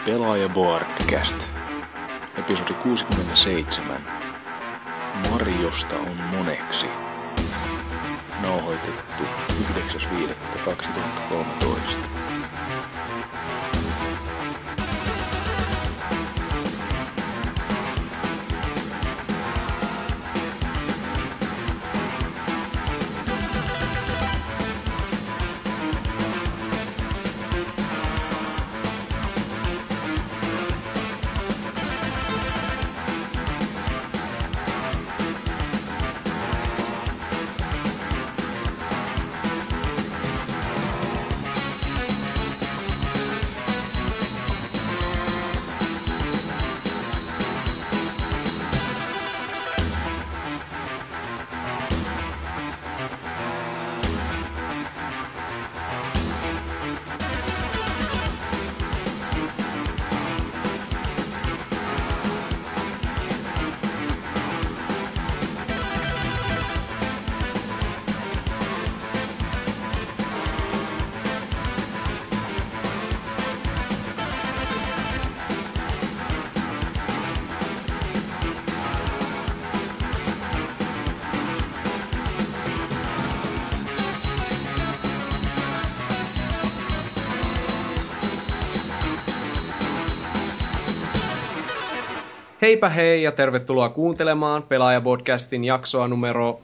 Pelaaja Boardcast. Episodi 67. Marjosta on moneksi. Nauhoitettu 9.5.2013. Heipä hei ja tervetuloa kuuntelemaan Pelaaja-podcastin jaksoa numero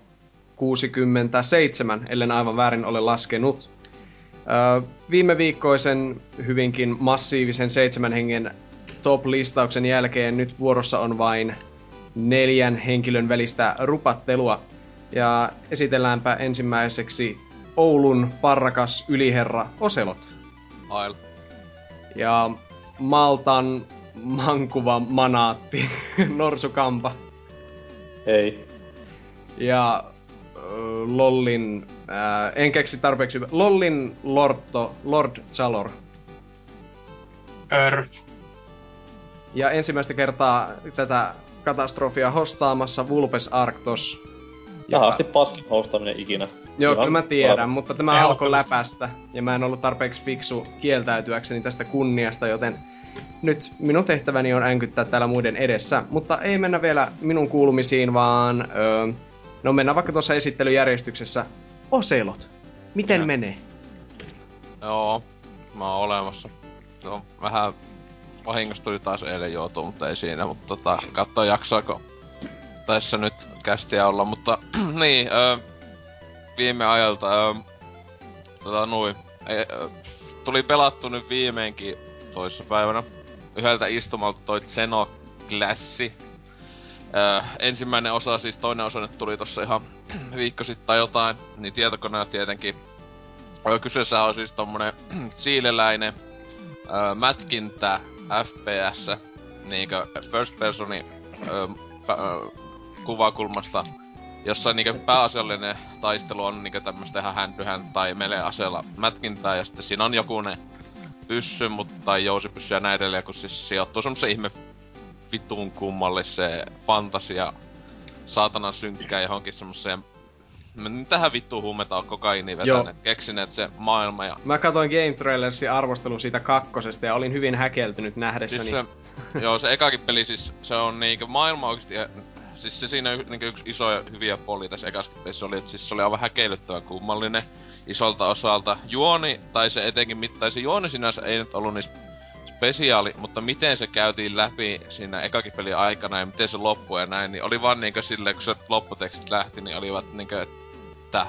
67, ellen aivan väärin ole laskenut. Viime viikkoisen hyvinkin massiivisen 7 hengen top-listauksen jälkeen nyt vuorossa on vain 4 henkilön välistä rupattelua. Ja esitelläänpä ensimmäiseksi Oulun parrakas yliherra Oselot. Ail. Ja Maltan mankuva manaatti Norsukampa. Hei. Ja Lollin, en keksi tarpeeksi hyvä. Lollin Lord Zalor. Örf. Ja ensimmäistä kertaa tätä katastrofia hostaamassa Vulpes Arctos. Tähän asti paskin hostaaminen ikinä. Joo, kyllä mä tiedän, Ihan mutta tämä alkoi läpästä. Ja mä en ollut tarpeeksi fiksu kieltäytyäkseni tästä kunniasta, joten nyt minun tehtäväni on änkyttää täällä muiden edessä. Mutta ei mennä vielä minun kuulumisiin, vaan no mennään vaikka tuossa esittelyjärjestyksessä. Oselot, miten menee? Joo, mä oon olemassa. Se on vähän vahingossa tuli taas eilen joutua, mutta ei siinä. Mutta kattoo jaksaako tässä nyt kästiä olla. Mutta niin, viime ajalta tuli pelattu nyt viimeinkin toissapäivänä yhdeltä istumalta toi Xenoclassi. Ensimmäinen osa, siis toinen osa nyt tuli tossa ihan viikko sitten tai jotain, niin tietokoneella tietenkin. Kyseessä on siis tommonen siileläinen mätkintä FPS, niinkö first personi kuvakulmasta, jossa niinkö pääasiallinen taistelu on niinkö tämmöstä ihan hand-to-hand tai melee-aseella mätkintää, ja sitten siinä on joku ne pyssy, tai jousipyssy ja näin edelleen, kun siis sijoittuu semmosen ihme vitun kummalliseen fantasia saatanan synkkään johonkin semmoseen. Mitähän vittuun huumeta on kokaiiniin vetäneet, keksineet se maailma ja... Mä katsoin Game Trailersin arvostelun siitä 2. ja olin hyvin häkeltynyt nähdessäni. Siis joo, se ekakin peli siis, se on niinkö maailma oikeesti... Siis se siinä niinkö yksi iso ja hyviä puolia tässä ekaskin pelissä oli, että siis se oli aivan häkeilyttävän kummallinen isolta osalta. Juoni, tai se etenkin se juoni sinänsä ei nyt ollut niin spesiaali, mutta miten se käytiin läpi siinä ekakin pelin aikana ja miten se loppui ja näin, niin oli vaan niinkö silleen, kun se lopputekstit lähti, niin olivat niinkö, että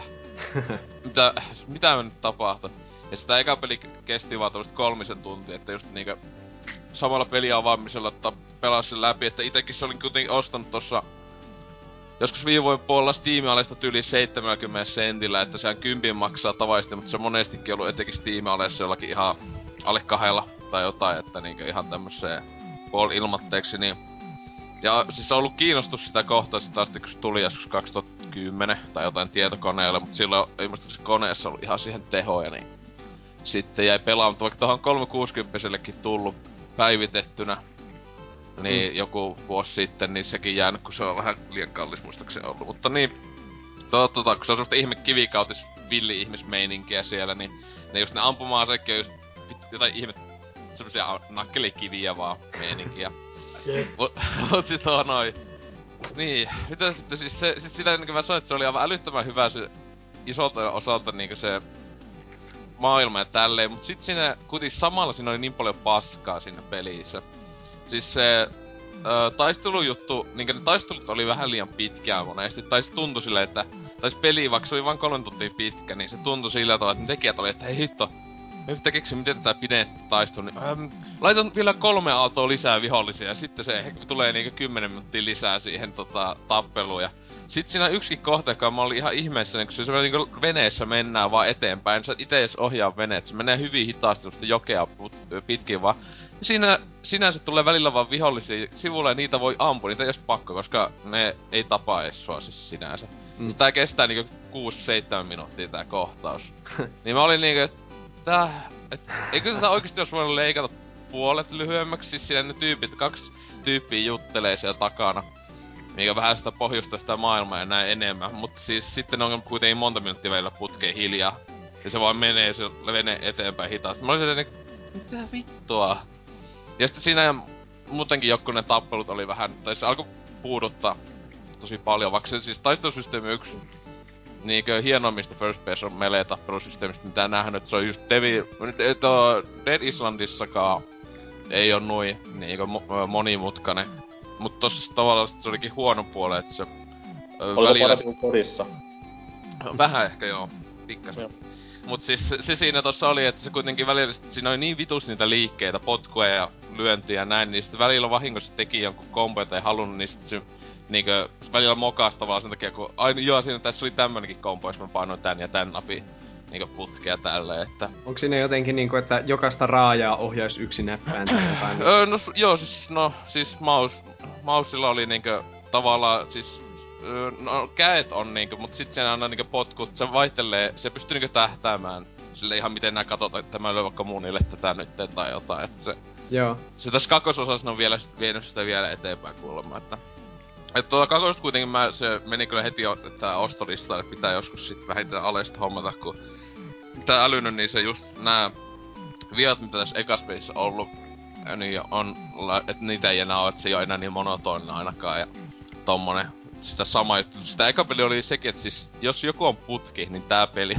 mitä nyt tapahtui? Ja sitä eka peli kesti vaan tämmöset 3 tuntia, että just niinkö samalla peliavaamisella, että pelasi sen läpi, että itekin se olin kuitenkin ostanut tossa joskus viime vuoden puolella Steam-alesta tyyli 70 sentillä, että sehän 10 maksaa tavallisesti, mutta se on monestikin ollut etenkin Steam-alessa jollakin ihan alle 2 tai jotain, että niinkö ihan tämmöseen puoli-ilmatteeksi, niin... Ja siis on ollut kiinnostus sitä kohtaa sitä asti, kun se tuli joskus 2010 tai jotain tietokoneelle, mutta silloin ilmeisesti koneessa ollut ihan siihen tehoja, niin... Sitten jäi pelaamatta, vaikka tuohon 360-sellekin tullut päivitettynä, niin joku vuosi sitten, niin sekin jäänyt, kun se on vähän liian kallis muistaakseni ollut. Mutta niin, kun se on semmoista ihme kivikautis villi-ihmismeininkiä siellä, niin ne just ne ampuma-aseekin on just jotain ihme semmosia nakkelikiviä vaan meininkiä. Jep. Mut sit on noin. Niin, mitä sitten siis se, siis sillä niinku mä sanoin, että se oli aivan älyttömän hyvä se isolta osalta niinku se maailma ja tälleen, mut sit siinä kuitenkin samalla siinä oli niin paljon paskaa siinä pelissä. Siis se taistelujuttu, niinkö ne taistelut oli vähän liian pitkään monesti, tai se tuntui silleen, että tai se peli, vaikka se oli vain 3 tuntia pitkä, niin se tuntui sillä tavalla, että ne tekijät oli, että hei hitto, me pitää keksiä, miten tätä pidettä taistelu, niin laitan vielä 3 aaltoa lisää vihollisia, ja sitten se tulee niinku 10 minuuttia lisää siihen tappeluun, ja sit siinä yksikin kohta, joka mä olin ihan ihmeessä, kun se niinku veneessä mennään vaan eteenpäin, sä ite edes ohjaa veneet, se menee hyvin hitaasti semmoista jokea pitkin vaan. Siinä sinänsä tulee välillä vaan vihollisia sivulle ja niitä voi ampua, niitä ei jos pakko, koska ne ei tapaa edes sua siis sinänsä. Tää kestää niinku 6-7 minuuttia tää kohtaus. Niin mä olin niinku, eikö tätä oikeesti jos voinut leikata puolet lyhyemmäksi, siis siinä ne 2 tyyppiä juttelee siellä takana. Mikä vähän sitä pohjustaa sitä maailmaa ja näin enemmän, mutta siis sitten on kuitenkin monta minuuttia välillä putkeen hiljaa. Ja se vaan menee se vene eteenpäin hitaasti. Mä olin silleen, mitä vittua? Ja sitten siinä muutenkin joku ne tappelut oli vähän, tai se alkoi puuduttaa tosi paljon, vaikka se siis taistelusysteemi on yksi niinkö hienoimmista first person melee-tappelusysteemistä, mitä nähnyt, että se on just Dead Islandissakaan ei oo nui niinkö monimutkainen. Mut tossa tavallaan se olikin huono puoli, että se Oliko parempi kuin kodissa? Vähän ehkä joo, pikkasen. Joo. Mut siis se siinä tossa oli, että se kuitenkin välillä siinä oli niin vitus niitä liikkeitä, potkuja ja lyöntiä ja näin, niin sitten välillä vahingossa teki jonkun kombo, jota ei halunnut, niin sit se niinkö välillä mokas tavallaan sen takia, kun joo siinä tässä oli tämmönenkin kombo, jos mä painoin tän ja tän napin niinkö putkea tälleen, että... Onko siinä jotenkin niinku, että jokaista raajaa ohjaisi yksi näppään tai jotain? Joo siis mausilla oli niinkö tavallaan siis käet on niinkö, mut sit siinä on niinkö potkut, se vaihtelee, se pystyy niinkö tähtäämään sille ihan miten nää katsotaan, että mä lyön vaikka munille tätä nyt tai jotain, että se... Joo. Se tässä kakkososassa on vielä vienyt sitä vielä eteenpäin kuulemma, että kakkosta kuitenkin se meni kyllä heti tää ostolistalle, pitää joskus sit vähintään alesta hommata, kun tää älynyt, niin se just nää viat, mitä tässä ekas pelissä on ollut, niin on, että niitä ei enää oo, että se ei oo enää niin monotoninen ainakaan ja tommonen. Sitä sama juttu. Sitä eka peli oli sekin, että siis jos joku on putki, niin tää peli...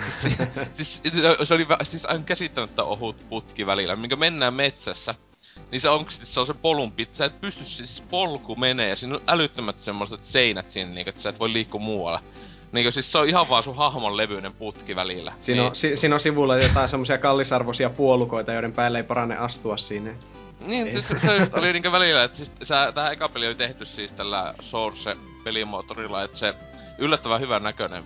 siis se oli siis aivan käsittämättä ohut putki välillä, minkä mennään metsässä. Niin se on se polun pit, sä et pysty siis polku menee ja siinä on älyttömät semmoiset seinät siinä, niin että sä et voi liikkua muualle. Niinkö siis se on ihan vaan sun hahmon levyinen putki välillä. Siinä on sivulla jotain semmosia kallisarvoisia puolukoita, joiden päälle ei parane astua sinne. Niin, siis se just oli niinkö välillä, että siis tää eka peli oli tehty siis tällä Source-pelimoottorilla, että se yllättävän hyvän näköinen,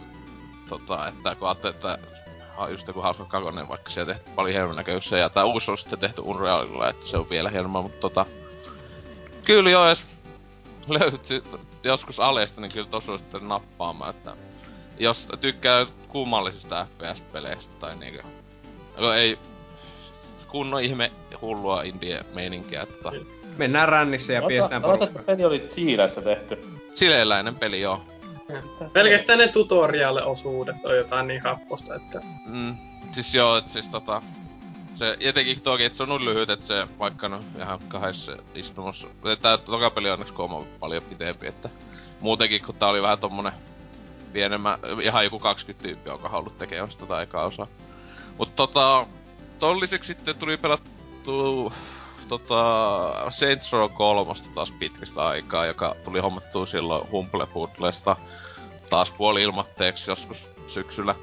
että kun ajattelin, että just joku Half-Life 2, vaikka siellä tehty paljon hienon näköisiä, ja tää uusi on sitten tehty Unrealilla, että se on vielä hienompaa, mutta kyllä joo, jos löytyy joskus alesta, niin kyllä tossa sitten nappaamaan, että jos tykkää kummallisista FPS-peleistä tai niinkö, ei kunnon ihme hullua indie-meininkiä, Mennään rännissä ja piestään porukkaa. Että peli oli Chileissä tehty. Chileläinen peli, joo. Pelkästään ne tutorial-osuudet on jotain niin happosta, että... Siis joo, et siis se etenkin toki, että se on niin lyhyt, että se vaikka no ihan 2 istumassa. Tää toka peli on onneksi kooma paljon pitempi, että muutenkin kun tää oli vähän tommonen pienemmä, ihan joku 20 tyyppiä, joka ollut tekemässä tota ekaa osaa. Mut ton lisäksi sitten tuli pelattu Saints Row 3 taas pitkästä aikaa, joka tuli hommattua silloin Humble Bundlesta taas puoli-ilmatteeksi joskus syksyllä.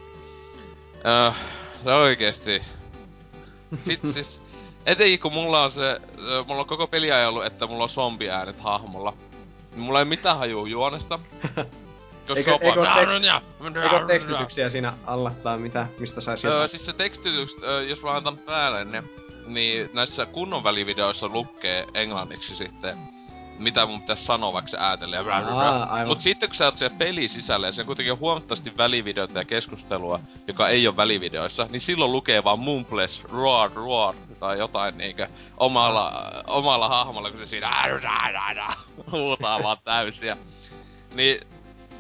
Se oikeesti... Vitsis. Etenkin kun mulla on koko peliajan ollut, että mulla on zombiäänet hahmolla. Niin mulla ei mitään hajuu juonesta. Eikö tekstityksiä siinä alla tai mitä, mistä sais jotain? Siis se tekstitykset, jos mä antan päälle ne, niin näissä kunnon välivideoissa lukee englanniksi sitten, mitä mun pitäis sanoa, vaikka se äätelee. Mut sitten kun sä oot siellä pelin sisällä ja se on kuitenkin huomattavasti välivideoita ja keskustelua, joka ei oo välivideoissa, niin silloin lukee vaan Mumbles, roar, tai jotain niinkö omalla hahmolla, kun se siinä huutaa vaan täysiä. Niin...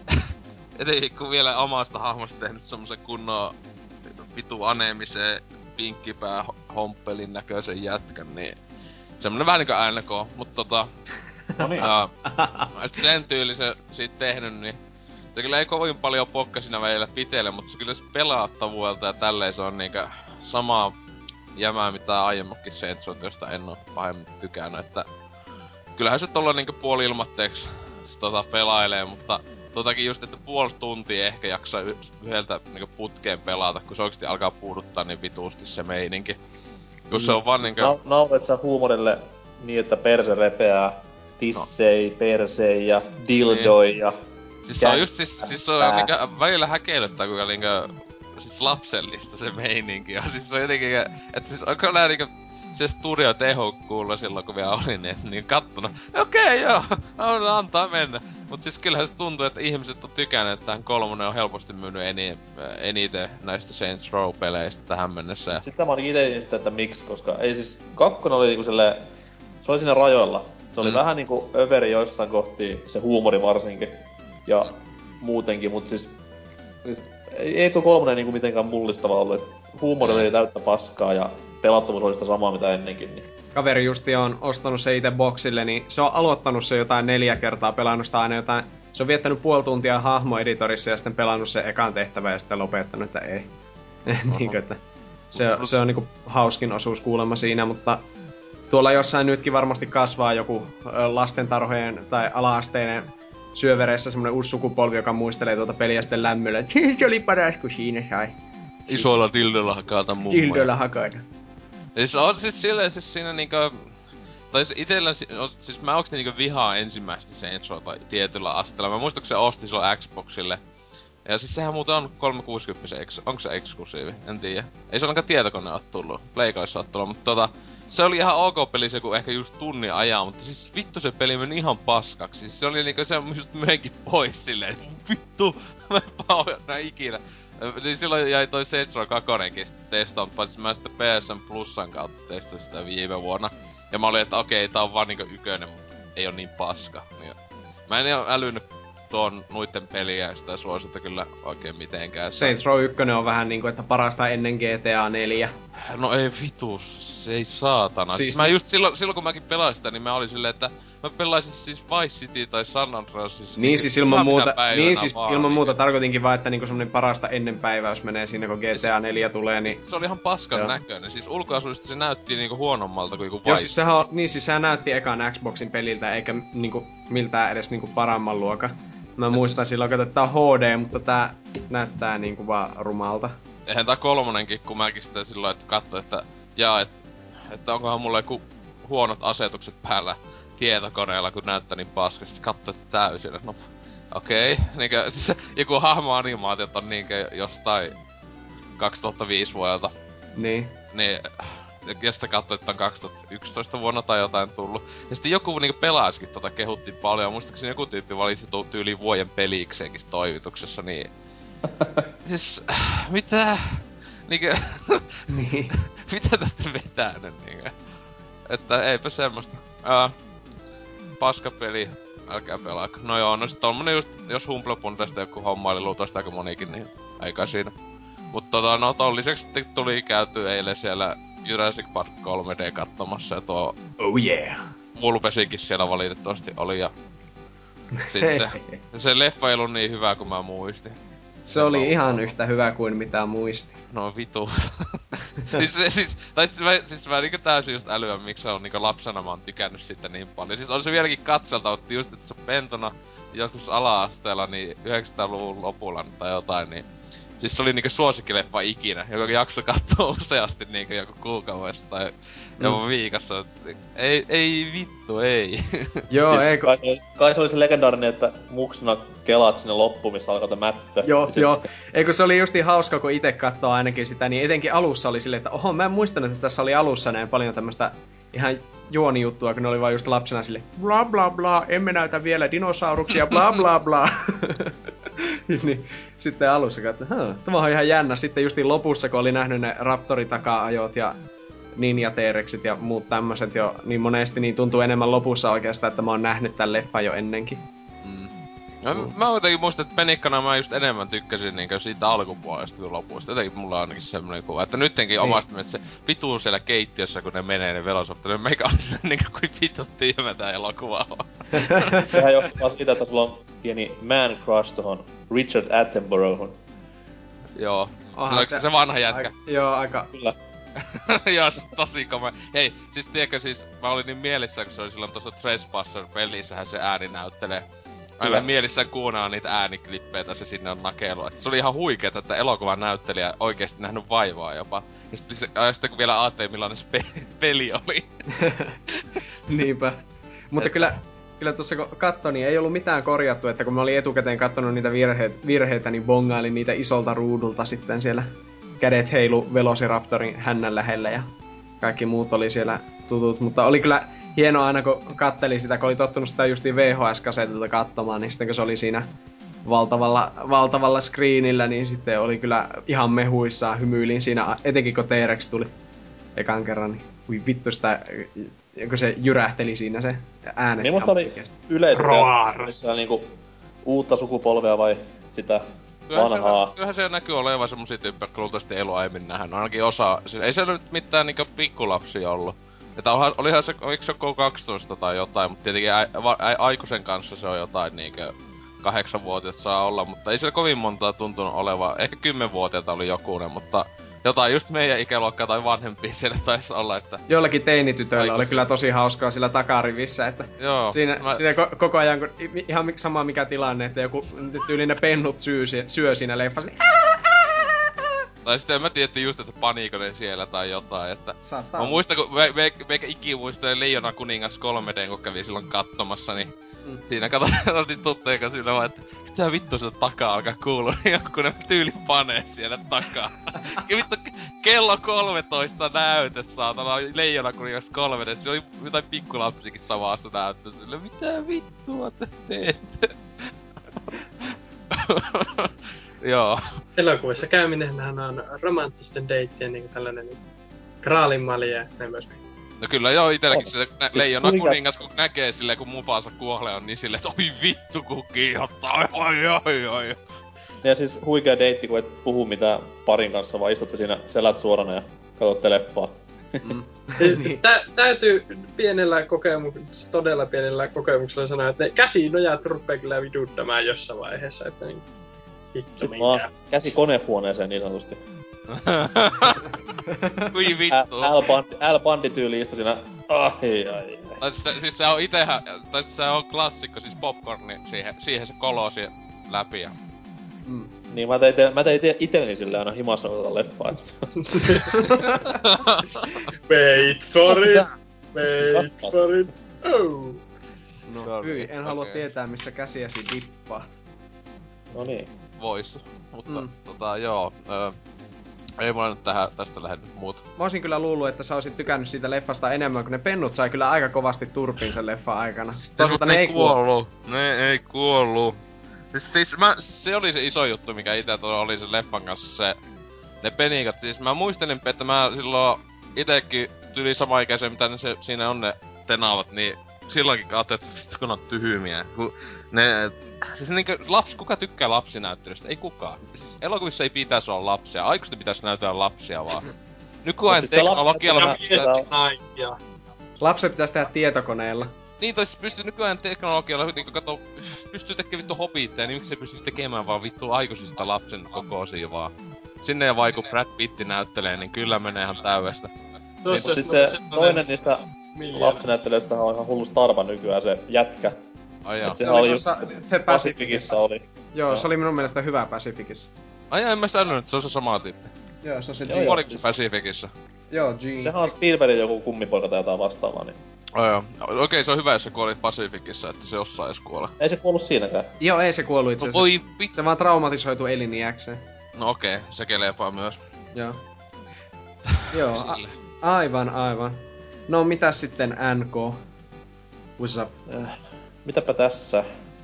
Etenkin kun vielä omasta hahmosta tehnyt semmosen kunnon vitu aneemiseen pinkkipää homppelin näköisen jätkän, niin semmonen vähän niinku NK, mut Noniin. et sen tyyli se siitä tehnyt, niin se kyllä ei kovin paljon pokka siinä välillä pitele, mutta se kyllä se pelaattavuudelta ja tälleen se on niinkö samaa jämää mitä aiemmatkin Saintsot, josta en oo pahemmin tykännyt, että kyllähän se tolla niinku puoli-ilmatteeksi pelailee, mutta totakin just, että puoli tuntia ehkä jaksaa yhdeltä niinku putkeen pelata, kun se oikeesti alkaa puuduttaa niin vituusti se meininki. Kun se on vaan niinkö... Nauret sä huumorille niin, että perse repeää tissei, persei ja dildoi ja... Siis se on just siis se on niinkö välillä häkeilyttää, kuinka niinkö... Siis lapsellista se meininki on. Siis se on jotenkin... Et siis onko nää niinkö... Se studio tehokkuulla silloin kun vielä oli niin kattonut. Okei, joo, antaa mennä. Mut siis kyllähän se tuntuu, että ihmiset on tykänneet, että tähän 3 on helposti myynyt eniten näistä Saints Row-peleistä tähän mennessä. Sitten mä olin ite että miksi, koska ei siis 2 oli niinku silleen... Se oli siinä rajoilla. Se oli vähän niinku överi joissain kohti, se huumori varsinkin. Ja muutenkin, mut siis ei tuo 3 niinku mitenkään mullistava ollut. Huumori oli täyttä paskaa ja pelattavuus oli sitä samaa mitä ennenkin. Niin. Kaveri justi on ostanut se itse boksille, niin se on aloittanut se jotain 4 kertaa, pelannut sitä aina jotain... Se on viettänyt puoli tuntia hahmoeditorissa ja sitten pelannut se ekan tehtävän ja sitten lopettanut, että ei. Niinkö, että se on niinku hauskin osuus kuulemma siinä, mutta... Tuolla jossain nytkin varmasti kasvaa joku lastentarhojen tai ala-asteinen syövereissä semmonen uusi sukupolvi, joka muistelee tuota peliä sitten lämmöllä. Se oli paras, kun siinä sai. Isoilla dildoilla hakata mummoja. Dildoilla hakata. Siis on siis silleen siis siinä niinkö... Tai siis itellä siis mä oikeesti niinkö vihaan ensimmäistä Saints Rowta tietyllä asteella. Mä muistan, kun se osti silloin Xboxille. Ja siis sehän muuten on 360, onko se eksklusiivi? En tiedä. Ei se ainakaan tietokone oo tullut. Pleikoissa oo tullut, mutta se oli ihan ok peli se, kun ehkä just tunnin ajan, mutta siis vittu se peli meni ihan paskaksi. Siis se oli niinku se just möinkin pois silleen, vittu, mä en pahoina ikinä. Niin silloin jäi toi Saints Row 2:kin testaamatta, paitsi mä sitten PSN Plusan kautta testasin sitä viime vuonna. Ja mä olin, että okei, tää on vaan niinku ykönen, mutta ei oo niin paska. Mä en oo älynyt tuon nuitten peliä ja sitä suosita kyllä oikein mitenkään. Saints Row 1 on vähän niinku, että parasta ennen GTA 4. No ei vitus, se ei saatana. Siis mä just silloin kun mäkin pelasin sitä, niin mä olin silleen, että mä pelaisin siis Vice City tai San Andreas. Siis ilman muuta tarkoitinkin vaan, että niinku semmonen parasta ennen päiväys menee siinä, kun GTA 4 tulee, niin... Se oli ihan paskan näköinen. Siis ulkoasuudesta se näytti niinku huonommalta kuin joku Vice. Joo, siis sehän näytti ekan Xboxin peliltä, eikä niinku miltään edes niinku paremman luokan. Mä muistan silloin, että tää on HD, mutta tää näyttää niinku vaan rumalta. Eihän tää 3:nenkin, kun mäkin sitä silloin, että katsoin, että onkohan mulla joku huonot asetukset päällä tietokoneella, kun näyttää niin paskasti. Katsoin, että täysin, no okei. Niinkö, siis joku hahmoanimaatiot on niinkö jostain 2005 vuodelta. Niin. Ja sitten katsoin, että on 2011 vuonna tai jotain tullut. Ja sitten joku niinku pelaaskin kehuttiin paljon. Muistaakseni joku tyyppi valitsi tyyliin vuoden peliikseenkin toivituksessa, niin... Siis... Mitä? Niinkö... Niin. Mitä te ootte vetänyt niinkö? Että eipä semmoista. Paskapeli, älkää pelaako. No joo, no sit tommonen just, jos Humblebun tästä joku hommaili luultavasti aika monikin, niin eikä siinä. Mut no ton lisäksi sitten tuli käyty eilen siellä Jurassic Park 3D katsomassa ja tuo... Oh yeah! Vulpesikin siellä valitettavasti oli ja... Sitten... Se leffa ei ollut niin hyvä kuin mä muistin. Se oli ihan yhtä hyvä kuin mitä muisti. No vitu. siis mä niinku täysin just älyä, miksi se on niinku lapsena mä oon tykännyt sitä niin paljon. Siis on se vieläkin katselta, mutta just että se on pentona joskus ala-asteella niin 900-luvun lopulla tai jotain, niin... Siis se oli niinku suosikkileffa ikinä, joka jakso kattoo useasti niinku joku kuukaudessa tai jopa viikossa. Ei vittu, ei. Joo, siis eikö... Kai se oli se legendaarinen, että muksuna kelaat sinne loppuun, missä alkaa mättö. Joo. Eikö se oli justi hauska, kun ite kattoo ainakin sitä, niin etenkin alussa oli silleen, että oho, mä en muistanut, että tässä oli alussa näin paljon tämmöstä ihan juonijuttua, kun ne oli vaan just lapsena silleen, bla bla bla, emme näytä vielä dinosauruksia, bla bla bla. Niin sitten alussa katsoin, tämä on ihan jännä. Sitten justiin lopussa, kun oli nähnyt ne Raptori-taka-ajot ja Ninja T-Rexit ja muut tämmöset jo niin monesti, niin tuntuu enemmän lopussa oikeastaan, että mä oon nähnyt tän leffan jo ennenkin. Mä jotenkin muistan, että penikkana mä just enemmän tykkäsin niinkö siitä alkupuolesta kuin lopusta. Jotenkin mulla on ainakin semmonen kuva, että nyttenkin omasta mielestä se vituu siellä keittiössä, kun ne menee ne Velociraptorit. Meikä on sillä niinkö kuin vitut tyhmä tää elokuva on. Sehän johtuu vaan siitä, että sulla on pieni man crush tohon Richard Attenboroughun. Joo. Se vanha jätkä. Joo, aika. Kyllä. Joo, tosi komea. Hei, siis tiedätkö siis, mä olin niin mielissään, kun se oli silloin tossa Trespasser-pelissähän se ääni näyttelee. Mä olin mielissään kuunnella niitä ääniklippejä, se sinne on nakelu. Et se oli ihan huikeeta, että elokuvan näyttelijä oikeesti nähnyt vaivaa jopa. Ja sitten kun vielä ajattelin, millainen se peli oli. Niinpä. Mutta kyllä tuossa kun katsoi, niin ei ollut mitään korjattu, että kun mä olin etukäteen katsonut niitä virheitä, niin bongailin niitä isolta ruudulta sitten siellä. Kädet heilu Velociraptorin hännän lähellä ja kaikki muut oli siellä tutut. Mutta oli kyllä hienoa aina, kun katteli sitä, kun oli tottunut sitä justiin VHS-kasetilta katsomaan, niin sitten kun se oli siinä valtavalla screenillä, niin sitten oli kyllä ihan mehuissaan, hymyilin siinä, etenkin kun T-Rex tuli ekan kerran, niin kui vittu sitä, kun se jyrähteli siinä se äänet. Minusta oli yleisesti niinku uutta sukupolvea vai sitä vanhaa? Kyllähän se näkyy olevan semmosia tyyppejä, jotka luultavasti ei ollut aiemmin nähnyt. Ainakin osa, siis ei se nyt mitään niinkö pikkulapsia ollut. Että olihan se, oliko se 12 tai jotain, mutta tietenkin aikuisen kanssa se on jotain niinkö 8-vuotiaat saa olla, mutta ei siellä kovin montaa tuntunut olevan. Ehkä 10-vuotiaita oli jokunen, mutta jotain just meidän ikäluokkaa tai vanhempia siellä taisi olla, että... Joillakin teinitytöillä oli kyllä tosi hauskaa sillä takarivissä, että joo, siinä koko ajan, kun ihan sama mikä tilanne, että joku tyylinen pennut syö siinä leffassa, tai sitten en mä tiedä just, että paniikonen siellä tai jotain, että... Saattaa. Mä muistan, kun meikä ikimuistelee Leijona kuningas 3D, kun kävi silloin katsomassa, niin... Siinä katsottiin tuttujen kanssa sillä vaan, että mitä vittu sieltä takaa alkaa kuulua, niin joku ne tyyli panee siellä takaa. Ja vittu, kello 13 näytös, saatana, Leijona kuningas 3D, siinä oli jotain pikkulapsikin samassa näytössä, sillä mitä vittua te teette? Joo. Elokuvissa käyminenhän on romanttisten deittien niinku tällainen graalinmalja ja näin myös. No kyllä joo, itelläkin se siis Leijona kuningas kun näkee silleen kun Mufasa kuolee on niin silleen, että oi vittu kun kiihottaa, oi. Ja siis huikea deitti, kun et puhu mitään parin kanssa, vaan istutte siinä selät suorana ja katsotte leffaa. Niin. Täytyy todella pienellä kokemuksella sanoa, että ne käsinojat rupeaa kyllä viduttamaan jossain vaiheessa, että niin vittu minkä. Käsi konehuoneeseen niin sanotusti. Kui vittu. L-bandi-tyyli istui siinä. Ai. Siis se on itehän, tai se on klassikko, siis popcorni, siihen se kolosi läpi ja... Niin mä tein itelleni silleen aina himassa oteta leffaa. Wait for it. Oh. No hyi, en halua tietää missä käsiäsi dippaat. No niin. Vois. Mutta joo. Ei mulla nyt tästä lähde muuta. Mä oisin kyllä luullut, että sä olisit tykännyt siitä leffasta enemmän, kun ne pennut sai kyllä aika kovasti turpiin sen leffan aikana. Toisaalta ne ei kuollu. Ne ei kuollu. Se oli se iso juttu, mikä ite oli sen leffan kanssa ne penikat. Siis mä muistelin, että mä silloin itekin tyli samaikäisen, mitä ne siinä on ne tenavat, niin silloinkin ajattelin, että vittu kun on tyhmiä. Siis niinkö kuka tykkää lapsinäyttelystä? Ei kukaan. Siis elokuvissa ei pitäisi olla lapsia, aikuisten pitäisi näytellä lapsia vaan. Nykyään siis teknologialla... naisia. Lapset pitäisi tehdä tietokoneella. Niin, tai siis nykyään teknologialla niinku pystyy tekemään vittu hobitteja, niin miksi se pystyy tekemään vaan vittu aikuisista lapsen kokoisia vaan. Sinne ja vaiku Brad Pitti näyttelee, niin kyllä menee ihan täydestä. Siis se toinen niistä lapsinäyttelijöistä on ihan hullu starva nykyään, se jätkä. Ai jaa. Se oli just Pacificissa oli. Joo, se oli minun mielestä hyvä Pacificissa. Ai jaa, en mä sanonut, että se on se sama tyyppi. Joo, se on se G. Oliko se Pacificissa? Joo, G. Sehän on Spielbergin joku kummipoika tai jotain vastaavaa, niin... Joo. Okei, se on hyvä, jos sä kuolit Pacificissa, että se jossain edes kuole. Ei se kuollut siinäkään. Joo, ei se kuollut itse asiassa. Se vaan traumatisoitu eliniäkseen. No okei, se kelepaa myös. Joo. Joo, aivan. No mitäs sitten NK? What's up? Mitäpä tässä?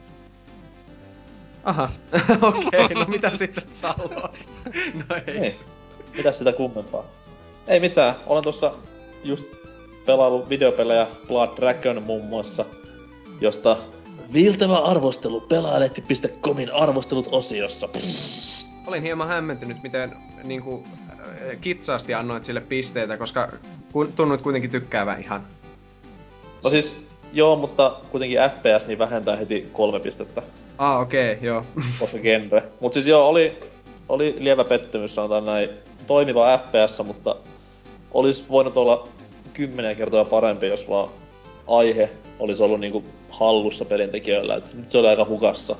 Aha, okei, no mitä sitten Salo? No ei. Mitäs sitä kummempaa? Ei mitään, olen tuossa just pelaillut videopelejä Blood Dragon muun muassa, josta Viiltävä arvostelu pelaajalehti.comin arvostelut-osiossa. Olin hieman hämmentynyt, miten niinku kitsaasti annoit sille pisteitä, koska tunnuit kuitenkin tykkäävän ihan. No siis, joo, mutta kuitenkin FPS niin vähentää heti 3 pistettä. Okei, joo. Koska genre. Mut siis joo, oli lievä pettymys, sanotaan näin. Toimiva FPS, mutta olis voinut olla 10 kertaa parempi, jos vaan aihe olisi ollut niinku hallussa pelintekijöillä. Et nyt se oli aika hukassa.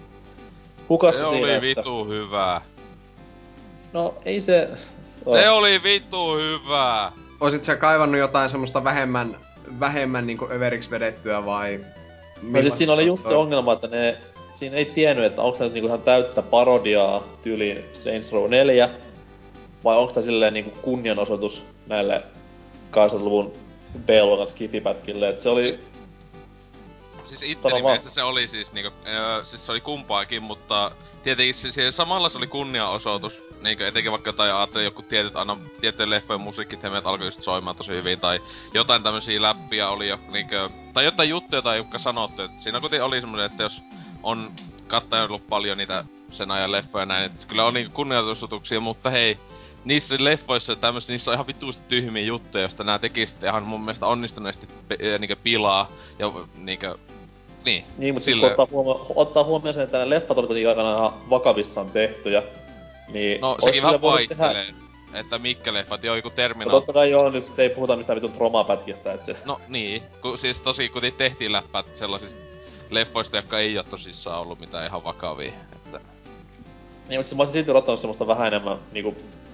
Se siinä, oli että... vitu hyvää. No, ei se... Se oli vitu hyvää! Oisit sä kaivannut jotain semmoista vähemmän niinku överiksi vedettyä vai... No siis siinä oli just se ongelma, että siinä ei tiennyt, että onko tää nyt niinku ihan täyttä parodiaa tyyliin Saints Row 4, vai onko tää silleen niinku kunnianosoitus näille 80-luvun B-luokan skifipätkille, et se oli... Siis itteni mielestä se oli siis niinku, siis se oli kumpaakin, mutta tietenkin se samalla se oli kunnianosoitus, niinku etenkin vaikka jotain ajattelin joku tiettyjen leffojen musiikkiteemet alkoi just soimaan tosi hyvin, tai jotain tämmösiä läppiä oli jo niinku, tai jotain juttuja tai jotka sanottu, että siinä kuitenkin oli semmoinen, että jos on kattanut paljon niitä sen ajan leffoja näin, että kyllä on niinku kunnianosoituksia, mutta hei, niissä leffoissa tämmöset, niissä on ihan vituusti tyhmiä juttuja, josta nää teki sitten ihan mun mielestä onnistuneesti niinku pilaa, ja niinku... Niin, mutta siis kun ottaa huomioon sen, että ne leffat oli kuitenkin aikana ihan vakavissaan tehtyjä, niin... No, sekin vähän vaihtelee, että mitkä leffat, joo, joku Terminator... No totta kai joo, nyt ei puhuta mistään vitun tromapätkistä, et se... No niin, siis tosi kuitenkin tehtiin läppät sellaisista leffoista, jotka ei oo tosissaan ollut mitään ihan vakavia, että... Niin, mutta mä olisin silti odottanut semmoista vähän enemmän, niinku...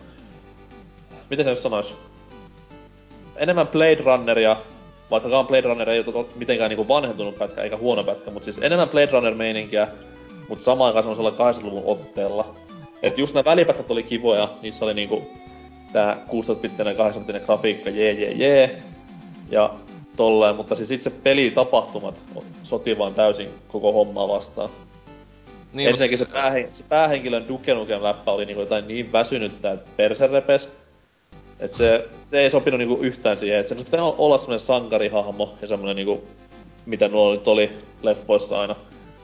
Miten se nyt sanois? Enemmän Blade Runneria, vaikkakaan Blade Runner ei ole mitenkään niinku vanhentunut pätkä eikä huono pätkä, mut siis enemmän Blade Runner-meininkiä, mut samaan aikaan semmoisella 80-luvun otteella. Et just nää välipätkät oli kivoja, niissä oli niinku tää 16-bittinen 8-bittinen grafiikka, jee. Ja tolleen, mutta siis itse pelitapahtumat sotii vaan täysin koko hommaa vastaan. Niin, ensinnäkin se päähenkilön Duke Nukem läppä oli niinku jotain niin väsynyttä, että perse repes. Et se ei sopinut niinku yhtään siihen, et se pitää olla semmonen sankarihahmo ja semmonen niinku, mitä nuo nyt oli leffoissa aina.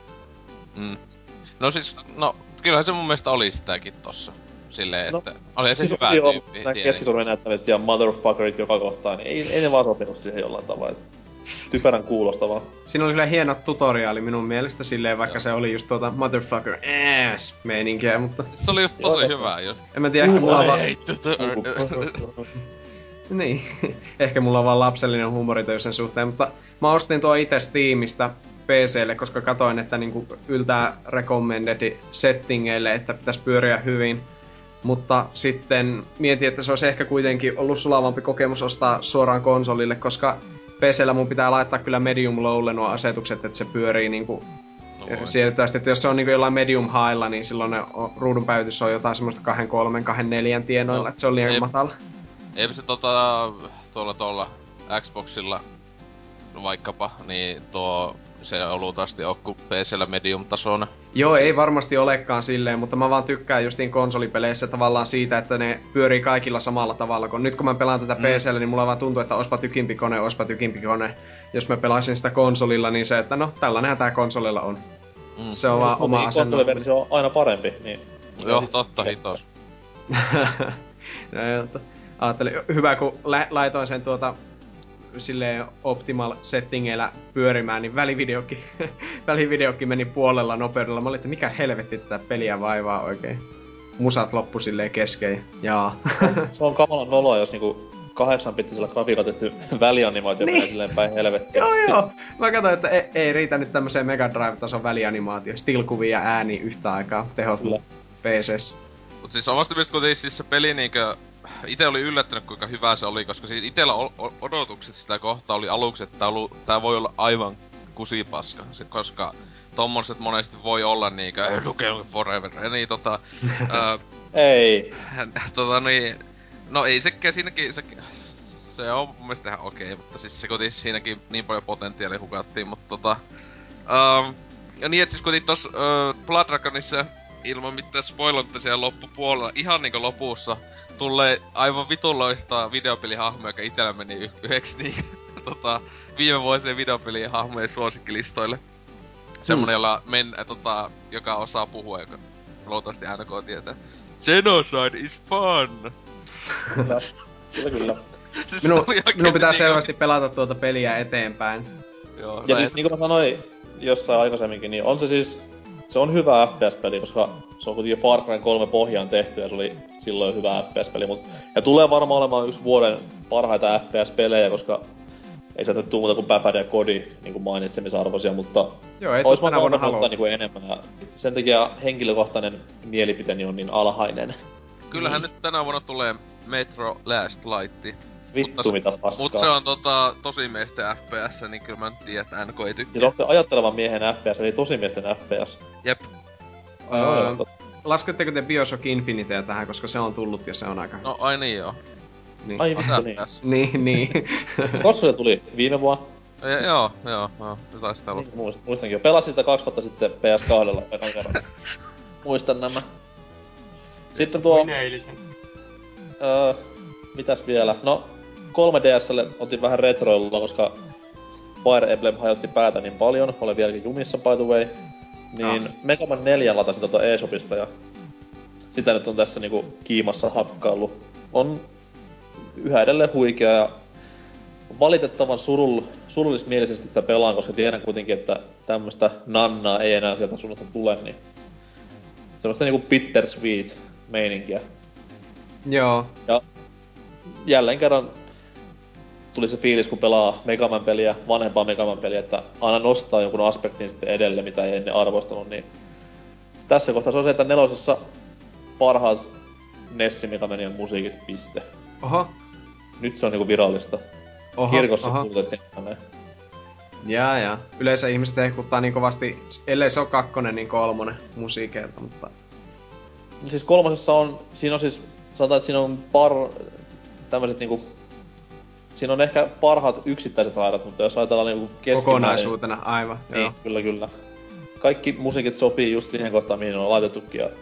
No siis, kyllähän se mun mielestä oli sitäkin tossa. Silleen, että oli siis se hyvä tyyppi. Nää keskisormen näyttämiset ja motherfuckerit joka kohtaan, niin ei ne vaan sopinut siihen jollain tavalla. Typerän kuulostavaa. Siinä oli kyllä hieno tutoriaali minun mielestä silleen, vaikka se oli just motherfucker ass meininkiä, mutta... Se oli just tosi hyvää just. En mä tiedä, ehkä mulla on vaan... Niin, ehkä mulla on vaan lapsellinen huumorintaju sen suhteen, mutta mä ostin tuo itse Steamista PC:lle, koska katoin, että niinku yltää recommended settingeille, että pitäisi pyöriä hyvin. Mutta sitten mietin, että se olisi ehkä kuitenkin ollut sulavampi kokemus ostaa suoraan konsolille, koska PC:llä mun pitää laittaa kyllä medium lowlle nuo asetukset, että se pyörii niinku siedettävästi. Että jos se on niinku jollain medium highlla, niin silloin ne ruudun päivitys on jotain semmoista 2.3, 2.4 tienoilla, että se on liian matala. Eipä se tuolla Xboxilla vaikkapa, niin se on luultavasti oo ku PC:llä medium-tasona. Joo, ei varmasti olekaan silleen, mutta mä vaan tykkään justiin konsolipeleissä tavallaan siitä, että ne pyörii kaikilla samalla tavalla. Kun nyt kun mä pelaan tätä PC:llä, niin mulla vaan tuntuu, että ospa tykimpi kone. Jos mä pelaisin sitä konsolilla, niin se, että no, tällainenhän tää konsolilla on. Se on vaan oma asenne. Konsoliversio on aina parempi, niin... Joo, totta hitos. Ajattelin, hyvä kun laitoin sen silleen optimal settingeillä pyörimään, niin välivideokin meni puolella nopeudella. Mä olin, että mikä helvetti tätä peliä vaivaa oikein. Musat loppu silleen kesken, jaa. Se on kamalan noloa, jos niinku 8-bittisellä grafiikalla tehty välianimaatio menee silleen päin helvettiä. Joo. Mä katsoin, että ei riitä nyt tämmöseen Mega Drive-tason välianimaatio. Still-kuvia ja ääni yhtä aikaa tehot PC:ssä. Mut siis omasta mielestä kuitenkin siis se peli niinkö... Ite oli yllättynyt kuinka hyvä se oli, koska siis itellä odotukset sitä kohtaa oli aluksi, että tää voi olla aivan kusipaska. Koska tommoset monesti voi olla niinkö Duke Nukem Forever, ja niin ei. No ei sekään siinäkin, se on mun mielestä ihan okei, mutta siis se kuitenkin siinäkin niin paljon potentiaalia hukattiin, mutta ja niin, et siis kuitenkin tossa Blood Dragonissa ilman mitään spoiloita siellä loppupuolella, ihan niinku lopussa, tulee aivan vitulloista videopelihahmoja, joka itellä meni yhdeksi viime vuosien videopelihahmojen suosikkilistoille. Semmonen, joka osaa puhua, joka luultavasti NK tietää. Genocide is fun! Kyllä. Siis Minun pitää selvästi pelata tuota peliä eteenpäin. Joo, ja siis niinku mä sanoin jossain aikaisemminkin, niin on se siis... Se on hyvä FPS-peli, koska se on kuitenkin Far Cry 3 pohjaan tehty ja se oli silloin hyvä FPS-peli. Ja tulee varmaan olemaan yksi vuoden parhaita FPS-pelejä, koska ei sieltä tuu muuta kuin Bafad ja Kodi niin kuin mainitsemisarvoisia, mutta joo, ei ois mä tänä vuonna ottaa niin kuin enemmän. Ja sen takia henkilökohtainen mielipiteeni on niin alhainen. Kyllähän nyt tänä vuonna tulee Metro Last Light. Vittu mitä paskaa. Mut se on tosimiesten FPS, niin kyllä mä nyt tiedän, että NK ei tykkää. Siis onko se ajattelevan miehen FPS, eli tosimiesten FPS? Jep. Lasketteko te Bioshock Infinitea tähän, koska se on tullut ja se on aika... No ai niin joo. Niin. Ai vittu niin. Niin. Koska se tuli viime vuonna? Joo. Se taisi sitä olla. Niin, muistankin jo. Pelasin sitä 2 vuotta sitten PS2 ekan kerran. Muistan nämä. Sitten tuo... mitäs vielä? No, 3DSlle otin vähän retroilla, koska Fire Emblem hajotti päätä niin paljon. Olen vieläkin jumissa, by the way. Niin Mega Man 4 latasin tuota eShopista ja sitä nyt on tässä niinku kiimassa hakkaillut. On yhä edelleen huikea ja valitettavan surullismielisesti sitä pelaan, koska tiedän kuitenkin, että tämmöstä nannaa ei enää sieltä suunnasta tule, niin semmoista niinku bittersweet meininkiä. Joo. Ja jälleen kerran tuli se fiilis, kun pelaa Mega Man-peliä, vanhempaa Mega Man-peliä, että aina nostaa jonkun aspektin sitten edelle, mitä ei ennen arvostanut, niin tässä kohtaa se on se, että 4 parhaat Nessi Mega Manien musiikit, piste. Oho. Nyt se on niinku virallista. Kirkossa kuulutettiin näin. Jaa. Yleensä ihmiset hehkuttaa niin kovasti, ellei se oo 2, niin 3 musiikeilta, mutta... Siis 3 on, siinä on siis, sanotaan, että siinä on tämmöset niinku... Siinä on ehkä parhaat yksittäiset raidat, mutta jos ajatellaan niinku keskimäärin... Kokonaisuutena, aivan, niin, joo. Kyllä. Kaikki musiikit sopii just siihen kohtaan, mihin on laitettukin ja...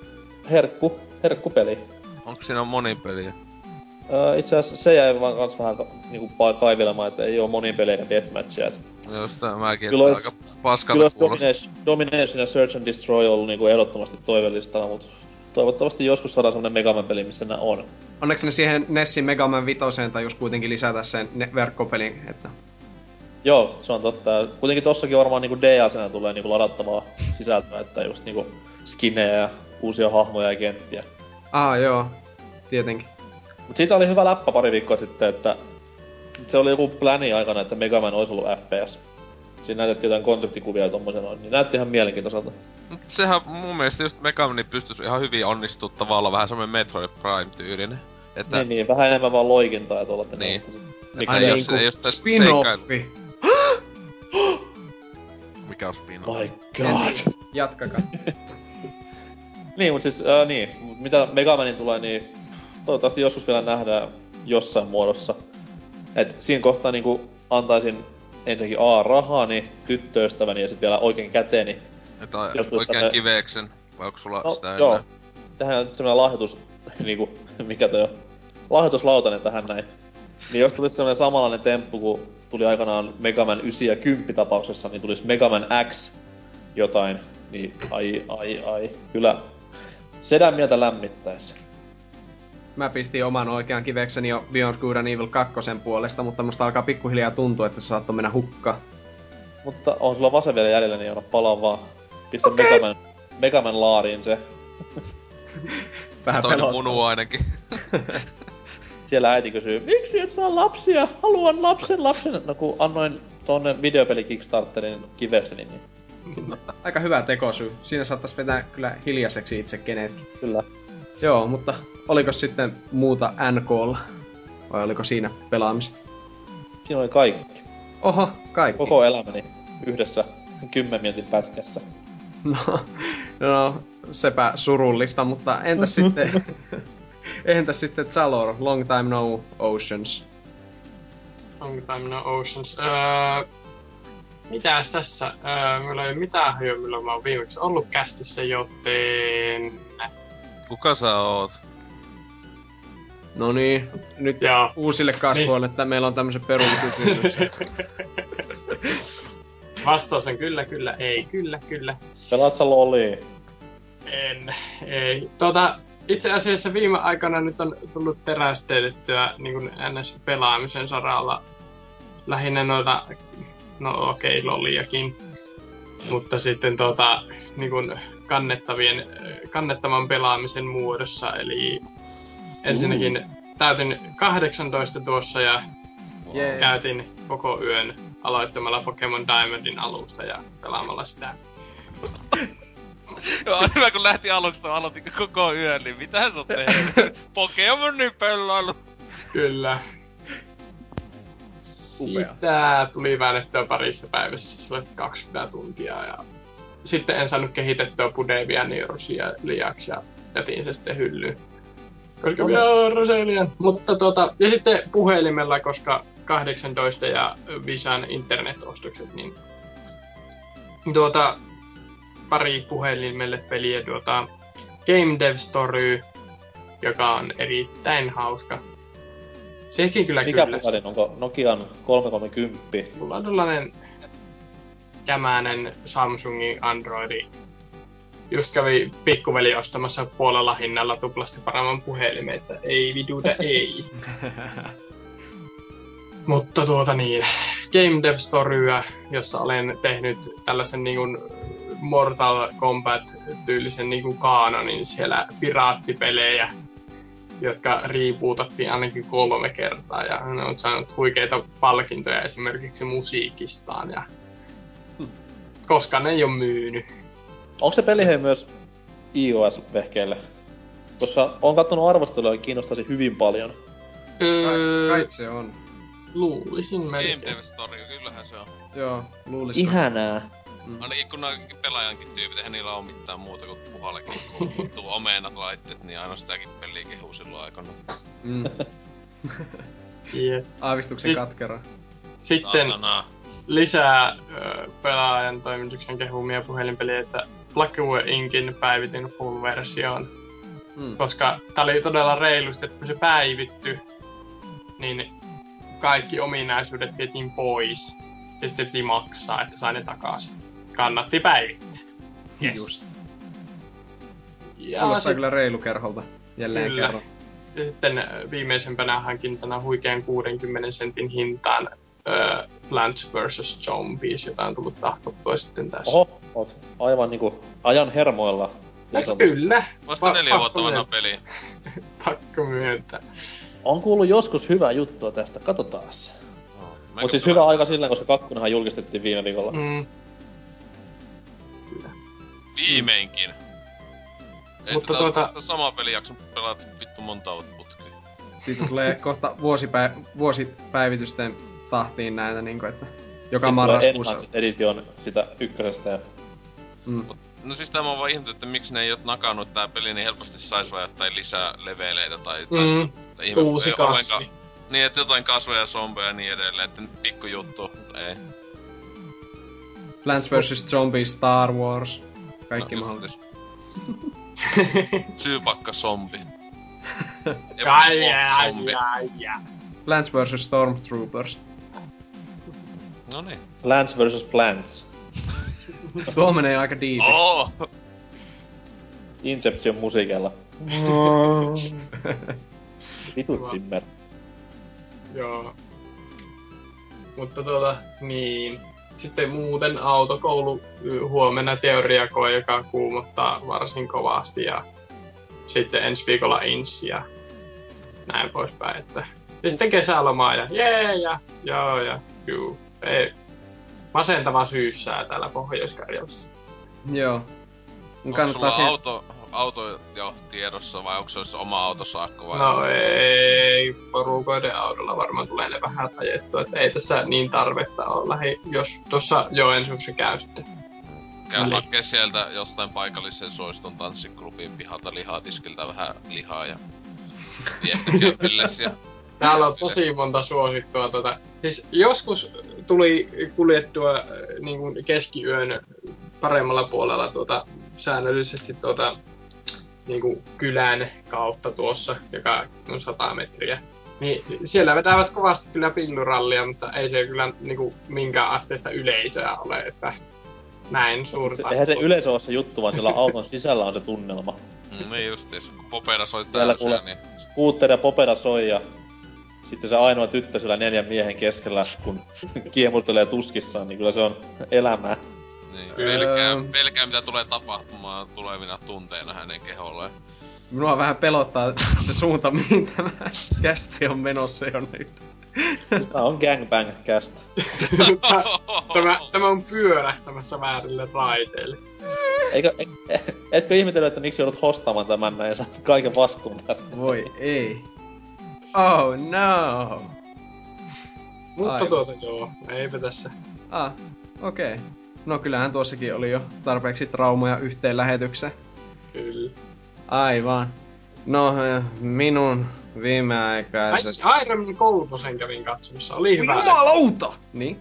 Herkku peli. Onko siinä monipeliä? Itse asiassa se jäi vaan kans vähän niinku kaivelemaan, että ei oo monipeliä ja deathmatchia. Joo, sitä mäkin, että aika paskalta kuulostaa. Domination ja Search and Destroy on ollut niinku ehdottomasti toivellistalla, mut toivottavasti joskus saadaan semmonen Mega Man-peli, missä nää on. Onneksi ne siihen Nessin Mega Man 5 tajus kuitenkin lisätä sen verkkopelin, että... Joo, se on totta. Kuitenkin tossakin varmaan niinku DLCnä tulee niinku ladattavaa sisältöä, että just niinku skinejä ja uusia hahmoja ja kenttiä. Joo. Tietenkin. Mut siitä oli hyvä läppä pari viikkoa sitten, että se oli joku pläni aikana, että Mega Man olisi ollut FPS. Siinä näytettiin jotain konseptikuvia ja tommosen noin, niin näytti ihan mielenkiintoiselta. Mut sehän mun mielestä just Mega Man pystyis ihan hyvin onnistua tavallaan vähän semmonen Metroid Prime-tyylinen. Että... Niin, vähän enemmän vaan loikintaa ja tuolla. Niin. Ai niinku spin-offi. Mikä on spin-off? My god. Jatkakaa. Niin, mut siis, niin. Mitä Mega Manin tulee, niin toivottavasti joskus vielä nähdään jossain muodossa. Et siinä kohtaa niinku antaisin ensinnäkin rahani, tyttöystäväni ja sit vielä oikein käteeni. Että oikein kiveeksen, vai onko sulla sitä joo. enää? Tähän on nyt semmonen lahjoitus, niinku, mikä toi on? Lahjoituslautanen tähän näin. Niin jos tulisi semmonen samanlainen temppu, kun tuli aikanaan Mega Man 9 ja 10 tapauksessa, niin tulisi Mega Man X jotain. Niin ai. Kyllä sedän mieltä lämmittäisi. Mä pistin oman oikean kivekseni jo Beyond Good and Evil 2 puolesta, mutta musta alkaa pikkuhiljaa tuntua, että se saattoi mennä hukkaan. Mutta on sulla vase vielä jäljellä, niin anna palaa vaan. Pistä Mega Man laariin se. Vähän toinen munu ainakin. Siellä äiti kysyy, miksi et saa lapsia? Haluan lapsen. No kun annoin tonne videopeli Kickstarterin kivekseni, niin sinne. Aika hyvä tekosyy. Siinä saattais vetää kyllä hiljaiseksi itse kenetkin. Kyllä. Joo, mutta oliko sitten muuta NK:lla? Vai oliko siinä pelaamista? Siinä oli kaikki. Oho, kaikki. Koko elämäni yhdessä 10 minuutin pätkässä. No, sepä surullista, mutta entäs sitten... entäs sitten Zalor, Long Time No Oceans? Long Time No Oceans. Mitäs tässä? Mulla ei ole mitään hajua, milloin mä oon viimeksi ollut kästissä, joten... Kuka sä oot? No niin, nyt uusille kasvoille, niin. Että meillä on tämmösen perukysymyksen. Vastaus on kyllä, ei, kyllä. Pelaat sä lolia? Ei. Itse asiassa viime aikana nyt on tullut terästeettyä niin NS-pelaamisen saralla lähinnä noita, no okei, loliakin, mutta sitten niin kuin kannettavan pelaamisen muodossa, eli ensinnäkin täytin 18 tuossa ja käytin koko yön aloittamalla Pokemon Diamondin alusta ja pelaamalla sitä. Joo, hyvä kun lähti aluksi, aloitin koko yön, niin mitähän sä oot tehnyt? Pokemonin pelailu! Kyllä. Sitä tuli väännettyä parissa päivässä sellaiset 20 tuntia ja sitten en saanut kehitettyä Pudevia Nirusia liiaksi ja jätin se sitten hyllyyn. Koska vielä Roselian. Mutta ja sitten puhelimella, koska 18 ja Visan internet-ostokset, niin pari puhelimelle peliä Game Dev Story, joka on erittäin hauska. Sekin kyllä mikä kyllä. puhelin? Onko Nokian 330? Mulla on tällainen kämäinen Samsungin Androidi. Just kävi pikkuveli ostamassa puolella hinnalla tuplasti paremman puhelimen, että ei viduta ei. Mutta Game Dev Storyä, jossa olen tehnyt tällaisen niin Mortal Kombat-tyylisen niin kaanonin siellä piraattipelejä, jotka rebootattiin ainakin 3 kertaa ja ne on saanut huikeita palkintoja esimerkiksi musiikistaan ja koska ne ei ole myynyt. Onko se peli myös iOS-vehkeille? Koska on kattonut arvosteluja ja kiinnostaisi hyvin paljon. Kai se on. Luulisin melkein. Game Dev Story, kyllähän se on. Joo, luulisin. Ihanää. Ainakin kun nämä pelaajankin tyypit, eihän niillä oo mitään muuta kuin puhallekin, kun muuttuu omenat laitteet, niin aina sitäkin peliä kehuu silloin aikana. Yeah. Aavistuksen katkera. Sitten lisää pelaajan toimituksen kehumia puhelinpeliä, että Blackwood Inkin päivitin full-versioon. Koska tää oli todella reilusti, että kun se päivitty, niin kaikki ominaisuudet vietiin pois. Ja sitten piti maksaa, että sai ne takaisin. Kannatti päivittää. Yes. Just. Kuulostaa kyllä reilukerholta. Jälleen kyllä. kerran. Ja sitten viimeisempänä hankin tänä huikean 60 sentin hintaan Plants vs. Zombies, jota on tullut tahkottua sitten tässä. Oho, oot aivan niinku ajan hermoilla. Kyllä. Vasta 4 vuotta vanha peli. Pakko myöntää. On kuullut joskus hyvää juttua tästä, katsotaas. Mut siis hyvä aika sillä, koska 2 julkistettiin viime viikolla. Viimeinkin. Ei mutta tätä samaa peliä jaksa pelata vittu monta putkea. Siitä tulee kohta vuosipäivitysten tahtiin näitä niinku, että joka marraskuussa. marraskuussa. Edition sitä ykkösestä ja... No siis tämä on vaan ihmettä, että miksi ne ei oo nakannut tää peli niin helposti sais vaan jotain lisää leveleitä tai uusi kasvi. Niin, että jotain kasveja, zombeja ja niin edelleen, että pikku juttu, mutta ei. Plants vs. Zombies, Star Wars, kaikki mahdollista. Syypakka zombi. Plants vs. Stormtroopers. Noniin. Plants vs. Plants. Tuo menee aika diipiksi. Oh! Inception musiikilla. Vitut Zimmer. Joo. Mutta niin. Sitten muuten autokoulu huomenna teoriakoe, joka kuumottaa varsin kovasti ja sitten ensi viikolla inssi ja näin poispäin. Että... Ja sitten kesälomaa ja joo ja juu. Ei. Masentava syyssää täällä Pohjois-Karjalassa. Joo. Onko sulla auto jo tiedossa vai onko se oma autosaakko vai? No ei, porukoiden autolla varmaan tulee ne vähän ajettua, että ei tässä niin tarvetta ole jos tuossa Joensuussa käy sitten. Käy hakkee sieltä jostain paikallisen suositun tanssiklubin pihalta lihatiskiltä vähän lihaa ja viestikämpilles ja... Täällä on tosi monta suosittua Siis joskus tuli kuljettua niin kuin keskiyön paremmalla puolella säännöllisesti niin kuin kylän kautta tuossa, joka on 100 metriä. Niin siellä vetävät kovasti kyllä pillurallia, mutta ei se kyllä niinku minkään asteista yleisöä ole, että näin suurta. Eihän se yleisö ole se juttu, vaan siellä auton sisällä on se tunnelma. Niin justiin, kun Popeda soi siellä täysiä, niin... Scooter ja Popeda soi ja sitten se ainoa tyttö sillä 4 miehen keskellä, kun kiemurtelee tuskissaan, niin kyllä se on elämää. Niin, pelkää mitä tulee tapahtumaan tulevina tunteina hänen keholleen. Minua vähän pelottaa se suunta, mihin tämä kästi on menossa jo nyt. Tämä on gangbang-cast. Tämä on pyörähtämässä väärille raiteille. Etkö ihmetellyt, että miksi joudut hostaamaan tämän näin ja saat kaiken vastuun tästä? Voi ei. Oh no! Mutta joo, eipä tässä. Okei. Okay. No kyllähän tuossakin oli jo tarpeeksi traumoja yhteen lähetykseen. Kyllä. Aivan. No, minun viimeaikaiset... Iron Man 3 kävin katsomassa, oli hyvä. Jumalauta! Niin?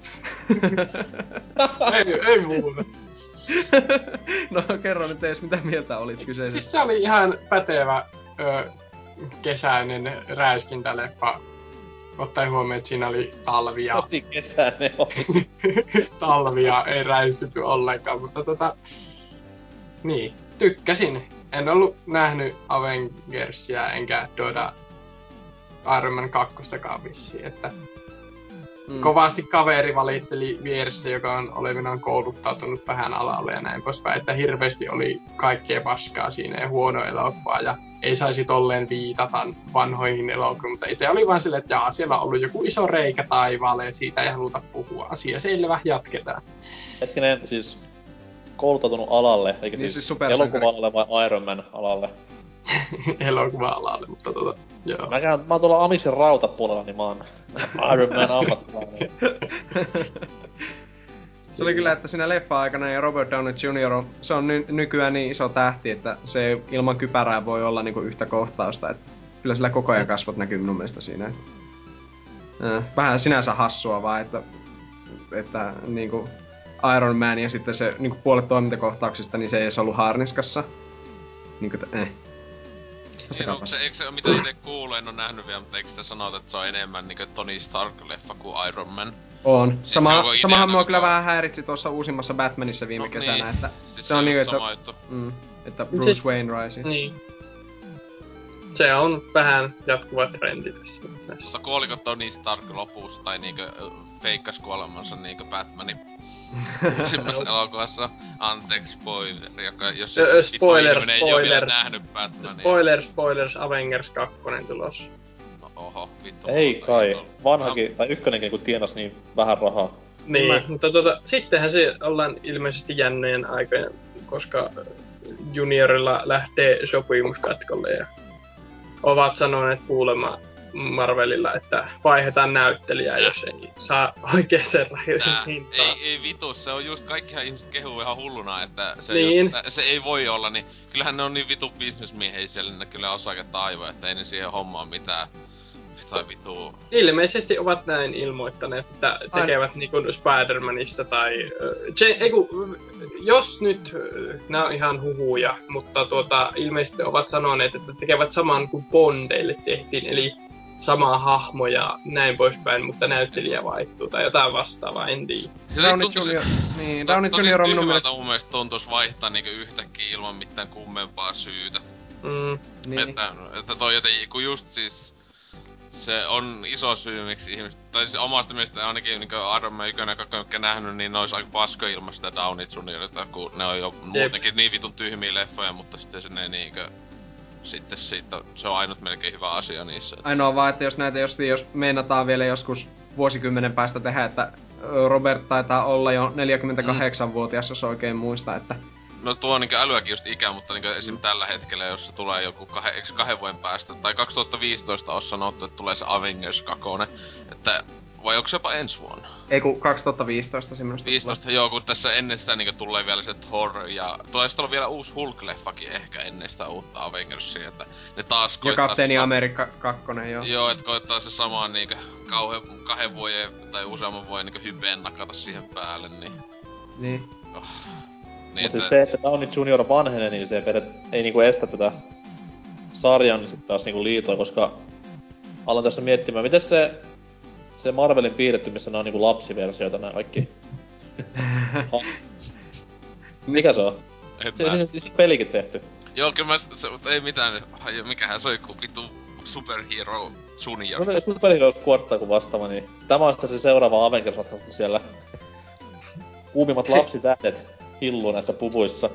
ei muuta. No kerro nyt ees, mitä mieltä olit kyseessä. Siis se oli ihan pätevä kesäinen räiskintäleppa. Ottaen huomioon, että siinä oli talvia. Tosi kesäinen oli. Talvia ei räiskytty ollenkaan, mutta niin, tykkäsin. En ollut nähnyt Avengersia enkä Iron Man 2:stakaan vissiin, että kovasti kaveri valitteli vieressä, joka on olevinaan kouluttautunut vähän alalle ja näin poispäin, että hirveästi oli kaikkea paskaa siinä ja huono elokuva ja ei saisi tolleen viitata vanhoihin elokuviin, mutta itse oli vaan silleen, että siellä on ollut joku iso reikä taivaalle ja siitä ei haluta puhua. Asia selvä, jatketaan. Hetkinen, siis kouluttautunut alalle, eikä niin siis elokuva-alalle vai Iron Man alalle? Elokuva-alalle, mutta joo. Mä oon tuolla Amiksen rautapuolella, niin mä oon Iron Man ammattilainen. Se oli kyllä, että siinä leffa-aikana ja Robert Downey Jr. se on nykyään niin iso tähti, että se ilman kypärää voi olla niinku yhtä kohtausta. Että kyllä sillä koko ajan kasvot näkyy minun mielestä siinä. Vähän sinänsä hassua vaan, että niinku Iron Man ja sitten se niinku puolet toimintakohtauksista, niin se ei edes ollut haarniskassa. Niinku Niin, eikö se mitä ite kuuluu, en oo nähnyt vielä, mutta eikö sitä sanota, että se on enemmän niinku Tony Stark-leffa kuin Iron Man? On. Siis samahan mua kyllä vähän häiritsi tuossa uusimmassa Batmanissa viime kesänä, niin. Että siis se on niinku, että Bruce Wayne raisi. Niin. Se on vähän jatkuva trendi tässä. Mutta kuoliko Tony Stark lopussa tai niinkö feikkas kuolemansa niinkö Batmanin uusimmassa elokuvassa? Anteeksi spoiler, joka jos spoilers, ei ole vielä nähnyt Batmania. Spoilers, Avengers 2 tulossa. No oho, vittu. Ei kai, vanhakin, tai ykkönenkin kun tienas niin vähän rahaa. Niin, mutta sittenhän se ollaan ilmeisesti jänneen aikojen, koska Juniorilla lähtee sopimuskatkolle ja ovat sanoneet kuulemma Marvelilla, että vaihdetaan näyttelijää, jos ei saa oikeeseen hintaan. Ei vitus, se on just kaikkihan ihmiset kehuu ihan hulluna, että se, niin. Se ei voi olla, niin kyllähän ne on niin vitu bisnesmiehiä siellä, ne kyllä osaketta aivoja, että ei ne siihen hommaan mitään. Tai vitu. Ilmeisesti ovat näin ilmoittaneet, että tekevät niinku Spider-Manissa tai... jos nyt, nämä on ihan huhuja, mutta ilmeisesti ovat sanoneet, että tekevät saman kuin Bondeille tehtiin, eli samaa hahmo ja näin poispäin, mutta näyttelijä vaihtuu tai jotain vastaavaa, en tiedä. Downey Jr. on minun mielestä... Mun mielestä tuntuis vaihtaa niinku yhtäkkiä ilman mitään kummempaa syytä. Niin. Että toi jotenkin, kun just siis... Se on iso syy, miksi ihmiset... Tai siis omasta mielestä ainakin niinku Iron Man 1 ja 2 nähnyt, niin ne ois aika paskoja ilman sitä Downey Juniorilta, kun ne on jo muutenkin niin vitun tyhmiä leffoja, mutta sitten se ne niinkö... Sitten siitä, se on ainut melkein hyvä asia niissä. Ainoa vaan, että jos näitä jos meinataan vielä joskus vuosikymmenen päästä tehdä, että Robert taitaa olla jo 48-vuotias, jos oikein muista, että... No tuo on niinku älyäkin just ikä, mutta niinku esim. Tällä hetkellä, jos se tulee joku 2 vuoden päästä, tai 2015 on sanottu, että tulee se Avengers 2, että vai onko se jopa ensi vuonna? Ei kun 2015 semmoista. 15, joo, kun tässä ennen sitä niinku tulee vielä se Thor ja... Tulee sitten vielä uusi Hulk-leffakin ehkä ennen sitä uutta Avengersia, että ne taas koittaa... Ja Kapteeni Amerikka 2, joo. Joo, että koittaa se samaan niinku 2 vuoden tai useamman vuoden niinku hypeen nakata siihen päälle, niin... Niin. Niin, mutta siis se, että Downey Jr. vanhenee, niin se ei niinku estä tätä sarjan niin taas niinku liitoa, koska aloin tässä miettimään, miten se Marvelin piirretty, missä ne on niinku lapsiversioita nää kaikki. Mikä se on? Siis pelikin tehty. Joo, kyllä ei mitään, mikähän se oli ku vittu Superhero Junior. No Superhero Squad kun vastaava, niin tämä on sitten se seuraava Avengers-ratkaista siellä. Kuumimmat lapsitähdet hilluu näissä puvuissa.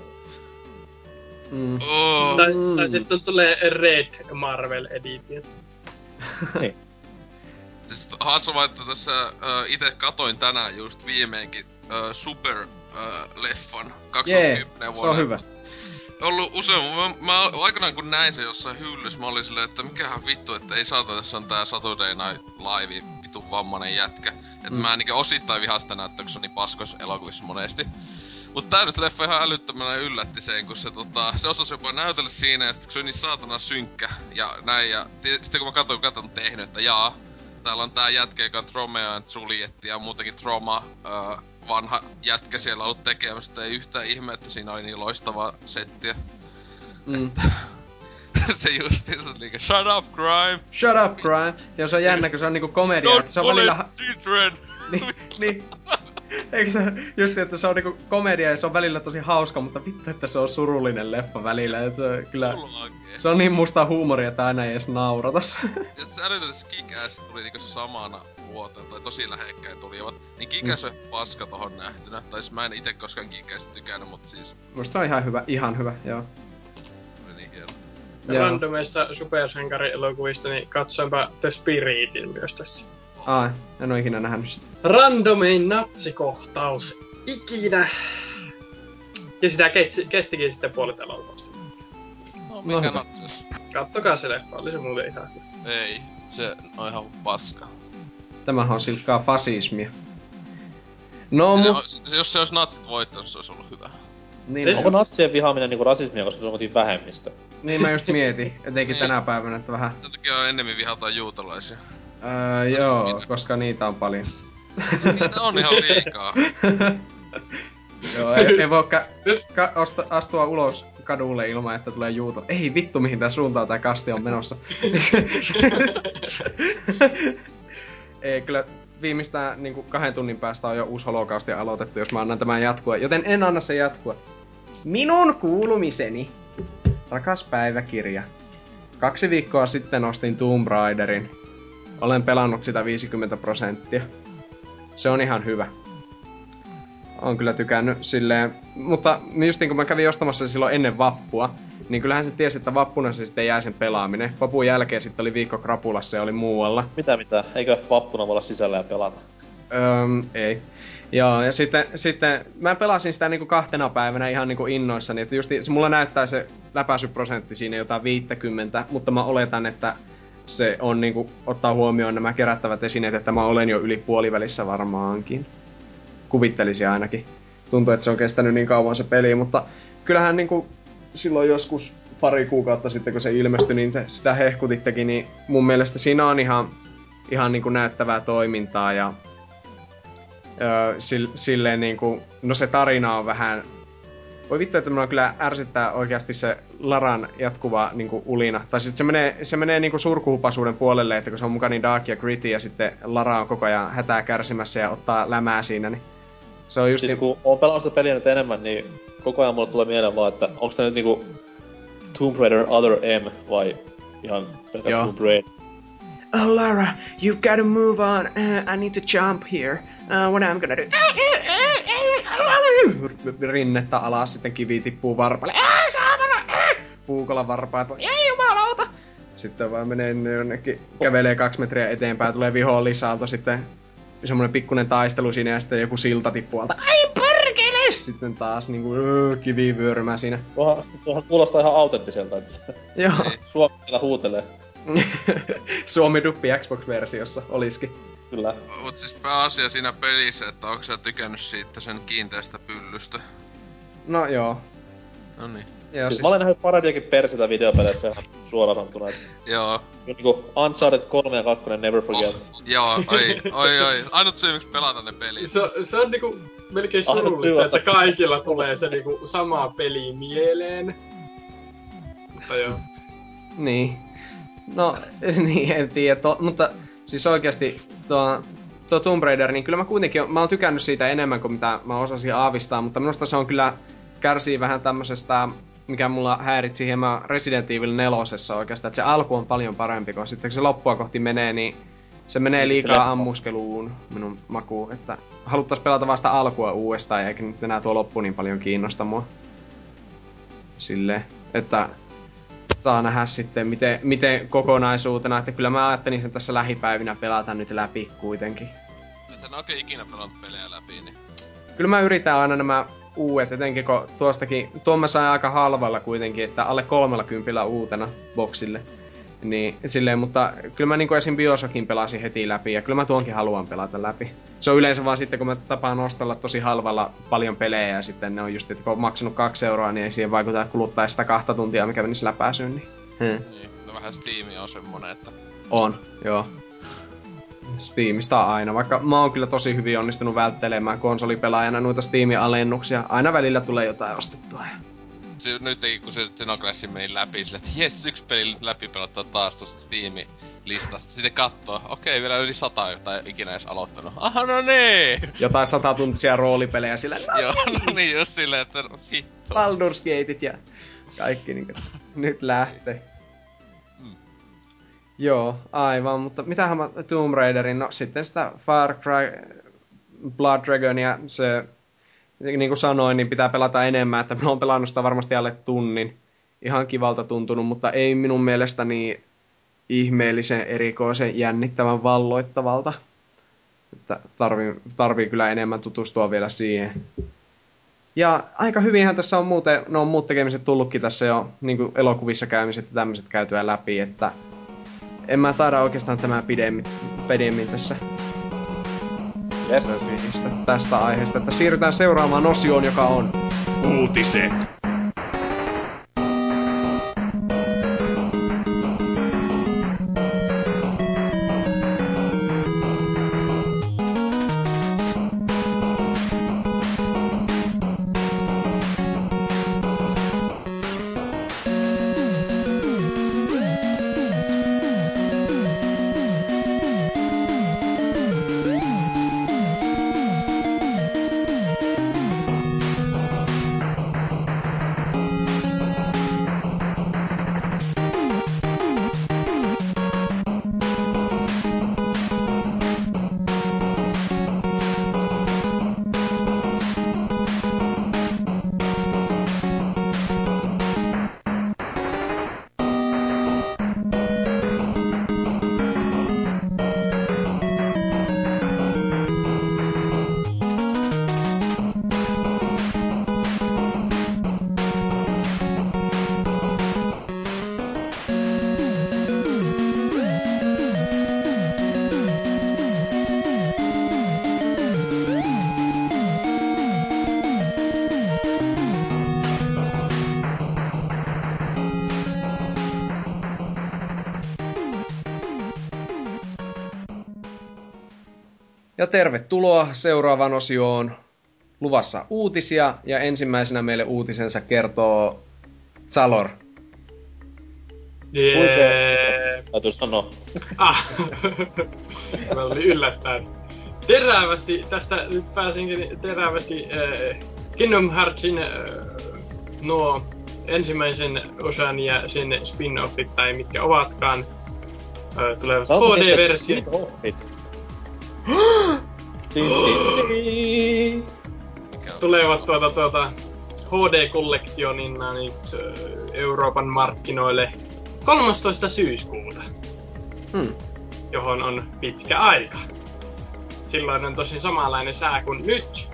Tai sitten tulee Red Marvel Edition. Niin. Siis hassua, että tässä ite katoin tänään just viimeinkin Super-leffan 2010 vuonna. Se on hyvä. Ollut usein, mä aikanaan kun näin se jossain hyllyssä, mä olin silleen, että mikähän vittu, että ei saata, tässä on tää Saturday Night Live, vitun vammanen jätkä. Et mä niinkö osittain vihasta näyttää, kun se on niin paskois elokuvissa monesti. Mut tää nyt leffa ihan älyttömänä yllätti sen, kun se osasi jopa näytellä siinä, ja sit kun se on niin saatana synkkä ja näin, ja sitten kun mä katsoin, kuka tän on tehnyt, että täällä on tää jätkä, joka on Romeo and Juliet, ja muutenkin Troma, vanha jätkä siellä ollut tekemässä, ei yhtään ihme, että siinä oli niin loistavaa settiä. Se justiinsa niinkö, shut up crime! Shut up crime! Ja se on jännä, kun se on niinku komedia, että se on välillä... niin. Eikö se just, että se on niinku komedia ja se on välillä tosi hauska, mutta vittu, että se on surullinen leffa välillä, että se on kyllä... Se on niin musta huumoria, että aina ei edes naurata. Ja se älytöntä Kick-Ass tuli niinku samana vuoteen, tai tosi lähekkäin tulivat. Niin Kick-Ass on paska tohon nähtynä. Tai siis mä en ite koskaan Kick-Assista tykännyt, mut siis... Musta se on ihan hyvä, joo. Oli niin hieno. Randomeista supersankarielokuvista, niin katsoinpa The Spiritin myös tässä. Ai, en oo ikinä nähnyt sitä. Randomein natsikohtaus ikinä. Ja sitä kestikin sitten puolet elokuvasta. No mikä natsis? Kattokaa se leffa, oli se mulle ihan hyvä. Ei, se on ihan paska. Tämähän on silkkaa fasismia. No jos se olisi natsit voittanut, se olisi ollut hyvä. Niin, onko natsien vihaaminen niinku rasismia, koska se on kuitenkin vähemmistö? Niin mä just mietin, etenkin tänä päivänä, että vähän... Sen takia on ennemmin vihataan juutalaisia. Joo, koska niitä on paljon. Niitä on ihan liikaa. Joo, ei voi astua ulos kadulle ilman, että tulee juuto. Ei vittu, mihin tää suuntaan tää kasti on menossa. Ei, kyllä viimeistään niin 2 tunnin päästä on jo uusi holokausti aloitettu, jos mä annan tämän jatkua. Joten en anna se jatkua. Minun kuulumiseni. Rakas päiväkirja. 2 viikkoa sitten ostin Tomb Raiderin. Olen pelannut sitä 50%. Se on ihan hyvä. Olen kyllä tykännyt silleen, mutta justiin kun mä kävin ostamassa silloin ennen vappua, niin kyllähän se tiesi, että vappuna se sitten jää sen pelaaminen. Vapun jälkeen sitten oli viikko krapulassa ja oli muualla. Mitä? Eikö vappuna voi olla sisällä ja pelata? Ei. Joo, ja sitten mä pelasin sitä niinku 2 päivänä ihan niinku innoissani, että justi, se mulla näyttää se läpäisyprosentti siinä jotain 50, mutta mä oletan, että se on niinku, ottaa huomioon nämä kerättävät esineet, että mä olen jo yli puolivälissä varmaankin. Kuvittelisin ainakin. Tuntuu, että se on kestänyt niin kauan se peli, mutta kyllähän niinku silloin joskus pari kuukautta sitten, kun se ilmestyi, niin sitä hehkutittekin, niin mun mielestä siinä on ihan niinku näyttävää toimintaa ja silleen niinku, no se tarina on vähän... Voi vittu, että minua kyllä ärsyttää oikeasti se Laran jatkuva niinku ulina. Tai sit se menee niinku surkuhupasuuden puolelle, että kun se on mukaan niin dark ja gritty ja sitten Lara on koko ajan hätää kärsimässä ja ottaa lämää siinä, niin se on just... Siis kun oon pelannut sitä peliä nyt enemmän, niin koko ajan mulle tulee mieleen vaan, että onks tää nyt niinku Tomb Raider Other M vai ihan pelkkä Tomb Raider? Oh Lara, you've gotta move on. I need to jump here. What I'm gonna do? Rinnettä alas, sitten kivi tippuu varpaille. Saatana! Puukolla varpaat. Ei jumalauta! Sitten vaan menee jonnekin, kävelee 2 metriä eteenpäin, tulee vihollisaalto, sitten semmonen pikkunen taistelu siinä ja sitten joku silta tippuu alta. Ai perkele! Sitten taas niinku kivi vyörymää siinä. Tuohan kuulostaa ihan autenttiselta, että se joo. Suomella huutelee. Suomi-duppi Xbox-versiossa olisikin. Kyllä. Mut siis pääasia siinä pelissä, että onko sä tykännyt siitä sen kiinteästä pyllystä? No joo. Noniin. Siis mä olen nähnyt parempiakin perseitä videopeleissä ihan suoraan sanottuna. Joo. Niinku Uncharted 3 ja 2 Never Forget. Joo, ai. Ainut syy miksi pelata ne pelit. Se on niinku melkein surullista, että kaikilla tulee se niinku sama peli mieleen. Mutta joo. Niin. No, niin, en tiedä, mutta siis oikeasti tuo Tomb Raider, niin kyllä mä kuitenkin, mä oon tykännyt siitä enemmän kuin mitä mä osasin aavistaa, mutta minusta se on kyllä, kärsii vähän tämmöisestä, mikä mulla häiritsi hieman Resident Evil 4 oikeastaan, että se alku on paljon parempi, kun sitten kun se loppua kohti menee, niin se menee liikaa ammuskeluun minun makuun, että haluttais pelata vasta alkua uudestaan, eikä nyt enää tuo loppu niin paljon kiinnosta mua. Silleen, että saa nähdä sitten miten kokonaisuutena, että kyllä mä ajattelin sen tässä lähipäivinä pelata nyt läpi kuitenkin. Et en oikein ikinä pelannut pelejä läpi, niin... Kyllä mä yritän aina nämä uudet, etenkin kun tuon mä sain aika halvalla kuitenkin, että alle 30 uutena boksille. Niin silleen, mutta kyllä mä niinku esim. Bioshockin pelasin heti läpi ja kyllä mä tuonkin haluan pelata läpi. Se on yleensä vaan sitten, kun mä tapaan ostella tosi halvalla paljon pelejä ja sitten ne on just, että kun on maksanut 2 euroa, niin ei siihen vaikuta kuluttaa sitä 2 tuntia, mikä menisi läpäisyyn, niin... Niin, no vähän Steam on semmonen, että... On, joo. Steamista on aina, vaikka mä oon kyllä tosi hyvin onnistunut välttelemään konsolipelaajana noita Steamin alennuksia. Aina välillä tulee jotain ostettua. Nytkin kun se Xenoglassin meni läpi sille, että jes, 1 peli läpi pelattaa taas tosta Steamin listasta. Sitten kattoo, okei, vielä yli 100, jota ei ikinä edes aloittanut. Aha, no nee! Jotain 100-tuntisia roolipelejä sillä. Joo, no niin just silleen, että hitto. Baldur's Gateit ja kaikki niinku nyt lähtee. Joo, aivan, mutta mitähän mä Tomb Raiderin, no sitten sitä Far Cry Blood Dragonia, se, niin kuin sanoin, niin pitää pelata enemmän, että mä oon pelannut sitä varmasti alle tunnin. Ihan kivalta tuntunut, mutta ei minun mielestäni ihmeellisen, erikoisen, jännittävän, valloittavalta. Että tarvii kyllä enemmän tutustua vielä siihen. Ja aika hyvinhän tässä on muut tekemiset tullutkin tässä jo, niin kuin elokuvissa käymiset ja tämmöiset käytyä läpi, että en mä taida oikeastaan tämä pidemmin tässä tästä aiheesta, että siirrytään seuraavaan osioon, joka on uutiset. Ja tervetuloa seuraavaan osioon. Luvassa uutisia ja ensimmäisenä meille uutisensa kertoo Zalor. Täytyy sanoa. Mä olin yllättäen. Terävästi, tästä nyt pääsinkin terävästi Kingdom Heartsin nuo ensimmäisen osan ja sen spin-offit tai mitkä ovatkaan tulevat HD-versiot. Tulevat HD-kollektionina nyt Euroopan markkinoille 13. syyskuuta, johon on pitkä aika. Silloin on tosi samanlainen sää kuin nyt,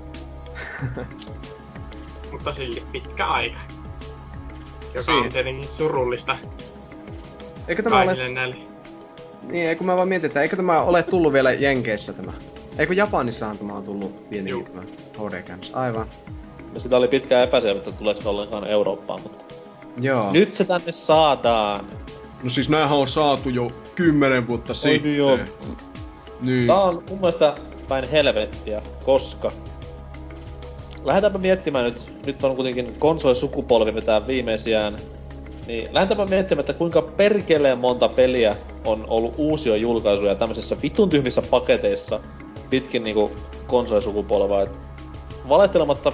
mutta silti pitkä aika, joka on tietenkin surullista kaikille näille. Niin, eikö mä vaan mietin, että eikö tämä ole tullut vielä Jenkeissä tämä? Eikö Japanissahan tämä on tullut pienikin tämä HD-käännös? Aivan. Ja sitä oli pitkään epäselvä, että tuleeko se ollenkaan Eurooppaan, mutta... Joo. Nyt se tänne saadaan! No siis näähän on saatu jo 10 vuotta sitten. Joo. Niin. Tää on mun mielestä päin helvettiä, koska... Lähdetäänpä miettimään nyt on kuitenkin konsolisukupolvi vetää viimeisiään niin lähdetäänpä miettimään, että kuinka perkeleen monta peliä on ollut uusia julkaisuja tämmöisissä vitun tyhmissä paketeissa pitkin niinku konsolisukupolvaa. Valettelematta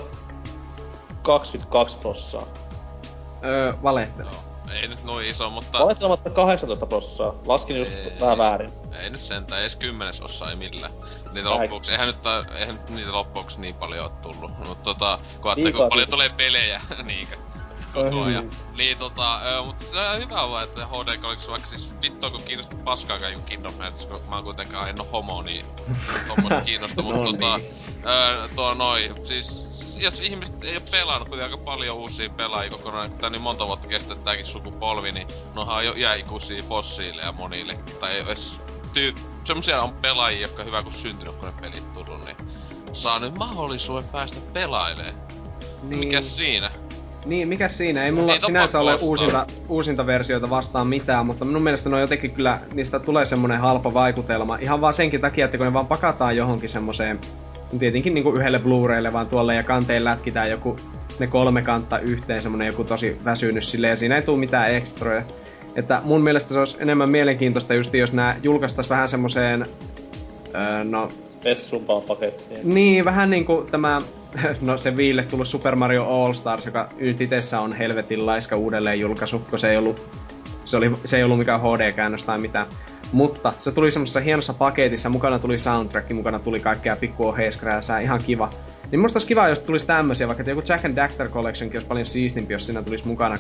22%. Valehtelet. No, ei nyt noin iso, mutta... Valettelematta 18%. Laskin just vähän väärin. Ei nyt sentään, edes 10% ei millään. Niitä loppuksi, eihän nyt niitä loppuksi niin paljon oo tullut. Mut kun paljon tulee pelejä, niinkö? Koko ajan. Niin mutta se on hyvä vaan, että HD Collection, vaikka siis vittua kun kiinnostaa paskaakaan joku Kingdom Hearts, kun mä oon kuitenkaan en oo homo, niin tommoista kiinnostaa, mutta siis jos ihmiset ei oo pelannut, kun aika paljon uusia pelaajia kokonaan, kun tää niin monta vuotta kestää tääkin sukupolvi, niin nohan jo iäikuisia fossiileja monille, tai edes semmosia on pelaajia, jotka on hyvä kun syntynyt, kun ne pelit tullut, niin saa nyt mahdollisuuden päästä pelailemaan. Niin. Mikäs siinä? Niin, mikä siinä? Ei mulla sinänsä ole uusinta versioita vastaan mitään, mutta minun mielestä ne on jotenkin kyllä, niistä tulee semmonen halpa vaikutelma. Ihan vaan senkin takia, että kun ne vaan pakataan johonkin semmoseen, tietenkin niinku yhdelle Blu-raylle vaan tuolle ja kanteen lätkitään joku, ne 3 kantta yhteen, semmonen joku tosi väsynyt silleen, ja siinä ei tuu mitään ekstroja. Että mun mielestä se olisi enemmän mielenkiintoista just, jos nää julkaistais vähän semmoseen, spessumpaan pakettiin. Niin, vähän niinku tämä, no se Viille tullut Super Mario All Stars, joka nyt itessä on helvetin laiska uudelleen julkaisu, kun se ei ollut mikään HD-käännös tai mitään. Mutta se tuli semmosessa hienossa paketissa, mukana tuli soundtrack, mukana tuli kaikkea pikku oheiskrääsää, ihan kiva. Niin musta olisi kiva, jos tulisi tämmösiä, vaikka joku Jack and Daxter Collectionkin olisi paljon siistimpi, jos siinä tulisi mukana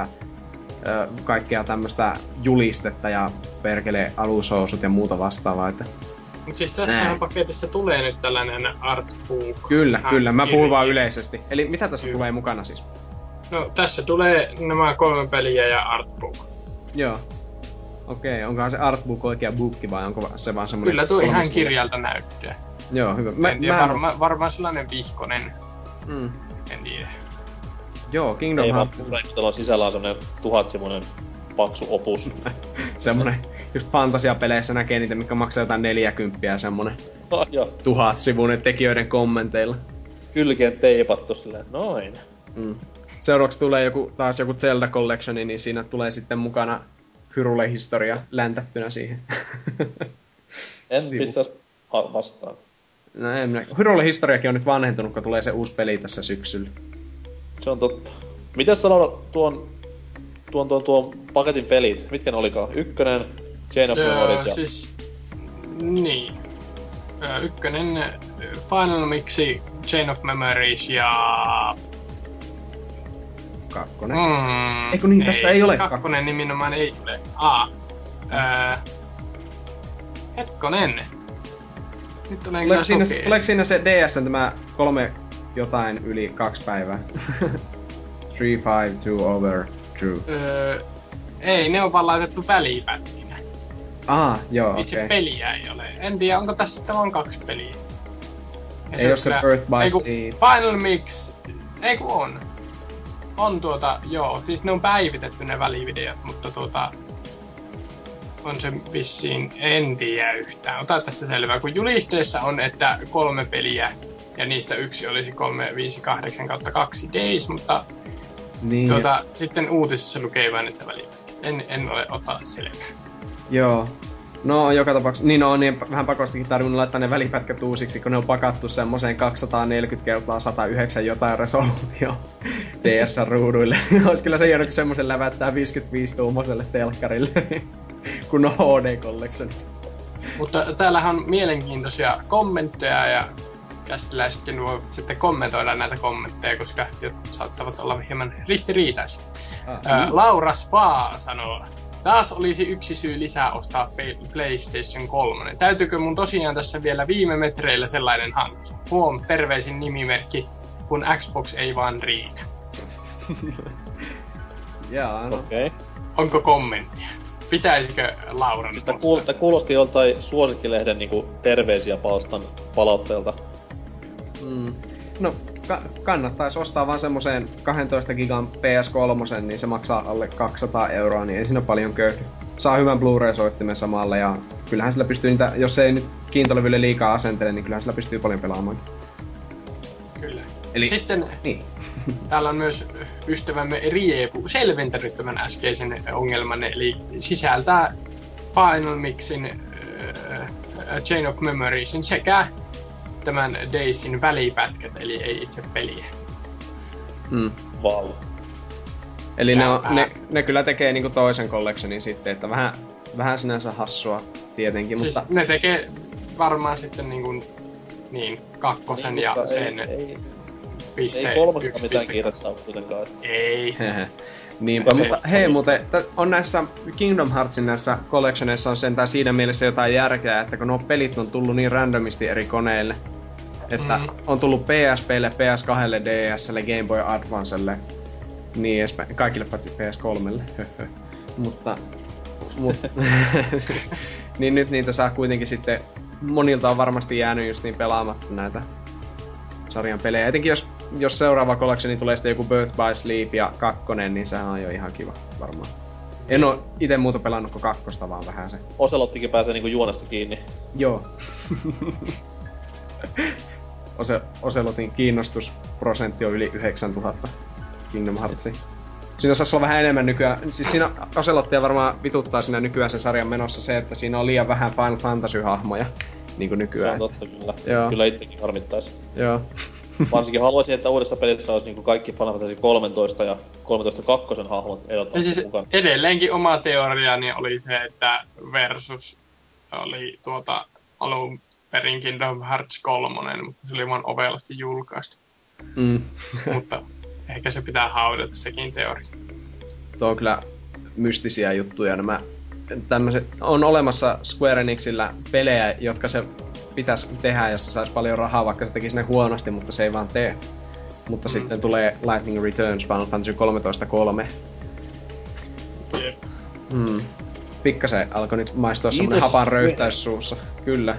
kaikkea tämmöstä julistetta ja perkele alushousut ja muuta vastaavaa, että... Mut siis tässä paketissa tulee nyt tällainen artbook. Kyllä. Mä puhun vaan yleisesti. Eli mitä tässä tulee mukana siis? No tässä tulee nämä 3 peliä ja artbook. Joo. Okei, onkohan se artbook oikea bookki vai onko se vaan semmonen... Kyllä tuo ihan kirjalta näyttää. Joo, hyvä. Varmaan sellainen vihkonen. En tiedä. Joo, Kingdom Hearts. Ei vaan sisällä on semmonen 1000-sivuinen paksu opus. Semmonen, just fantasiapeleissä näkee niitä, mikä maksaa jotain 40 semmonen 1000-sivuinen tekijöiden kommenteilla. Kylkeen teipattu silleen, noin. Seuraavaksi tulee taas joku Zelda Collectioni, niin siinä tulee sitten mukana Hyrule-historia läntättynä siihen. En pistäis vastaan. No en minä. Hyrule-historiakin on nyt vanhentunut, kun tulee se uusi peli tässä syksyllä. Se on totta. Mitäs sanoa tuon paketin pelit? Mitkä ne olikaan? 1, Chain of Memories ja... siis... Niin. 1, Final Mixi, Chain of Memories ja... 2. Eiku niin, tässä ei ole 2 nimenomaan ei tule. Hetkonen. Nyt olen kyllä sokea. Tuleeko siinä se DS:n tämä 3 jotain yli 2 päivää? 352 over true. Ei, ne on vaan laitettu välipätkinä. Joo, okei. Itse peliä ei ole. En tiedä, onko tässä sitten on 2 peliä. Ja ei oo se Birth by Sleep. Final Mix. Eiku on. On joo. Siis ne on päivitetty ne välivideot, mutta on se vissiin, en tiedä yhtään. Ota tästä selvää, kun julisteessa on, että 3 peliä ja niistä yksi olisi 358/2 days, mutta niin. Sitten uutisissa lukee vain, että välipätkä. En ole ottaa selvää. Joo. No joka tapauksessa, niin on niin vähän pakostikin tarvinnut laittaa ne välipätkät uusiksi, kun ne on pakattu semmoseen 240x109 jotain resoluutio DS-ruuduille. Ois kyllä se hieno, kun semmosen lävättää 55-tuumaiselle telkkarille, kun on HD-collectionit. Mutta täällähän on mielenkiintoisia kommentteja ja käsittelyläisetkin voivat sitten kommentoida näitä kommentteja, koska jotkut saattavat olla hieman ristiriitaisia. Laura Spa sanoo, taas olisi yksi syy lisää ostaa PlayStation 3. Täytyykö mun tosiaan tässä vielä viime metreillä sellainen hankkia? Terveisin nimimerkki, kun Xbox ei vaan riitä. Jaa, no. Okei. Onko kommenttia? Pitäisikö Lauran siis kuulosti joltain suosikkilehden niinku terveisiä palstan palautteelta. No, kannattais ostaa vaan semmoseen 12 gigan PS3, niin se maksaa alle 200 €, niin ei siinä paljon köyhdy. Saa hyvän Blu-ray-soittimen samalle, ja kyllähän sillä pystyy niitä, jos ei nyt kiintolevylle liikaa asentele, niin kyllähän sillä pystyy paljon pelaamaan. Kyllä. Eli, sitten niin. Täällä on myös ystävämme Riepu selventänyt tämän äskeisen ongelman, eli sisältää Final Mixin Chain of Memoriesin sekä tämän Daysin välipätkät, eli ei itse peliä. Val. Eli ne kyllä tekee niinku toisen collectionin sitten, että vähän sinänsä hassua tietenkin, siis mutta... ne tekee varmaan sitten kakkosen niin, ja sen piste. Ei kolmosta mitään kiirettä ole kuitenkaan. Ei. Niinpä, mutta hei muuten, on näissä Kingdom Heartsin näissä collectioneissa on sentään siinä mielessä jotain järkeä, että kun nuo pelit on tullut niin randomisti eri koneille, että on tullut PSPlle, PS2, DSlle, Game Boy Advancelle, niin edespäin, kaikille paitsi PS3lle, mutta niin nyt niitä saa kuitenkin sitten, monilta on varmasti jäänyt just niin pelaamatta näitä sarjan pelejä. Etenkin jos seuraava collectioni tulee sitten joku Birth by Sleep ja 2, niin sehän on jo ihan kiva varmaan. En oo ite muuta pelannut kuin 2, vaan vähän se. Oselottikin pääsee niinku juonesta kiinni. Joo. Oselotin kiinnostusprosentti on yli 9000 Kingdom Heartsiin. Siinä saisi olla vähän enemmän nykyään. Siis siinä Oselottia varmaan vituttaa siinä nykyään sen sarjan menossa se, että siinä on liian vähän Final Fantasy-hahmoja. Niinku nykyään. Se on totta kyllä. Joo. Kyllä itsekin harmittais. Joo. Varsinkin haluaisin, että uudessa pelissä olisi niinku kaikki Final Fantasy 13 ja 13.2 hahmot ehdottomasti siis mukaan. Edelleenkin oma teoriani oli se, että Versus oli alun perin Kingdom Hearts 3, mutta se oli vaan ovelasti julkaistu. Mutta ehkä se pitää haudata sekin teoria. Tuo on kyllä mystisiä juttuja. Nämä tämmöset, on olemassa Square Enixillä pelejä, jotka se pitäisi tehdä, jos se saisi paljon rahaa, vaikka se tekisi ne huonosti, mutta se ei vaan tee. Mutta sitten tulee Lightning Returns Final Fantasy 13.3. Jep. Pikkasen alkoi nyt maistua semmonen hapan röyhtäys suussa. Kyllä.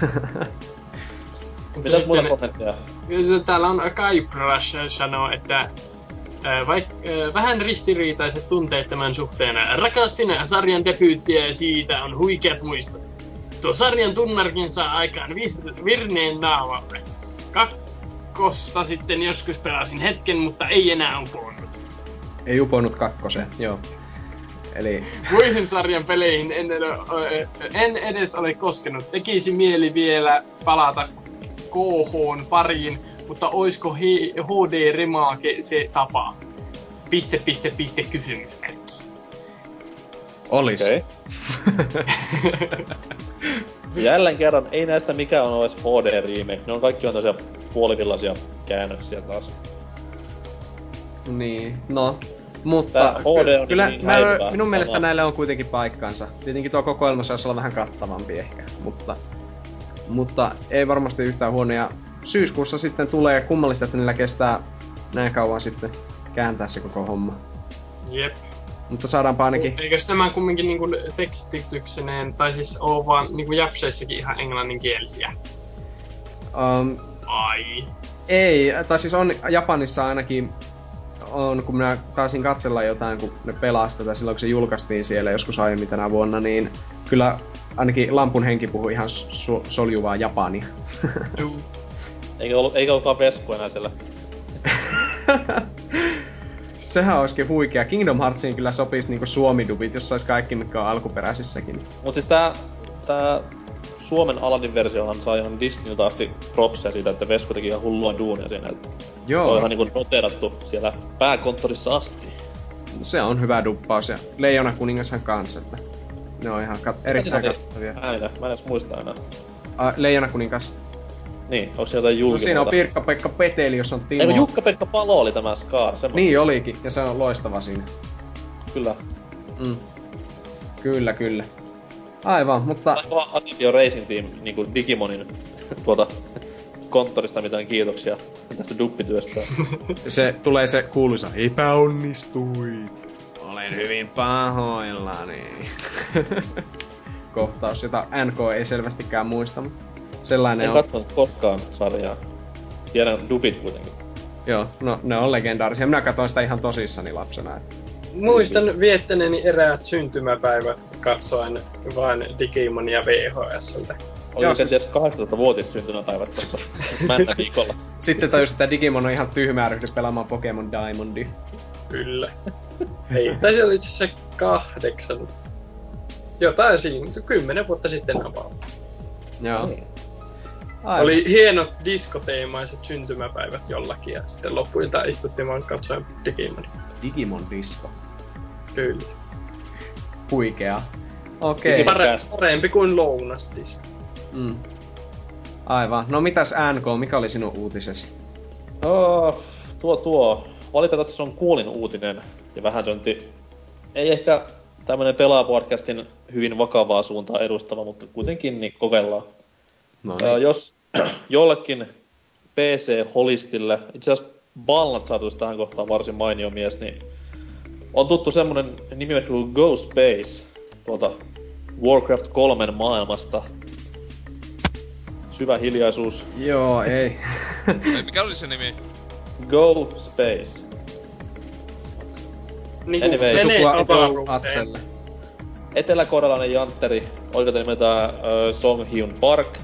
Mitäs muilla kommentteja? Täällä on Guybrush sanoo, että vähän ristiriitaiset tunteet tämän suhteen. Rakastin sarjan debyyttiä ja siitä on huikeat muistot. Tuo sarjan tunnarkin saa aikaan virneen naamalle. 2 sitten joskus pelasin hetken, mutta ei enää uponnut. Ei uponnut 2, joo. Eli... Muihin sarjan peleihin en edes ole koskenut. Tekisi mieli vielä palata KH:n pariin, mutta oisko HD-remake se tapa? ... kysymysmerkki. Olis. Okay. Jälleen kerran, ei näistä mikään on edes HD-remake. Ne on kaikki on tosiaan puolivillaisia käännöksiä taas. Niin, no. Mutta kyllä niin minun mielestä näillä on kuitenkin paikkansa. Tietenkin tuo kokoelma saisi olla vähän kattavampi ehkä, mutta ei varmasti yhtään huonoja. Syyskuussa sitten tulee kummallista, että niillä kestää näin kauan sitten kääntää se koko homma. Jep. Mutta saadaanpa ainakin... Eikös tämä kumminkin niinku tekstitykseneen, tai siis oo vaan niinku japseissakin ihan englanninkielisiä? Ai. Ei, tai siis on Japanissa ainakin... On, kun minä taisin katsella jotain, kun ne pelasi tätä silloin, kun se julkaistiin siellä joskus aiemmin tänä vuonna, niin kyllä ainakin Lampun henki puhui ihan soljuvaa japania. Eikä olekaan Vesku enää siellä. Sehän olisikin huikea. Kingdom Heartsiin kyllä sopisi niinku suomidubit, jos sais kaikki, mitkä on alkuperäisissäkin. Mut siis tää Suomen Aladdin-versiohan sai ihan Disneyltä asti propsia siitä, että Vesku teki ihan hullua duunia siinä. Joo. Se on ihan niinku noterattu siellä pääkonttorissa asti. Se on hyvä duppaus ja Leijona kuningashan kanssa, että ne on ihan erittäin katsottavia. Mä en edes muista enää. Leijona kuningas. Niin, onko se jotain julkimuota? No siinä on Pirkka-Pekka Peteli, jos on Timo. Eikö Jukka-Pekka Palo oli tämä Scar? Niin olikin, ja se on loistava siinä. Kyllä. Kyllä. Aivan, mutta... Onko Akitio Racing Team niinku Digimonin konttorista mitään kiitoksia tästä duppityöstä? Se tulee se kuuluisa epäonnistuit. Olen hyvin pahoillani. Kohtaus, jota NK ei selvästikään muista, mutta sellainen en katsonut koskaan sarjaa. Tiedän dupit kuitenkin. Joo, no ne on legendaarisia. Minä katsoin sitä ihan tosissani lapsena. Muistan viettäneeni eräät syntymäpäivät katsoen vain Digimonia VHS:ltä. Oli kenties 18-vuotis syntymäpäivät tossa männä viikolla. Sitten tajusin, että Digimon on ihan tyhmää ryhdy pelaamaan Pokemon Diamondia. Kyllä. Ei, tai se oli se 8. Jotain siinä, 10 vuotta sitten about. Joo. Aivan. Oli hienot diskoteemaiset syntymäpäivät jollakin ja sitten loppuilta istuttiin vaan katsoen Digimonia. Digimon disco. Kyllä. Huikea. Okei. Parempi kuin lounastis. Aivan. No mitäs NK, mikä oli sinun uutisesi? Valitettavasti se on kuulin uutinen. Ja vähän ei ehkä tämmönen pelaapodcastin hyvin vakavaa suuntaa edustava, mutta kuitenkin niin kokeillaan. No niin. Jos jollekin PC-holistille, itse asiassa Balnatsarus tähän kohtaan varsin mainio mies, niin on tuttu semmonen nimi kuin Go Space tuolta Warcraft 3 maailmasta. Syvä hiljaisuus. Joo, ei. Mikä oli se nimi? Go Space. Anyway, se sukua Go Atselle. Etelä-korealainen jantteri, oikein nimeltään Song Hyun Park.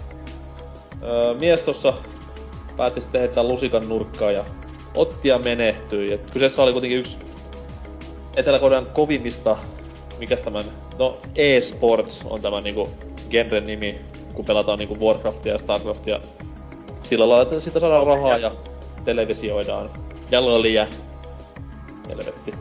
Mies tossa päätti sitten heittää lusikan nurkkaan ja otti ja menehtyi. Et kyseessä oli kuitenkin yksi Etelä-Korean kovimmista, mikäs tämän, no e-sports on tämä niinku genren nimi, kun pelataan niinku Warcraftia ja Starcraftia. Sillä lailla, että siitä saadaan rahaa ja televisioidaan. Ja lolia. Helvetti.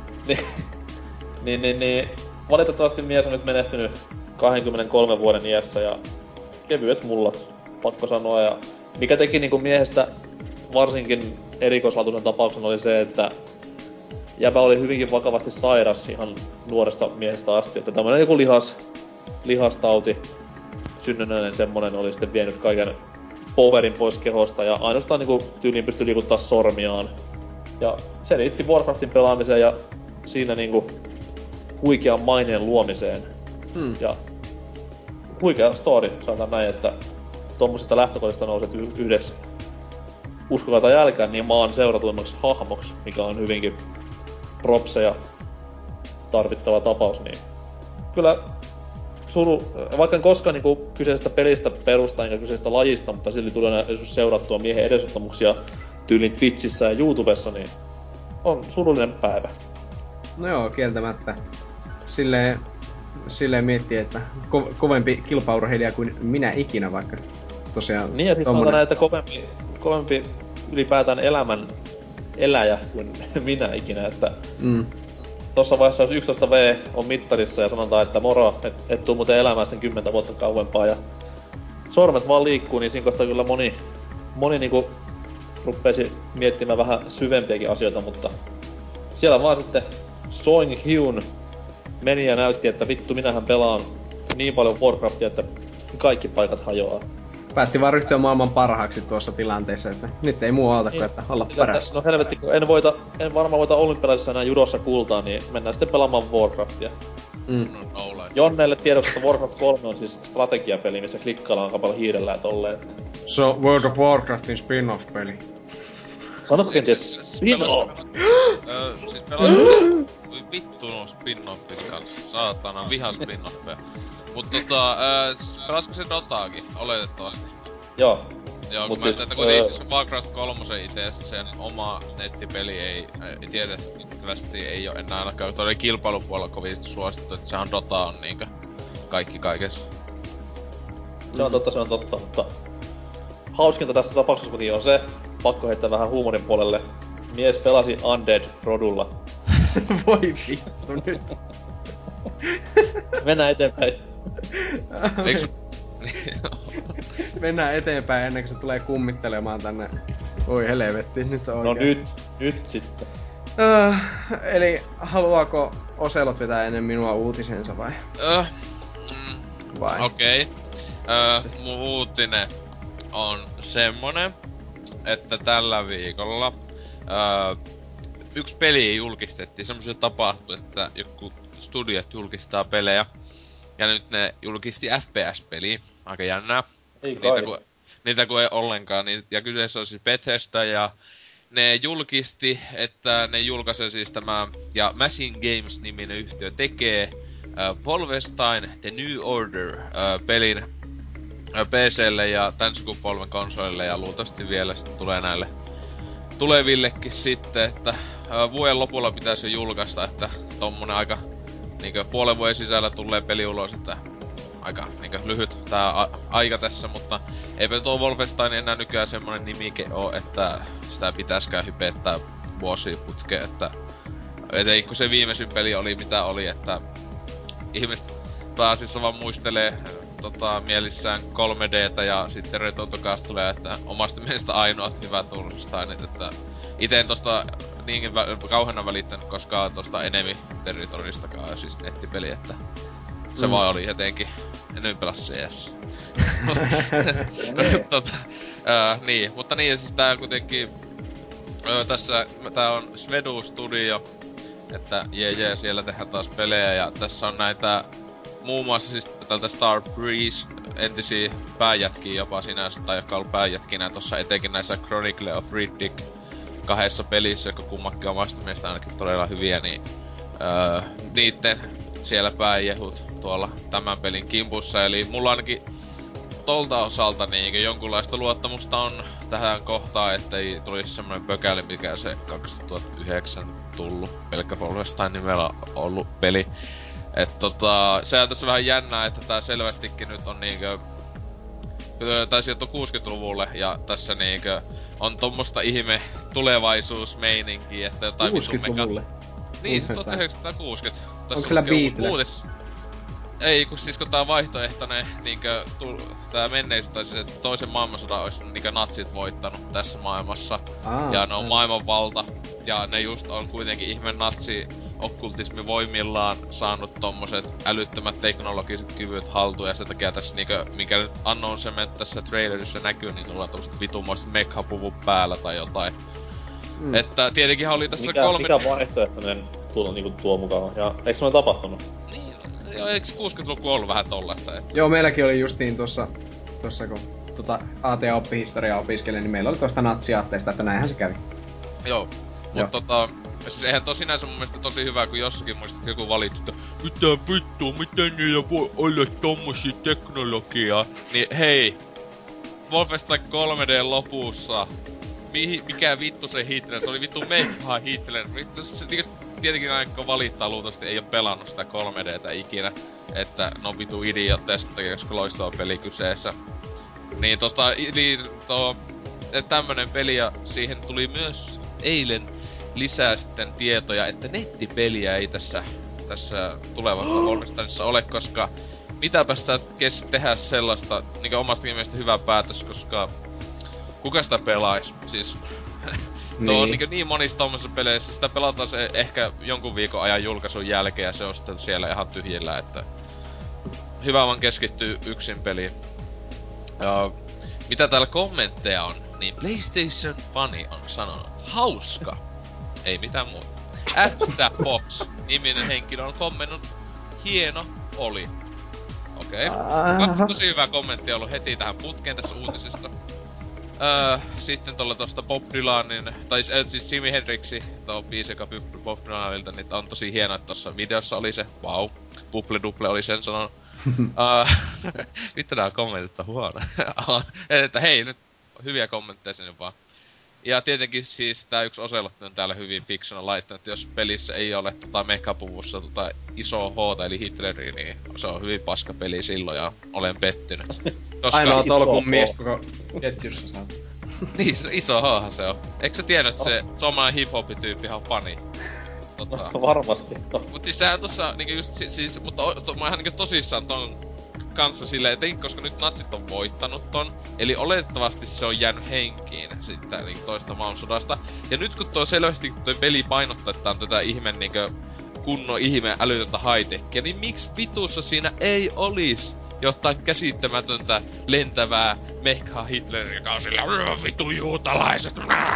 niin, valitettavasti mies on nyt menehtynyt 23 vuoden iässä ja kevyet mullat, pakko sanoa. Ja mikä teki niinku miehestä varsinkin erikoislaatuisen tapauksen oli se, että jäbä oli hyvinkin vakavasti sairas ihan nuoresta miehestä asti. Että tämmönen joku lihastauti, synnynnäinen semmonen oli sitten vienyt kaiken powerin pois kehosta ja ainoastaan niinku tyyliin pystyi liikuttaa sormiaan. Ja se liitti Warcraftin pelaamiseen ja siinä niinku huikean maineen luomiseen. Ja huikea story, sanotaan näin, että tommosista lähtökohdista nouset yhdessä uskokaa tai jälkeen niin maan seuratuimmaksi hahmoksi, mikä on hyvinkin propseja tarvittava tapaus, niin kyllä vaikka en koskaan niinku kyseisestä pelistä perusta enkä kyseisestä lajista, mutta silti tulee joskus seurattua miehen edesottamuksia tyylin Twitchissä ja YouTubessa, niin on surullinen päivä. No joo, kieltämättä. Silleen miettii, että kovempi kilpaurheilija kuin minä ikinä vaikka tosiaan. Niin ja siis sanotaan näin, että kovempi ylipäätään elämän eläjä kuin minä ikinä, että tossa vaiheessa jos 11V on mittarissa ja sanotaan, että moro, et tuu muuten elämään sitten 10 vuotta kauempaa ja sormet vaan liikkuu, niin siinä kohtaa kyllä moni niinku ruppeisi miettimään vähän syvempiäkin asioita, mutta siellä vaan sitten Song Hyun meni ja näytti, että vittu minähän pelaan niin paljon Warcraftia, että kaikki paikat hajoaa. Päätti vaan ryhtyä maailman parhaaksi tuossa tilanteessa, että nyt ei muu auta kuin että olla paras. No helvetti, kun en varmaan voita olympialaisissa enää judossa kultaa, niin mennään sitten pelaamaan Warcraftia. Jonneille tiedoksi, että Warcraft 3 on siis strategiapeli, missä klikkaillaan aika paljon hiidellään tolleen. So World of Warcraftin spin-off-peli. Sanotko kenties spin-off? Siis pelasin vittu nuo spin-offit kanssa. Saatana, vihan spin-offeja. Mut pelasko se Dotaakin? Oletettavasti. Joo. Joo, kun mä siis, kuitenkin siis Warcraft 3 itse sen oma nettipeli ei tietysti ei oo enää ainakaan todella kilpailupuolella kovin suosittu, että sehän Dota on niinkö kaikki kaikessa. Se on totta, mutta hauskinta tässä tapauksessa kuitenkin on se, pakko heittää vähän huumorin puolelle. Mies pelasi Undead-rodulla. Voi vittu nyt. Mennään eteenpäin. Mennään eteenpäin ennen kuin se tulee kummittelemaan tänne. Oi helvetti, nyt on no nyt sitten. Eli haluaako Oselot vetää ennen minua uutisensa vai? Vai? Okei. Mun uutinen on semmonen, että tällä viikolla yksi peli julkistettiin. Semmosia tapahtui, että joku studiot julkistaa pelejä. Ja nyt ne julkisti FPS-peliä. Aika jännää. Ei kai. Niitä kun ei ollenkaan. Ja kyseessä on siis Bethesda ja ne julkisti, että ne julkaisee siis tämä, ja Machine Games-niminen yhtiö tekee Wolfenstein The New Order pelin PC:lle ja tän sukupolven konsolille ja luultavasti vielä sitten tulee näille tulevillekin sitten, että vuoden lopulla pitäisi jo julkaista, että tommonen aika niinkö puolen vuoden sisällä tulee peli ulos, että aika niinkö lyhyt tää aika tässä, mutta eipä tuo Wolfenstein enää nykyään semmonen nimike oo, että sitä pitäiskään hypettää vuosia putkeen, että etenkin kun se viimeisin peli oli mitä oli, että ihmiset pääasiassa vaan muistelee mielissään 3D:tä ja sitten Return to Castle tulee, että omasta mielestä ainoat hyvät Wolfensteinit, että ite en tosta niinkin kauheena välittänyt koskaan tosta Enemy Territoriestakaan, siis nettipeli, että se vaan oli jotenkin, en pelas CS. Niin, mutta niin, siis tää kuitenkin tässä, tää on Svedu Studio, että jee, siellä tehdään taas pelejä ja tässä on näitä muun muassa siis tältä Star Breeze entisiä pääjätkiä jopa sinänsä, tai jotka on ollut pääjätkinä tossa etenkin näissä Chronicle of Riddick 2 pelissä, jotka kummakin omasta mielestä ainakin todella hyviä, niin niitten siellä pääjehut tuolla tämän pelin kimpussa, eli mulla ainakin tolta osalta niin jonkunlaista luottamusta on tähän kohtaan, ettei tulisi semmonen pökäli, mikä se 2009 tullut pelkkä Wolfenstein nimellä ollut peli. Et sehän tässä vähän jännää, että tää selvästikin nyt on niinkö tää sijoittuu 60-luvulle ja tässä niinkö on tommosta ihme tulevaisuusmeininkiä, että jotain 60-luvulle? Niin, siis 1960. Onko siellä Beatles? Ei, kun siis kun tää on vaihtoehtoinen niinkö tää menneisyys, tai siis toisen maailmansodan ois niinkö natsit voittanut tässä maailmassa. Ja ne on maailmanvalta. Ja ne just on kuitenkin ihme natsi-okkultismi voimillaan saanut tommoset älyttömät teknologiset kyvyt haltuun. Ja sen takia tässä niinkö, minkä nyt announcement tässä trailerissa näkyy, niin ollaan tommoset vitumoiset mekhapuvut päällä tai jotain. Että tietenkin oli tässä mikä vaihtoehtoinen niinku tuo mukaan? Ja eiks noin tapahtunut? Niin, joo, eiks 60-luku ollut vähän tollaista? Että... Joo, meilläkin oli justiin tossa kun ATA-oppihistoriaa opiskelin, niin meillä oli tosta natsiaatteesta, että näinhän se kävi. Joo. Mut siis eihän sinänsä mun mielestä tosi hyvä, kun jossakin muistat joku valitti, että mitä vittua, miten niillä voi olla tommosia teknologiaa? Niin hei, Wolfenstein 3D lopussa, mikä vittu se Hitler, se oli vittu mekha Hitler. Se, tietenkin aina kun valittaa luultavasti ei oo pelannut sitä 3Dtä ikinä, että no vitu idiootteja sen takia, koska loistava peli kyseessä. Niin tämmönen peli ja siihen tuli myös eilen lisää sitten tietoja, että nettipeliä ei tässä tulevassa Wolfensteinissa ole, koska mitäpä sitä tehdä sellaista, niinku omastakin mielestä hyvä päätös, koska kuka sitä pelais? Siis tuo on niin monissa tommosissa peleissä, sitä pelataan se ehkä jonkun viikon ajan julkaisun jälkeen ja se on sitten siellä ihan tyhjillä, että hyvä vaan keskittyy yksin peliin. Mitä täällä kommentteja on, niin PlayStation Funny on sanonut, hauska! Ei mitään muuta. Fox-niminen henkilö on kommentoinut, hieno oli. Okei. 2 tosi hyvää kommenttia ollut heti tähän putkeen tässä uutisessa. Sitten tosta Bob Dylanin, tai siis Jimi Hendrixi, tuo biisi, joka Bob Dylanilta, niin on tosi hieno, että tossa videossa oli se, wow, Bubble Duple oli sen sanonut. Mitä nää kommentit on huono? Että hei, nyt hyviä kommentteja sinne vaan. Ja tietenkin siis tää yksi Oselotti on täällä hyvin fiksuna laittanut, että jos pelissä ei ole mekhapuvussa iso H eli Hitleri, niin se on hyvin paska peli silloin ja olen pettynyt. Koska ainoa tolkun mies koko ketjussa saa. Niin, iso H se on. Eikö sä tiennyt, että se suomalainen hip-hop-tyyppi ihan fani? Varmasti. Mut siis sehän tossa niinku just siis, mutta mä ihan niinku tosissaan ton kanssa silleen, etenkin koska nyt natsit on voittanut ton, eli oletettavasti se on jäänyt henkiin sitten niinku toista maailmansodasta. Ja nyt kun selvästi toi peli painottaa, että on tätä kunnon ihme älytöntä high-techia, niin miksi vitussa siinä ei olis jotain käsittämätöntä lentävää mekha Hitlerin, joka on sillä vitu juutalaiset.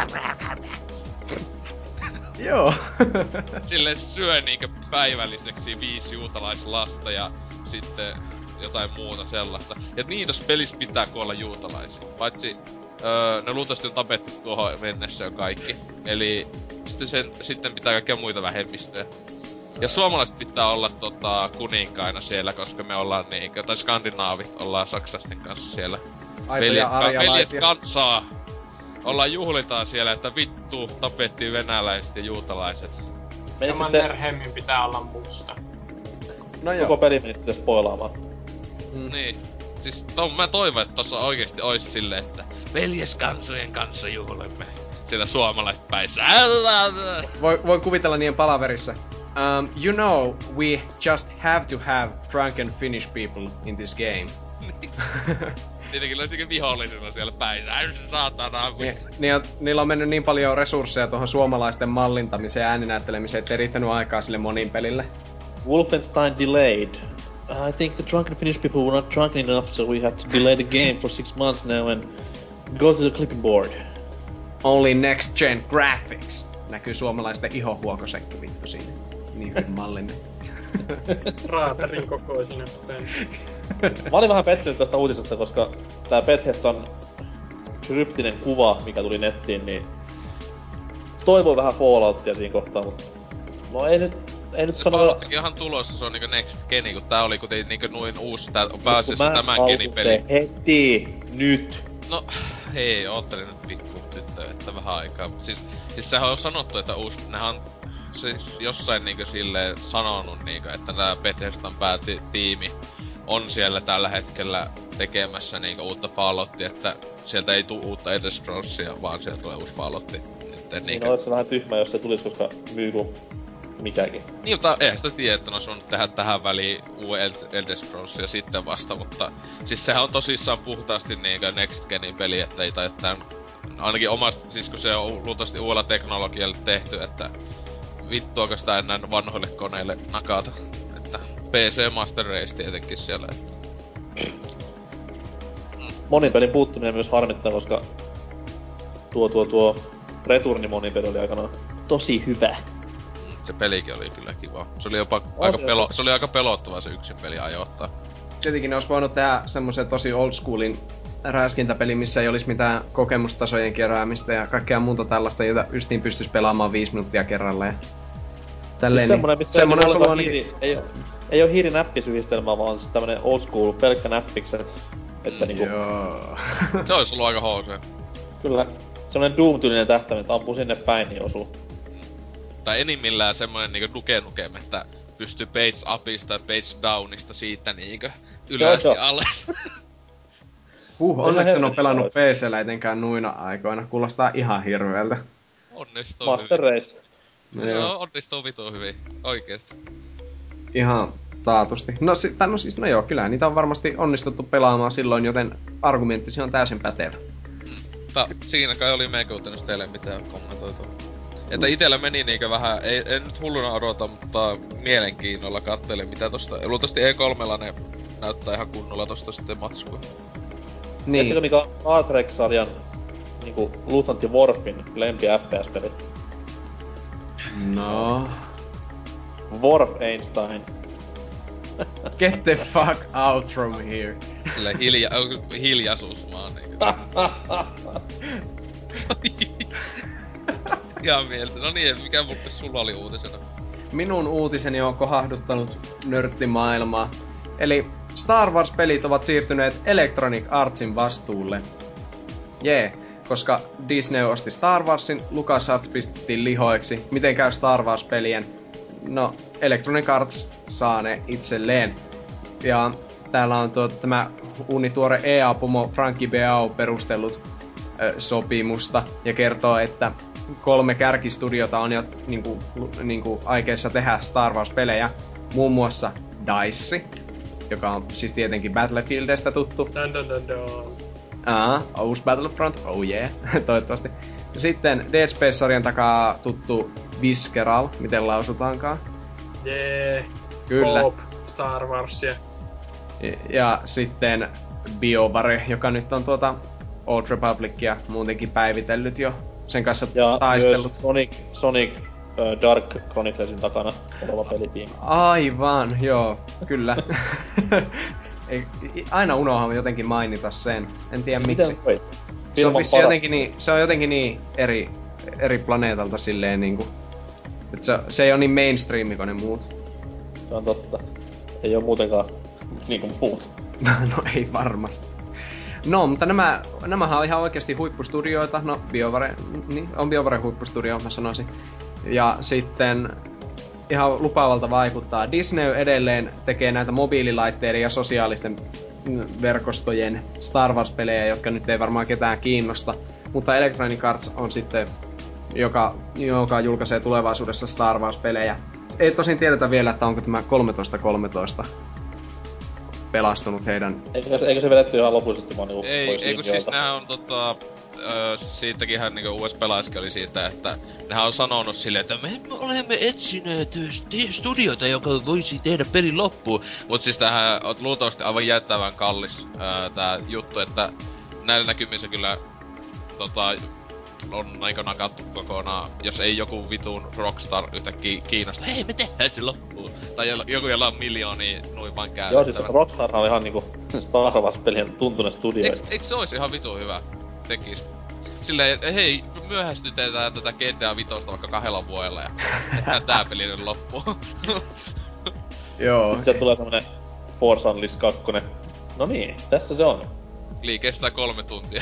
Joo. Silleen syö niinkö päivälliseksi 5 juutalaislasta ja sitten jotain muuta sellaista. Ja niin tossa pelissä pitää kuolla juutalaisia. Paitsi ne luultavasti on tapettu tuohon mennessä jo kaikki. Eli sitten pitää kaikkia muita vähemmistöjä. Ja suomalaiset pitää olla kuninkaina siellä, koska me ollaan niinkö, tai skandinaavit ollaan saksasten kanssa siellä. Aitoja arjalaisia. Kansaa! Ollaan juhlitaan siellä, että vittu tapettiin venäläiset ja juutalaiset. Ja Mannerheimin pitää olla musta. No joo. Koko peli meni sitten spoilaamaan. Niin. Siis mä toivon, että tossa oikeesti ois silleen, että veljeskansojen kanssa juhlemme. Siellä suomalaiset päissä. Voi kuvitella niiden palaverissa. You know, we just have to have drunken Finnish people in this game. Tietenkin olisikin vihollisilla siellä päissä. Saatana. Niillä on mennyt niin paljon resursseja tuohon suomalaisten mallintamiseen ja ääninäyttelemiseen, ettei riittänyt aikaa sille monin pelille. Wolfenstein delayed. I think the drunken Finnish people were not drunken enough, so we have to delay the game for 6 months now and go to the clipping board. Only next gen graphics. Näkyy suomalaisten ihohuokosekki vittu siinä. Niin hyvin mallinnettu. Kraatarin kokoisina. Mä olin vähän pettynyt tästä uutisesta, koska tää Bethesdan kryptinen kuva, mikä tuli nettiin, niin toivoi vähän Falloutia siinä kohtaa, mutta no ei nyt sano... Fallouttikin onhan tulossa, se on niinku next geni, kun tää oli kuitenkin niinku noin uusi pääasiassa tämän genin peli. Se heti nyt. No, hei, oottelin nyt pikku tyttö, että vähän aikaa. Siis sehän on sanottu, että nehän on siis jossain niinku silleen sanonut niinku, että tää Bethesdan päätiimi on siellä tällä hetkellä tekemässä niinku uutta Falloutia, että sieltä ei tuu uutta Elder Scrollsia, vaan sieltä tulee uusi Falloutti. Niin olis se vähän tyhmä, jos se tulis, koska myy kuin mikäkin. Niin, mutta eihän sitä tiedä, että ne on suunnut tehdä tähän väliin uuden Elder Scrollsia sitten vasta, mutta siis sehän on tosissaan puhtaasti niinkö Next Genin peli, että ei tai ainakin omasta, siis kun se on luultavasti uudella teknologialla tehty, että vittuako sitä enää vanhoille koneille nakata. Että PC Master Race tietenkin siellä, että... Monin pelin puuttuminen myös harmittaa, koska tuo Returni monipeli oli aikanaan tosi hyvä. Se pelikin oli kyllä kiva. Se oli jopa se oli aika pelottava se yksin peli ajoittaa. Tietenkin ne ois voinut tehdä semmosen tosi old schoolin räiskintäpeli, missä ei olisi mitään kokemustasojen keräämistä ja kaikkea muuta tällaista, jota ystiin pystyis pelaamaan 5 minuuttia kerralla ja... Tälleen siis semmonen on ainakin... Ei oo hiirinäppisyhdistelmää, vaan siis tämmönen old school, pelkkä näppikset. Että niinku... Joo. Se ois ollut aika hoosea. Kyllä. Semmonen Doom-tyylinen tähtäin, että ampuu sinne päin, niin osuu. Tai enimmillään semmonen niinku Nukem, että pystyy page upista tai page downista siitä niinkö ylös ja alas. Onneksi en oo pelannut PC:llä etenkään nuina aikoina. Kuulostaa ihan hirveeltä. Onnistuu Master hyvin. Race. No, onnistuu vitun hyvin. Oikeesti. Ihan taatusti. No joo, kyllä niitä on varmasti onnistuttu pelaamaan silloin, joten argumenttisi on täysin pätevä. Mutta siinä kai oli meikäutenus teille mitään kommentoitua. Että itellä meni niinkö vähän, ei nyt hulluna odota, mutta mielenkiinnolla kattelin mitä tosta. Luultavasti E3 ne näyttää ihan kunnolla tosta sitten matskua. Niin. Tiedättekö mikä on Star Trek-sarjan niinku Lieutenant Worfin lempi FPS-peli? No... Worf Einstein. Get the fuck out from here. Sillä hiljaisuus vaan niinkö. Ihan mieltä. No niin, mikä sulla oli uutisena? Minun uutiseni on kohahduttanut nörttimaailmaa. Eli Star Wars-pelit ovat siirtyneet Electronic Artsin vastuulle. Koska Disney osti Star Warsin, LucasArts pistettiin lihoiksi. Miten käy Star Wars-pelien? No, Electronic Arts saa ne itselleen. Ja täällä on tämä uunituore EA-pomo Frankie Beau perustellut sopimusta ja kertoo, että 3 kärkistudiota on jo niinku aikeissa tehdä Star Wars-pelejä. Muun muassa DICE, joka on siis tietenkin Battlefieldistä tuttu. Uusi Battlefront, oh yeah, toivottavasti. Ja sitten Dead Space-sarjan takaa tuttu Visceral, miten lausutaankaan. Kyllä. Coop, Star Warsia. Ja sitten BioWare, joka nyt on Old Republicia muutenkin päivitellyt jo. Sen kanssa ja taistellut. Myös Sonic Dark Chroniclesin takana oleva pelitiimi. Aivan, joo, kyllä. Aina unohan jotenkin mainita sen. En tiedä miksi. Se on jotenkin niin eri planeetalta silleen niinku. Et se ei oo niin mainstreami kuin ne muut. Se on totta. Ei oo muutenkaan niinku muut. No ei varmasti. No, mutta nämähän on ihan oikeasti huippustudioita. No, BioWare, niin, on BioWare huippustudio, mä sanoisin. Ja sitten ihan lupaavalta vaikuttaa. Disney edelleen tekee näitä mobiililaitteiden ja sosiaalisten verkostojen Star Wars-pelejä, jotka nyt ei varmaan ketään kiinnosta. Mutta Electronic Arts on sitten, joka julkaisee tulevaisuudessa Star Wars-pelejä. Ei tosin tiedetä vielä, että onko tämä 1313 pelastunut heidän... Eikö se vedetty ihan lopullisesti vaan niinku Ei kun siis nää on siitäkinhän niinku US Pelaiski oli siitä, että nehän on sanonut silleen, että me olemme etsineet studioita, joka voisi tehdä pelin loppuun. Mut siis tämähän on luultavasti aivan jättävän kallis tää juttu, että näillä näkymin se kyllä on aika nakattu kokonaan, jos ei joku vitun Rockstar yhtäkkiä kiinnosta. Hei, me tehdään se loppuun! Tai joku, jolla on miljoonia noin vaan Joo, siis Rockstarhan on ihan niinku Star Wars-pelien tuntunut studio. Eiks se ois ihan vitun hyvä? Tekis. Silleen, hei, myöhästytetään tätä GTA 5 vaikka 2 vuodella ja tehdään tää peli nyt loppuun. Joo. Sitten sieltä tulee semmonen Force Unleashed 2. No niin, tässä se on. Kestää 3 tuntia.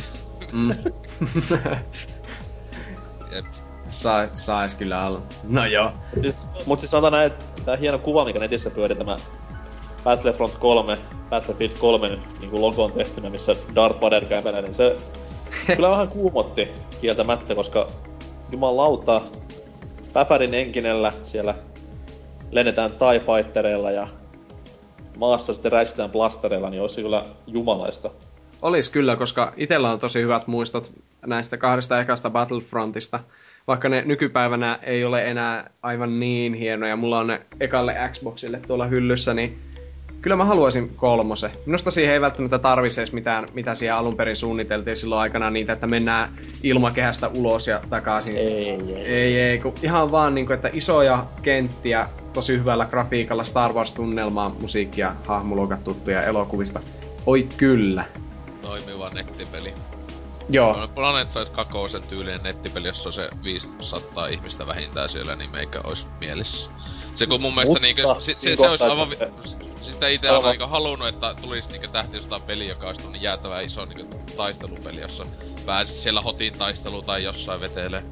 Jep. Sais kyllä olla. No joo. Mut siis sanotaan näin, että tää hieno kuva, mikä netissä pyörii, tämä Battlefront 3, Battlefield 3 niinku logoon tehtynä, missä Darth Vader kävelee, niin se kyllä vähän kuumotti kieltämättä, koska jumalauta, Päfärin enkinellä siellä lennetään TIE Fightereilla ja maassa sitten räisitään blastereilla, niin olisi kyllä jumalaista. Olis kyllä, koska itellä on tosi hyvät muistot näistä 2 ekasta Battlefrontista. Vaikka ne nykypäivänä ei ole enää aivan niin hienoja, mulla on ne ekalle Xboxille tuolla hyllyssä, niin kyllä mä haluaisin 3. Minusta siihen ei välttämättä tarvisi edes mitään, mitä siihen alun perin suunniteltiin silloin aikana, niitä, että mennään ilmakehästä ulos ja takaisin. Ei, kun ihan vaan niinku, että isoja kenttiä, tosi hyvällä grafiikalla, Star Wars-tunnelmaa, musiikkia, hahmoluokat tuttuja elokuvista. Oi kyllä. Toimiva nettipeli. Joo. Planet Side 2 tyylinen nettipeli, jossa on se 500 ihmistä vähintään siellä, niin meikä ois mielissä. Se kun mun mielestä niinkö, se ois aivan siis sitä ite on niinku halunnut, että tulis niinkö tähtiöstaan peli, joka ois niin jäätävän iso niinkö taistelupeli, jossa pääsis siellä hotin taistelu tai jossain vetelee.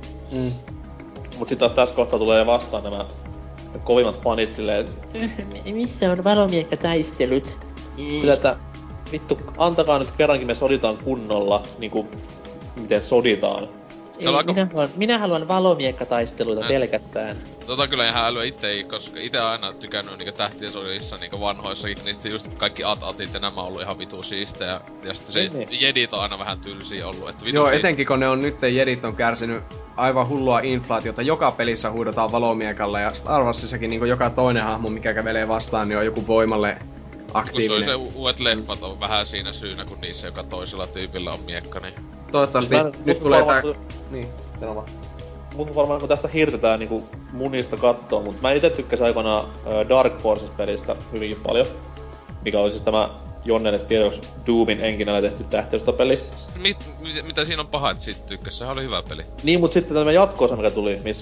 Mut sit taas tässä kohtaa tulee vastaan nämä kovimmat fanit silleen, missä on valomiekkataistelut? Sillä että vittu, antakaa nyt kerrankin me soditaan kunnolla, niinku miten soditaan. Ei, minä haluan valomiekkataisteluita pelkästään. Kyllä ihan älyä itse, koska ite aina tykännyt niinku tähtien sodissa niinku vanhoissakin, niistä just kaikki atit ja nämä on ollut ihan vitu siistejä. Ja sitten se jedit on aina vähän tylsiä ollut. Että joo, etenkin kun ne on nyt jedit on kärsinyt aivan hullua inflaatiota. Joka pelissä huudetaan valomiekalla ja Star Warsissakin niinku joka toinen hahmo, mikä kävelee vastaan, niin on joku voimalle aktiivinen. Kun se uudet leffat on vähän siinä syynä, kun niissä joka toisella tyypillä on miekka, niin... Toivottavasti nyt tulee tää... Niin, sano vaan. Mut varmaan kun tästä hirtetään niinku munista kattoo, mut mä ite tykkäsin aikoinaan Dark Forces-pelistä hyvinkin paljon. Mikä oli siis tämä Jonnelle tiedoksi Doomin enkinellä tehty tähtiöstopeli. Mitä siinä on paha, et siitä tykkäs? Sehän oli hyvä peli. Niin, mut sitten tämä jatko-osa, mikä tuli, missä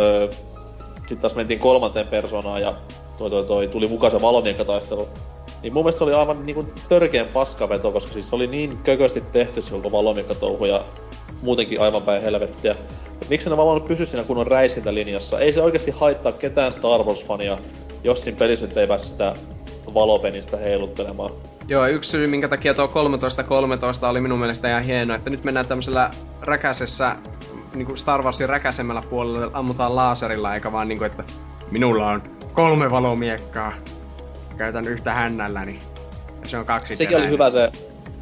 sit taas mentiin 3. persoonaan ja tuli mukaan se valomiekkataistelu. Niin mun mielestä se oli aivan niinku törkeen paskaveto, koska siis se oli niin kökösti tehty se koko valomiekkatouhu ja muutenkin aivan päin helvettiä. Et miksi ne vaan pysy siinä kunnon räiskintälinjassa? Ei se oikeesti haittaa ketään Star Wars-fania, jos siinä pelissä ei pääse sitä valopenistä heiluttelemaan. Joo, yksi syy, minkä takia tuo 1313 oli minun mielestä ihan hieno, että nyt mennään tämmöisellä räkäsessä, niinku Star Warsin räkäsemmällä puolella ammutaan laaserilla, eikä vaan niinku, että minulla on 3 valomiekkaa. Käytän yhtä hännälläni. Ja se on 2 sekin oli hyvä se,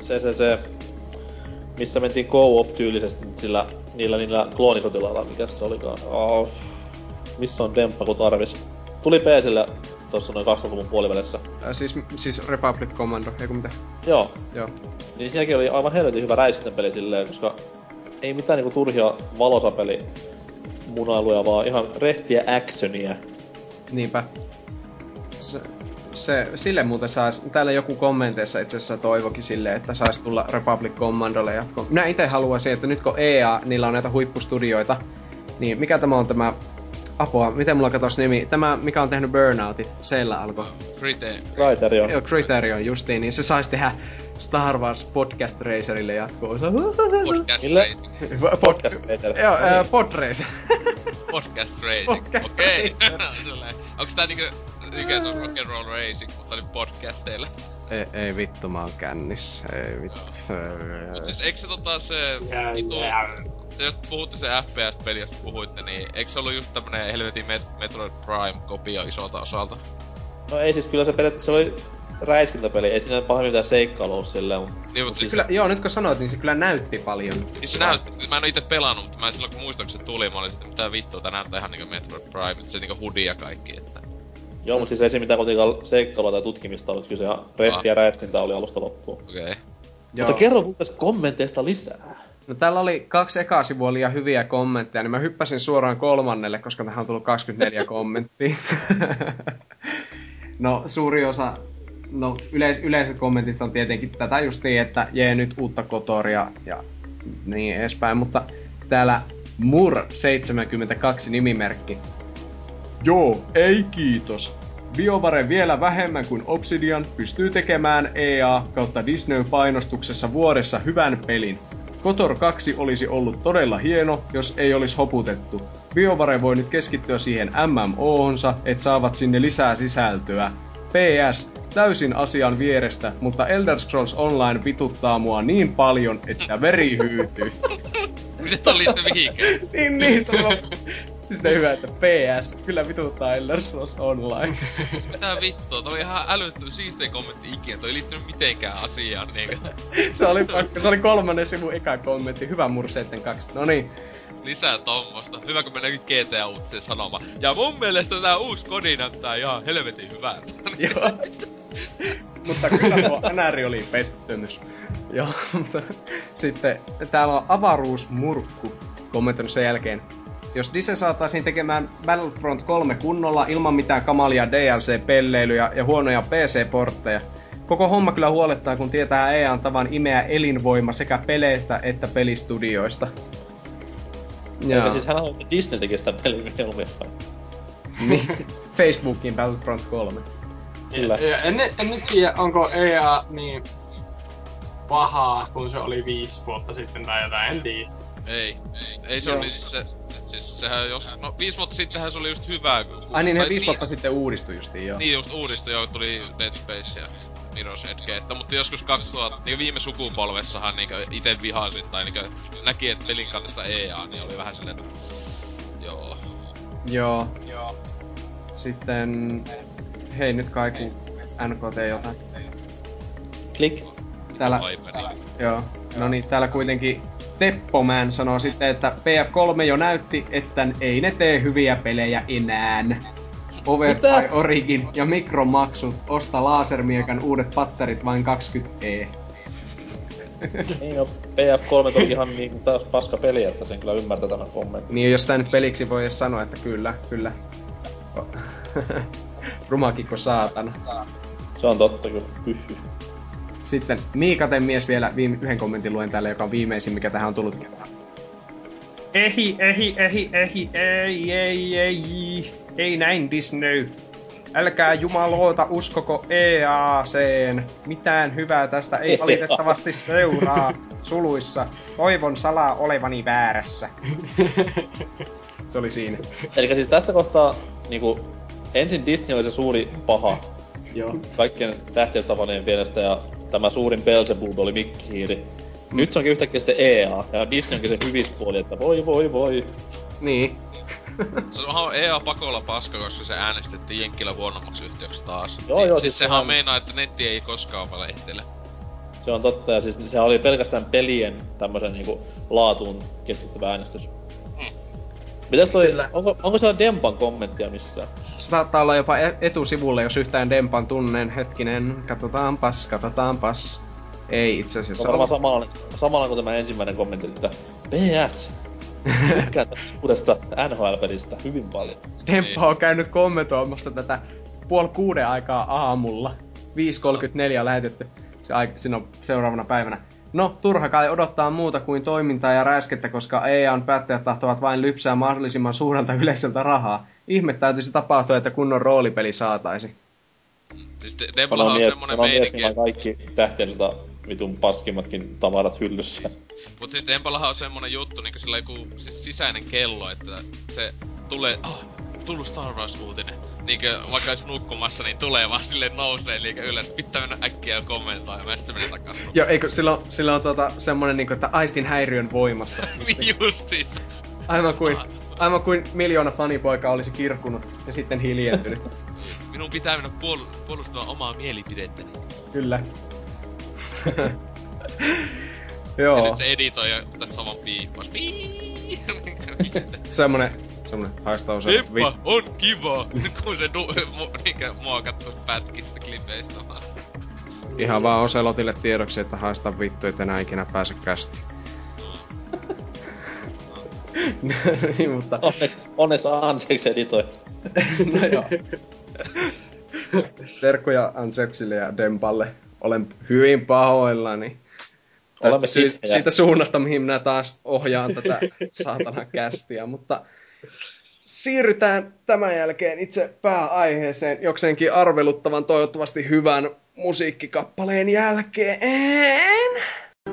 missä mentiin co-op-tyylisesti sillä niillä kloonisotilailla, mikä se olikaan. Missä on demppa kun tarvis. Tuli PC:lle tossa noin 20-luvun puolivälissä. Siis Republic Commando, eiku mitä? Joo. Niin siinäkin oli aivan helvetin hyvä räiskintäpeli silleen, koska ei mitään niinku turhia valosapeli munailuja, vaan ihan rehtiä actionia. Niinpä. Sille muuten täällä joku kommenteissa itse asiassa toivokin silleen, että sais tulla Republic Commandolle jatkoon. Minä itse haluaisin, että nyt kun EA, niillä on näitä huippustudioita, niin mikä tämä on tämä Apua, miten mulla katos nimi? Tämä, mikä on tehnyt Burnoutit, seillä alkoi. Criterion. Joo, Criterion justiin, niin se saisi tehdä Star Wars Podcast Racerille jatkoa. Podcast Racing. Podcast Racer. Joo, Pod Racer. Podcast Racing. Okei. Onks tää mikä se on Rock'n'Roll Racing, mutta oli podcasteilla? Ei vittu, mä oon kännissä. Ei vittu. Mut siis eikö se se jos puhutte se FPS-peli, josta puhuitte, niin eikö se ollut just tämmönen helvetin Metroid Prime-kopio isolta osalta? No ei siis, kyllä se periaatteessa oli räiskintäpeli, ei siinä pahemmin mitään seikkailua ollut silleen. Niin, mut siis kyllä, joo, nyt kun sanoit, niin se kyllä näytti paljon. Niin se näytti, mä en oo ite pelannut, mutta mä silloin kun muistan, kun se tuli, mä olin sitten mitä vittua, tää näyttää ihan niinku Metroid Prime, se niinku hoodie ja kaikki, että... Joo, mut siis ei se mitään kuitenkaan seikkailua tai tutkimista ollut, kyllä se ihan rehtiä räiskintä oli alusta loppuun. Okei. Mutta kerro mun kommenteista lisää. No täällä oli 2 ekaa sivua liian hyviä kommentteja, niin mä hyppäsin suoraan 3, koska tähän on tullut 24 kommenttia. No suuri osa, no yleiset kommentit on tietenkin tätä just niin, että jee nyt uutta Kotoria ja niin edespäin, mutta täällä Mur72 nimimerkki. Joo, ei kiitos. BioWare vielä vähemmän kuin Obsidian pystyy tekemään EA kautta Disney-painostuksessa vuodessa hyvän pelin. KOTOR 2 olisi ollut todella hieno, jos ei olisi hoputettu. BioWare voi nyt keskittyä siihen MMO:honsa, et saavat sinne lisää sisältöä. PS, täysin asian vierestä, mutta Elder Scrolls Online vituttaa mua niin paljon, että veri hyytyy. Miten tää liittyy mihinkään? niin, se on sitten hyvä, että PS, kyllä vituttaa Elder Scrolls Online. Mitä vittua, toi oli ihan älyttömän siistein kommentti ikinä, toi ei liittynyt mitenkään asiaan niinku. se oli 3. sivun eka kommentti, hyvä Mur 72, noniin. Lisää tommosta. Hyvä kun mennään GTA-uutiseen sanomaan. Ja mun mielestä tää uusi kodi näyttää ihan helvetin hyvältä. Joo. Mutta kyllä tuo NR oli pettymys. Joo, mutta sitten täällä on avaruusmurkku kommentoinut sen jälkeen. Jos Dise saataisiin tekemään Battlefront 3 kunnolla ilman mitään kamalia DLC-pelleilyjä ja huonoja PC-portteja. Koko homma kyllä huolettaa, kun tietää EA:n tavan imeä elinvoima sekä peleistä että pelistudioista. Eikä siis hän haluaa, että Disney tekee sitä peliä mieluummin vai? Niin, Facebookin Battlefront 3. Kyllä. En nyt tiedä, onko EA niin pahaa, kun se oli 5 vuotta sitten tai jotain, en tiedä. Ei se oli siis sehän no 5 vuotta sittenhän se oli just hyvä. Ai niin, 5 vuotta sitten uudistui justiin, joo. Niin just uudistui, joo, tuli Dead Space ja Mirror's Edge, että mutta joskus 2000, niin viime sukupolvessahan niinku ite vihasin tai niinku näki, että pelin kannessa EA, niin oli vähän silleen, että joo. Sitten, hei nyt kaiku NKT jotain. Klik. Täällä, joo, no niin, täällä kuitenkin Teppoman sanoo sitten, että PF3 jo näytti, että ei ne tee hyviä pelejä enää. Overfly Origin ja mikromaksut, osta lasermiekan uudet patterit vain 20E. Niin no, PF3 on ihan niinku taas paska peli, että sen kyllä ymmärtää tämän kommentin. Niin jos tää nyt peliksi voi edes sanoa, että kyllä. Rumakikko saatana. Se on totta kyllä, hyhy. Sitten Miikaten mies vielä yhden kommentin luen täällä, joka on viimeisin, mikä tähän on tullut. Ei näin Disney. Älkää jumaloota uskoko EA:seen. Mitään hyvää tästä ei valitettavasti seuraa. Suluissa. Toivon salaa olevani väärässä. Se oli siinä. Elikkä siis tässä kohtaa niinku ensin Disney oli se suuri paha. Joo. Kaikkien tähtiöstavaneen pienestä ja tämä suurin Beelzebub oli Mikkihiiri. Nyt se onkin yhtäkkiä sitten EA ja Disney onkin se hyvispuoli, että voi. Niin. Se on EA pakolla paska, koska se äänestettiin Jenkkilä huonommaksi yhtiöksi taas. Joo, siis sehän meinaa, että netti ei koskaan valehtele. Se on totta, ja siis sehän oli pelkästään pelien tämmösen niinku laatuun keskittyvä äänestys. Mitäs toi, onko siellä Dempan kommenttia missään? Se saattaa olla jopa etusivulle, jos yhtään Dempan tunnen. Hetkinen, katsotaanpas. Ei itse asiassa. On varmaan samalla kuin tämä ensimmäinen kommentti, että PS! Tykkään tästä uudesta NHL-pelistä hyvin paljon. Demppa on käynyt kommentoimassa tätä 5:30 aikaa aamulla. 5:34 lähetetty. Siinä on seuraavana päivänä. No, turha kai odottaa muuta kuin toimintaa ja räiskettä, koska EA:n päättäjät tahtovat vain lypsää mahdollisimman suurelta yleisöltä rahaa. Ihme täytyisi tapahtua, että kunnon roolipeli saataisi. Siis Demplahan on semmonen meininki... On kaikki tähtiensota vitun paskimmatkin tavarat hyllyssä. Mut siis Demplahan on semmonen juttu, niinku sillä joku siis sisäinen kello, että se tulee... tullu Star Wars-uutinen. Niinkö vaikka ois nukkumassa, niin tulee vaan silleen nousee liikä ylös. Pitää mennä äkkiä ja kommentoida, ja sitten menee takas. Joo, eikö sillä on semmonen niinku, että aistin häiriön voimassa. Justiinsa. Aivan kuin miljoona fanipoika olisi kirkunut ja sitten hiljentynyt. Minun pitää mennä puolustamaan omaa mielipidettäni. Kyllä. Joo. Ja nyt se editoi ja tässä on vaan piippas. Semmonen haistaa usein. Leppa on kiva, kun se niinkö muokattu pätkistä klipeistä vaan. Ihan vaan Oselotille tiedoksi, että haista vittu, et enää ikinä pääse kästiin. Niin, mutta... Onneksi Anseksi editoi. No joo. Terkkuja Anseksille ja Dempalle. Olen hyvin pahoillani. Siitä suunnasta, mihin minä taas ohjaan tätä saatana kästiä, mutta siirrytään tämän jälkeen itse pääaiheeseen jokseenkin arveluttavan toivottavasti hyvän musiikkikappaleen jälkeen.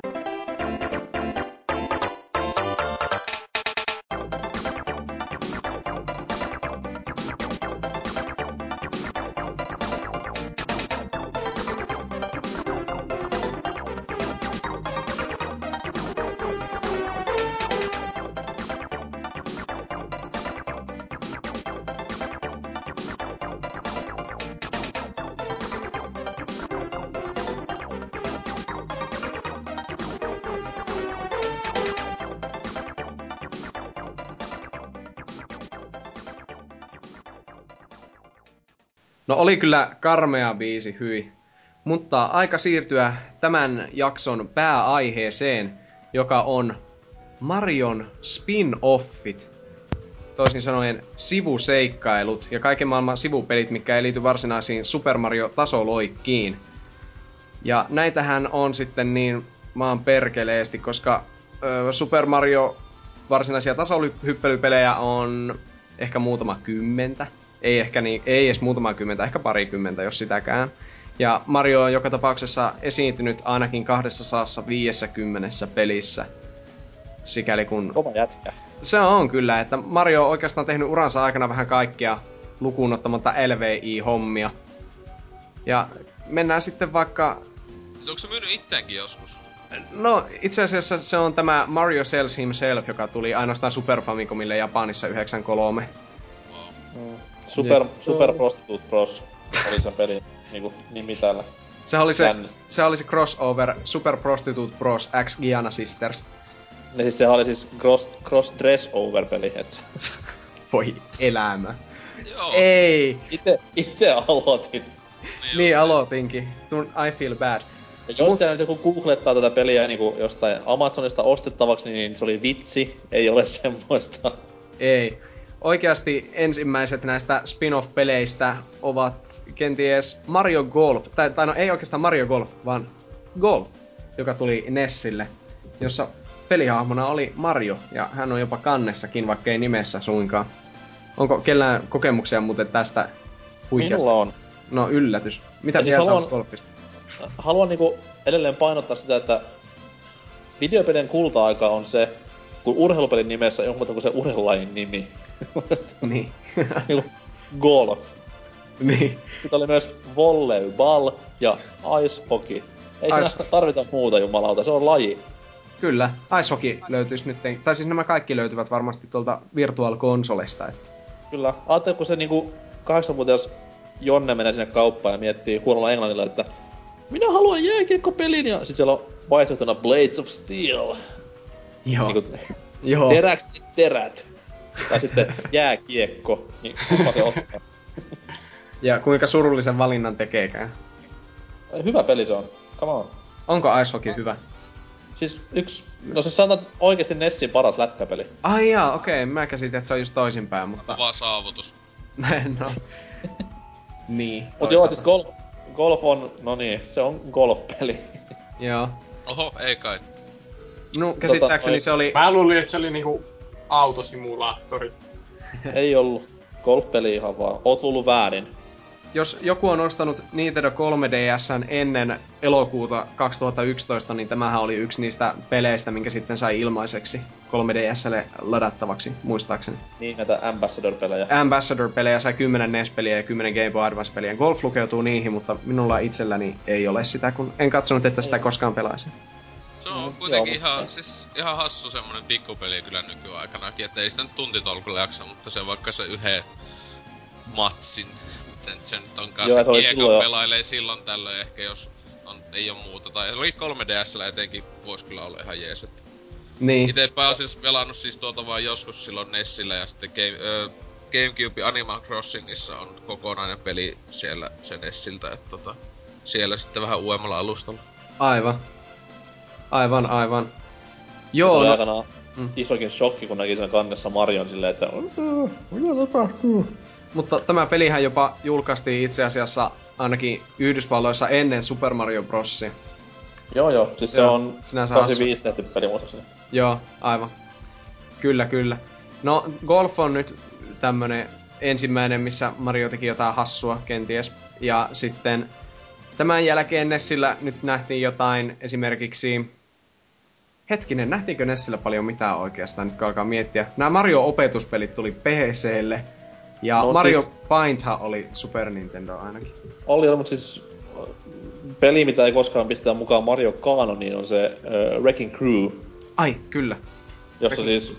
No oli kyllä karmea biisi, hyi. Mutta aika siirtyä tämän jakson pääaiheeseen, joka on Marion spin-offit. Toisin sanoen sivuseikkailut ja kaiken maailman sivupelit, mitkä ei liity varsinaisiin Super Mario-tasoloikkiin. Ja näitähän on sitten niin maan perkeleesti, koska Super Mario varsinaisia tasohyppelypelejä on ehkä muutama kymmentä. Ei edes muutama kymmentä, ehkä parikymmentä, jos sitäkään. Ja Mario on joka tapauksessa esiintynyt ainakin 250 pelissä. Sikäli kun... Kova jätkä. Se on kyllä, että Mario on oikeastaan tehnyt uransa aikana vähän kaikkia lukuun ottamatta LVI-hommia. Ja mennään sitten vaikka... Onko se myynyt itseäänkin joskus? No, itse asiassa se on tämä Mario Sells Himself, joka tuli ainoastaan Super Famicomille Japanissa 93. Super Prostitute Bros oli se peli niinku nimi täällä. Se oli se crossover Super Prostitute Bros X Giana Sisters. Ja siis sehän oli siis cross dress over peli, et Voi elämä. Joo. Ei! Ite aloitin. Niin aloitinkin. I feel bad. Ja jos siellä nyt joku googlettaa tätä peliä niinku jostain Amazonista ostettavaksi, niin se oli vitsi. Ei ole semmoista. Ei. Oikeasti ensimmäiset näistä spin-off-peleistä ovat kenties Mario Golf, tai no ei oikeastaan Mario Golf, vaan Golf, joka tuli Nessille, jossa pelihahmona oli Mario, ja hän on jopa kannessakin, vaikka ei nimessä suinkaan. Onko kellään kokemuksia muuten tästä huikeasta? Minulla on. No yllätys. Mitä siis sieltä on Golfista? Haluan niinku edelleen painottaa sitä, että videopelien kulta-aika on se, kun urheilupelin nimessä on muuta kuin se urheilulajin nimi. Niin. Golf. Niin. Sitten oli myös volleyball ja ice hockey. Ei siinä tarvita muuta, jumalauta, se on laji. Kyllä, ice hockey löytyisi nyt, tai siis nämä kaikki löytyvät varmasti tuolta Virtual Consolesta. Että. Kyllä, ajattelin kun se niinku 8-vuotias Jonne menee sinne kauppaan ja miettii huonolla englannilla, että minä haluan jääkiekkopelin, ja sit siellä on vaihtoehtona Blades of Steel. Joo. Niinku, Joo. terät. Tai sitten jääkiekko, niin kumpa se ottaa. Ja kuinka surullisen valinnan tekeekään. Hyvä peli se on, come on. Onko Ice Hockey hyvä? Siis no se sanotaan oikeesti Nessin paras lätkäpeli. Ai jaa, okei, mä käsitin, että se on just toisinpäin, mutta... Kova saavutus. No. Niin. Mut joo, siis golf on, no niin, se on golf-peli. Joo. Oho, ei kai. No, käsittääkseni se oli... Mä luulin, että se oli niinku autosimulaattori. Ei ollut. Golf-peli ihan vaan. Oot luullut väärin. Jos joku on ostanut Nintendo 3DS:n ennen elokuuta 2011, niin tämähän oli yksi niistä peleistä, minkä sitten sai ilmaiseksi 3DS:lle ladattavaksi, muistaakseni. Niin, näitä Ambassador-pelejä. Ambassador-pelejä sai 10 NES-peliä ja 10 Game Boy Advance-peliä. Golf lukeutuu niihin, mutta minulla itselläni ei ole sitä, kun en katsonut, että sitä koskaan pelaisin. Se on kuitenkin ihan hassu semmonen pikkupeli kyllä nykyaikanakin, että ei sitä nyt tuntitolkulla jaksa, mutta se vaikka se yhden matsin, miten se nyt onkaan, se kiekon pelailee silloin tällöin ehkä, jos ei oo muuta. Tai oli 3DS:llä etenkin vois kyllä olla ihan jees, että... Niin. Ite pääasiassa pelannut siis tuota vaan joskus silloin Nessillä ja sitten GameCube Animal Crossingissa on kokonainen peli siellä se Nessiltä, että siellä sitten vähän uudemmalla alustalla. Aivan. Joo, se oli aikanaan isokin shokki, kun näki sen kannessa Marion silleen, että mitä tapahtuu? Mutta tämä pelihän jopa julkaistiin itse asiassa ainakin Yhdysvalloissa ennen Super Mario Brosia. Joo. Siis se on 85 tehty peli muistaakseni. Joo, aivan. Kyllä. No, Golf on nyt tämmönen ensimmäinen, missä Mario teki jotain hassua kenties. Ja sitten tämän jälkeen Nessillä nyt nähtiin jotain esimerkiksi... Hetkinen, nähtiinkö Nessillä paljon mitään oikeastaan, nyt kun alkaa miettiä. Nämä Mario-opetuspelit tuli PC:lle. Ja no, Mario siis... Painthan oli Super Nintendo ainakin. Oli, mutta siis... Peli, mitä ei koskaan pistetä mukaan Mario Kanoniin, on se Wrecking Crew. Ai, kyllä. Jossa siis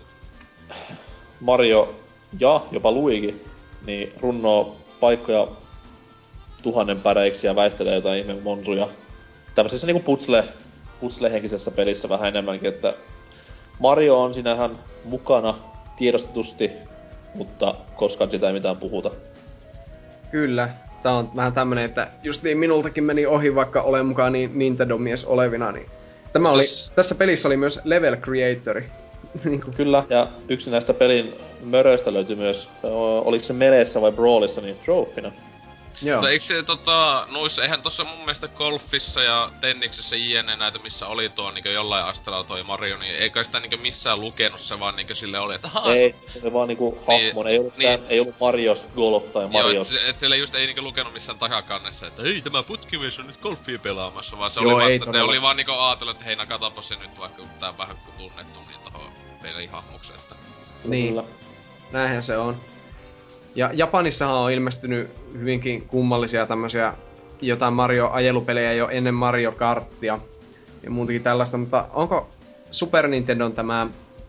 Mario ja jopa Luigi niin runnoo paikkoja 1000 päreiksi ja väistelee jotain ihme monsuja. Tämmöisessä niinku putsle-henkisessä pelissä vähän enemmänkin, että Mario on siinä ihan mukana tiedostetusti, mutta koskaan sitä ei mitään puhuta. Kyllä. Tää on vähän tämmönen, että just niin minultakin meni ohi, vaikka olen mukaan niin Nintendo-mies olevina, niin... Tässä pelissä oli myös Level Creatori. Kyllä, ja yksi näistä pelin möröistä löytyi myös, oliko se Meleessä vai Brawlissa, niin trofina. Joo. Mutta eikö se noissa, eihän tossa mun mielestä Golfissa ja Tenniksessä jne näitä, missä oli tuo niinku jollain asteella toi Mario, niin eikä sitä niinku missään lukenut, se vaan niinku sille oli, että ei, se oli vaan niinku hahmon, ei ollut Marios Golf tai Marios. Joo, et siellä just ei niinku lukenut missään takakannessa, että hei, tämä putkimies on nyt golfia pelaamassa, vaan se joo, oli vaan, että ne oli vaan niinku aatellut, että hei, nakataanpa se nyt vaikka tää vähän tunnettu, niin tohon pelihahmokseen, että... Niin, näinhän se on. Ja Japanissahan on ilmestynyt hyvinkin kummallisia tämmösiä jotain Mario-ajelupelejä jo ennen Mario Karttia ja muutenkin tällaista, mutta onko Super Nintendon tämä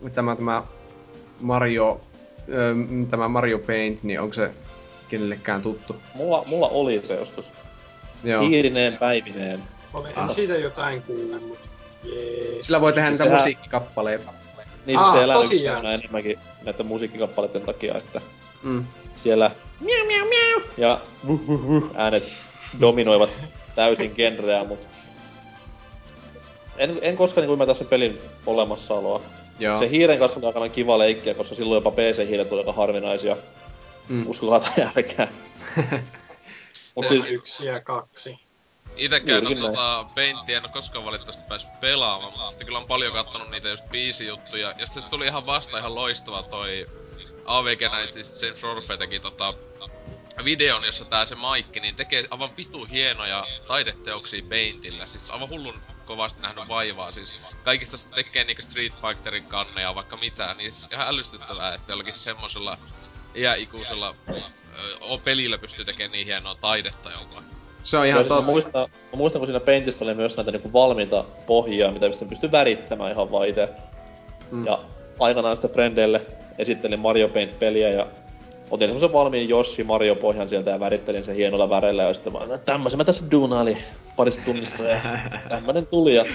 Mario tämä Mario Paint, niin onko se kenellekään tuttu? Mulla oli se joskus. Joo. Hiirineen päivineen. Olen siitä jotain kuullut. Sillä voi tehdä niitä musiikkikappaleita. Niin se elää enemmänkin näiden musiikkikappaleiden takia, että siellä miau miau miau ja äänet dominoivat täysin genreä, mut en koskaan niin ymmärtää sen pelin olemassaoloa. Joo. Se hiiren kanssa oli aikana kiva leikkiä, koska silloin jopa PC-hiiret oli aika harvinaisia. Uskokaa tai älkää. Mut siis 1 ja 2. Itekään Paintia en oo koskaan valitettavasti päässyt pelaamaan, mutta sitten kyllä on paljon kattonut niitä just biisijuttuja. Ja sitten se tuli ihan loistava toi AVG näin, siis James Rorfe teki videon, jossa tää se Maikki, niin tekee aivan vitu hienoja taideteoksia Paintillä. Siis aivan hullun kovasti nähnyt vaivaa, siis kaikista tekee niinku Street Fighterin kanneja vaikka mitään, niin siis ihan älystyttävää, että jollakin semmosella iäikuisella pelillä pystyy tekemään niin hienoa taidetta jollain. Se on ihan totta. Mä muistan, kun siinä Paintissa oli myös näitä niinku valmiita pohjia, mitä pystyy värittämään ihan vaan ite. Ja aikanaan sitten frendeille esittelin Mario Paint-peliä ja otin semmosen valmiin Yoshi Mario-pohjan sieltä ja värittelin sen hienolla väreillä ja sitten vaan, tämmösen mä tässä duunailin parissa tunnissa ja tämmönen tuli ja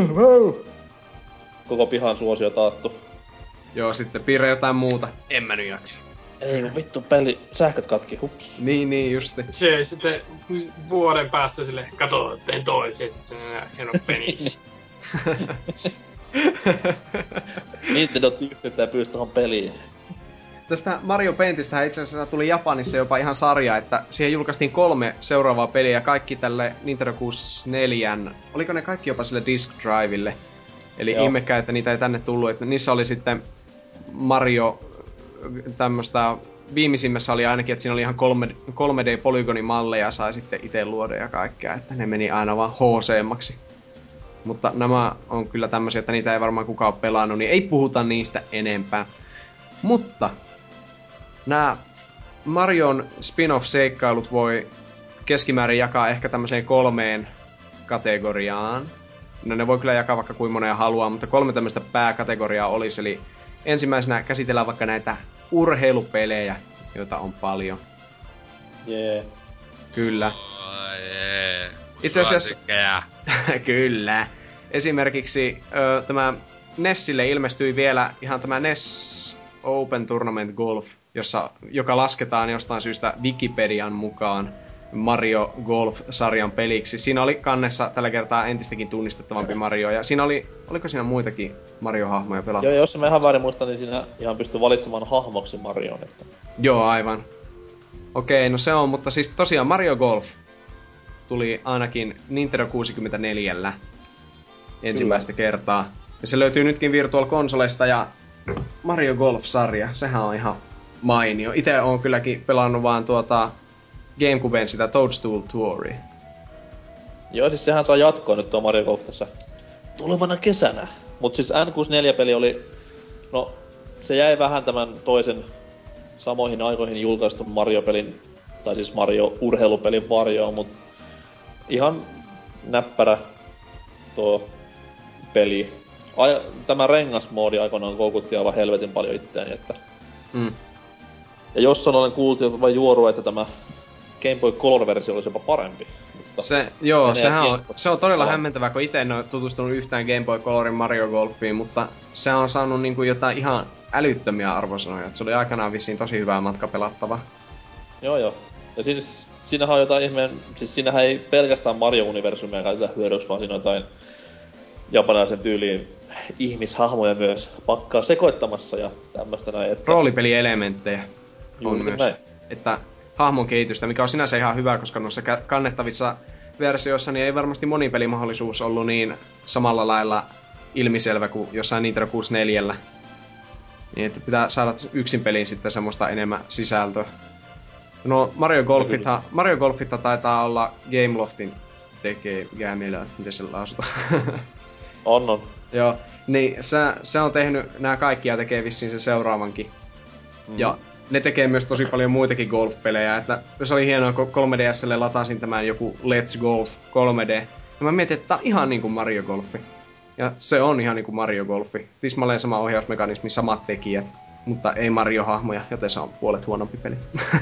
koko pihan suosio taattu. Joo, sitten piirrä jotain muuta. En mä nyt jaksa. Ei mun vittu peli, sähköt katki, hups. Niin justi. Se ei sitten vuoden päästä sille, kato, tein toisen ja sit sen enää hieno penis. Nintendo tyhtyttää pyysi tohon peliin. tästä Mario Paintista itse asiassa tuli Japanissa jopa ihan sarja, että siihen julkaistiin 3 seuraavaa peliä, kaikki tälle Nintendo 64, oliko ne kaikki jopa sille disk drivelle? Eli ihmekään, että niitä ei tänne tullut, että niissä oli sitten Mario tämmöstä, viimeisimmässä oli ainakin, että siinä oli ihan 3D-polygonimalleja sai sitten itse luoda ja kaikkea, että ne meni aina vaan HC-maksi. Mutta nämä on kyllä tämmöisiä, että niitä ei varmaan kukaan ole pelannut, niin ei puhuta niistä enempää. Mutta nämä Marion spin-off-seikkailut voi keskimäärin jakaa ehkä tämmöiseen 3 kategoriaan. No ne voi kyllä jakaa vaikka kuin moneen haluaa, mutta 3 tämmöistä pääkategoriaa olisi. Eli ensimmäisenä käsitellään vaikka näitä urheilupelejä, joita on paljon. Jee. Kyllä. Jee. Itse asiassa... Kyllä. Esimerkiksi tämä Nessille ilmestyi vielä ihan tämä NES Open Tournament Golf, joka lasketaan jostain syystä Wikipedian mukaan Mario Golf-sarjan peliksi. Siinä oli kannessa tällä kertaa entistäkin tunnistettavampi Mario, ja siinä oliko siinä muitakin Mario-hahmoja pelattu? Joo, jos mä ihan väärin muistan, niin siinä ihan pystyi valitsemaan hahmoksi Marion. Että... Joo, aivan. Okei, no se on, mutta siis tosiaan Mario Golf tuli ainakin Nintendo 64 ensimmäistä kertaa. Ja se löytyy nytkin Virtual Consolesta, ja Mario Golf-sarja, sehän on ihan mainio. Itse on kylläkin pelannut vaan GameCuben sitä Toadstool Touria. Joo, siis sehän saa jatkoa nyt tuo Mario Golf tässä tulevana kesänä. Mut siis N64-peli oli... No, se jäi vähän tämän toisen samoihin aikoihin julkaistun Mario-pelin, tai siis Mario-urheilupelin varjoon, mut ihan näppärä tuo peli. Tämä rengasmoodi aikoinaan koukutti aivan helvetin paljon itteeni, että... Ja jossain olen kuultu jopa juorua, että tämä Game Boy Color-versio olisi jopa parempi. Mutta se on todella hämmentävää, kun itse en ole tutustunut yhtään Game Boy Colorin Mario Golfiin, mutta se on saanut niinku jotain ihan älyttömiä arvosanoja. Se oli aikanaan vissiin tosi hyvää matka pelattava. Joo. Ja siinähän on jotain ihmeen... Siis siinähän ei pelkästään Mario-universumia käytetä hyödyksi, vaan siinä on jotain japanilaisen tyyliin ihmishahmoja myös pakkaa sekoittamassa ja tämmöstä näin, että... Roolipelielementtejä on myös. Näin. Että hahmon kehitystä, mikä on sinänsä ihan hyvä, koska noissa kannettavissa versioissa niin ei varmasti monipelimahdollisuus ollut niin samalla lailla ilmiselvä kuin jossain Nintendo 64. Niin, että pitää saada yksin peliin sitten semmoista enemmän sisältöä. No Mario Golfithan taitaa olla Gameloftin tekemillä, miten se lausutaan. On. Joo, niin se on tehnyt nämä kaikki ja tekee vissiin sen seuraavankin. Ja ne tekee myös tosi paljon muitakin golf-pelejä, että se oli hienoa, kun 3DS:lle latasin tämän joku Let's Golf 3D. Ja mä mietin, että tää on ihan niinku Mario Golfi. Ja se on ihan niinku Mario Golfi. Tismalleen sama ohjausmekanismi, samat tekijät, mutta ei Mario-hahmoja, joten se on puolet huonompi peli.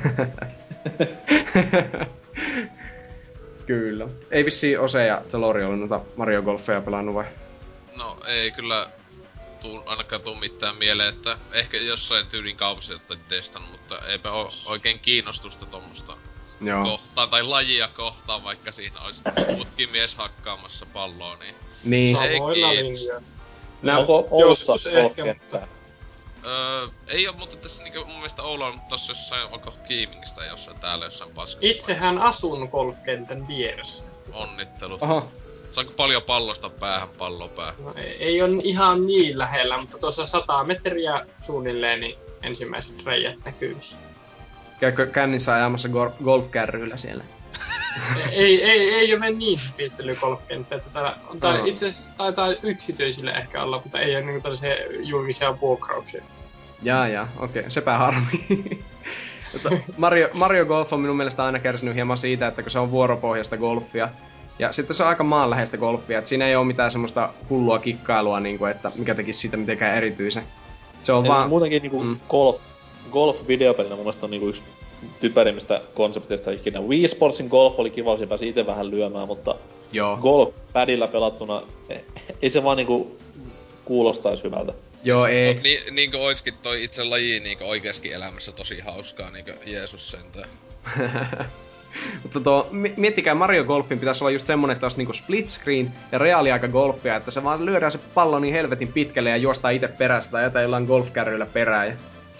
Kyllä. Ei vissiin Ose ja Zelori ollut noita Mario Golfeja pelannut vai? No ei kyllä ainakaan tuu mitään mieleen, että ehkä jossain tyylin kaupassa testannut, mutta eipä oo oikein kiinnostusta tommosta kohtaa tai lajia kohtaan, vaikka siinä olisi putkimies hakkaamassa palloa, niin... Samoilla linjoilla. Onko Oulussa golfkenttää? Ei oo, mutta tässä niinku mun mielestä Oulu on tossa jossain, onko Kiimingistä tai jossain täällä jossain paskassa. Itsehän asun golfkentän vieressä. Onnittelut. Oho. Saanko paljon pallosta päähän, pallon päähän? No ei on ihan niin lähellä, mutta tuossa 100 metriä suunnilleen niin ensimmäiset reijät näkyvissä. Käykö kännissä ajamassa golfkärryillä siellä? ei ole niin pistely golfkenttä. Itse asiassa taitaa yksityisille ehkä olla, mutta ei ole niinku tällaisia julkisia vuokrauksia. Jaa, okei. Sepä harmi. Mario Golf on minun mielestä aina kärsinyt hieman siitä, että kun se on vuoropohjaista golfia, ja sitten se on aika maanläheistä golfia, että siinä ei ole mitään semmoista hullua kikkailua, niin kuin, että mikä tekisi siitä mitenkään erityisen. Se on vaan... Muutenkin niinku golf-videopelinä mun mielestä on niinku yksi typerimmistä konsepteista ikinä. Wii Sportsin golf oli kiva, se pääsi itse vähän lyömään, mutta golf-padilla pelattuna ei se vaan niinku kuulostais hyvältä. Joo, siis, ei. Niinkö oiskin toi itse laji niinkö oikeeskin elämässä tosi hauskaa, niinkö Jeesus sentään. Mutta miettikää, Mario Golfin pitäisi olla just semmonen, että olisi niinku split screen ja reaaliaika golfia, että se vaan lyödään se pallo niin helvetin pitkälle ja juostaa itse perässä tai jätä jollain golfkärryillä perään. Ja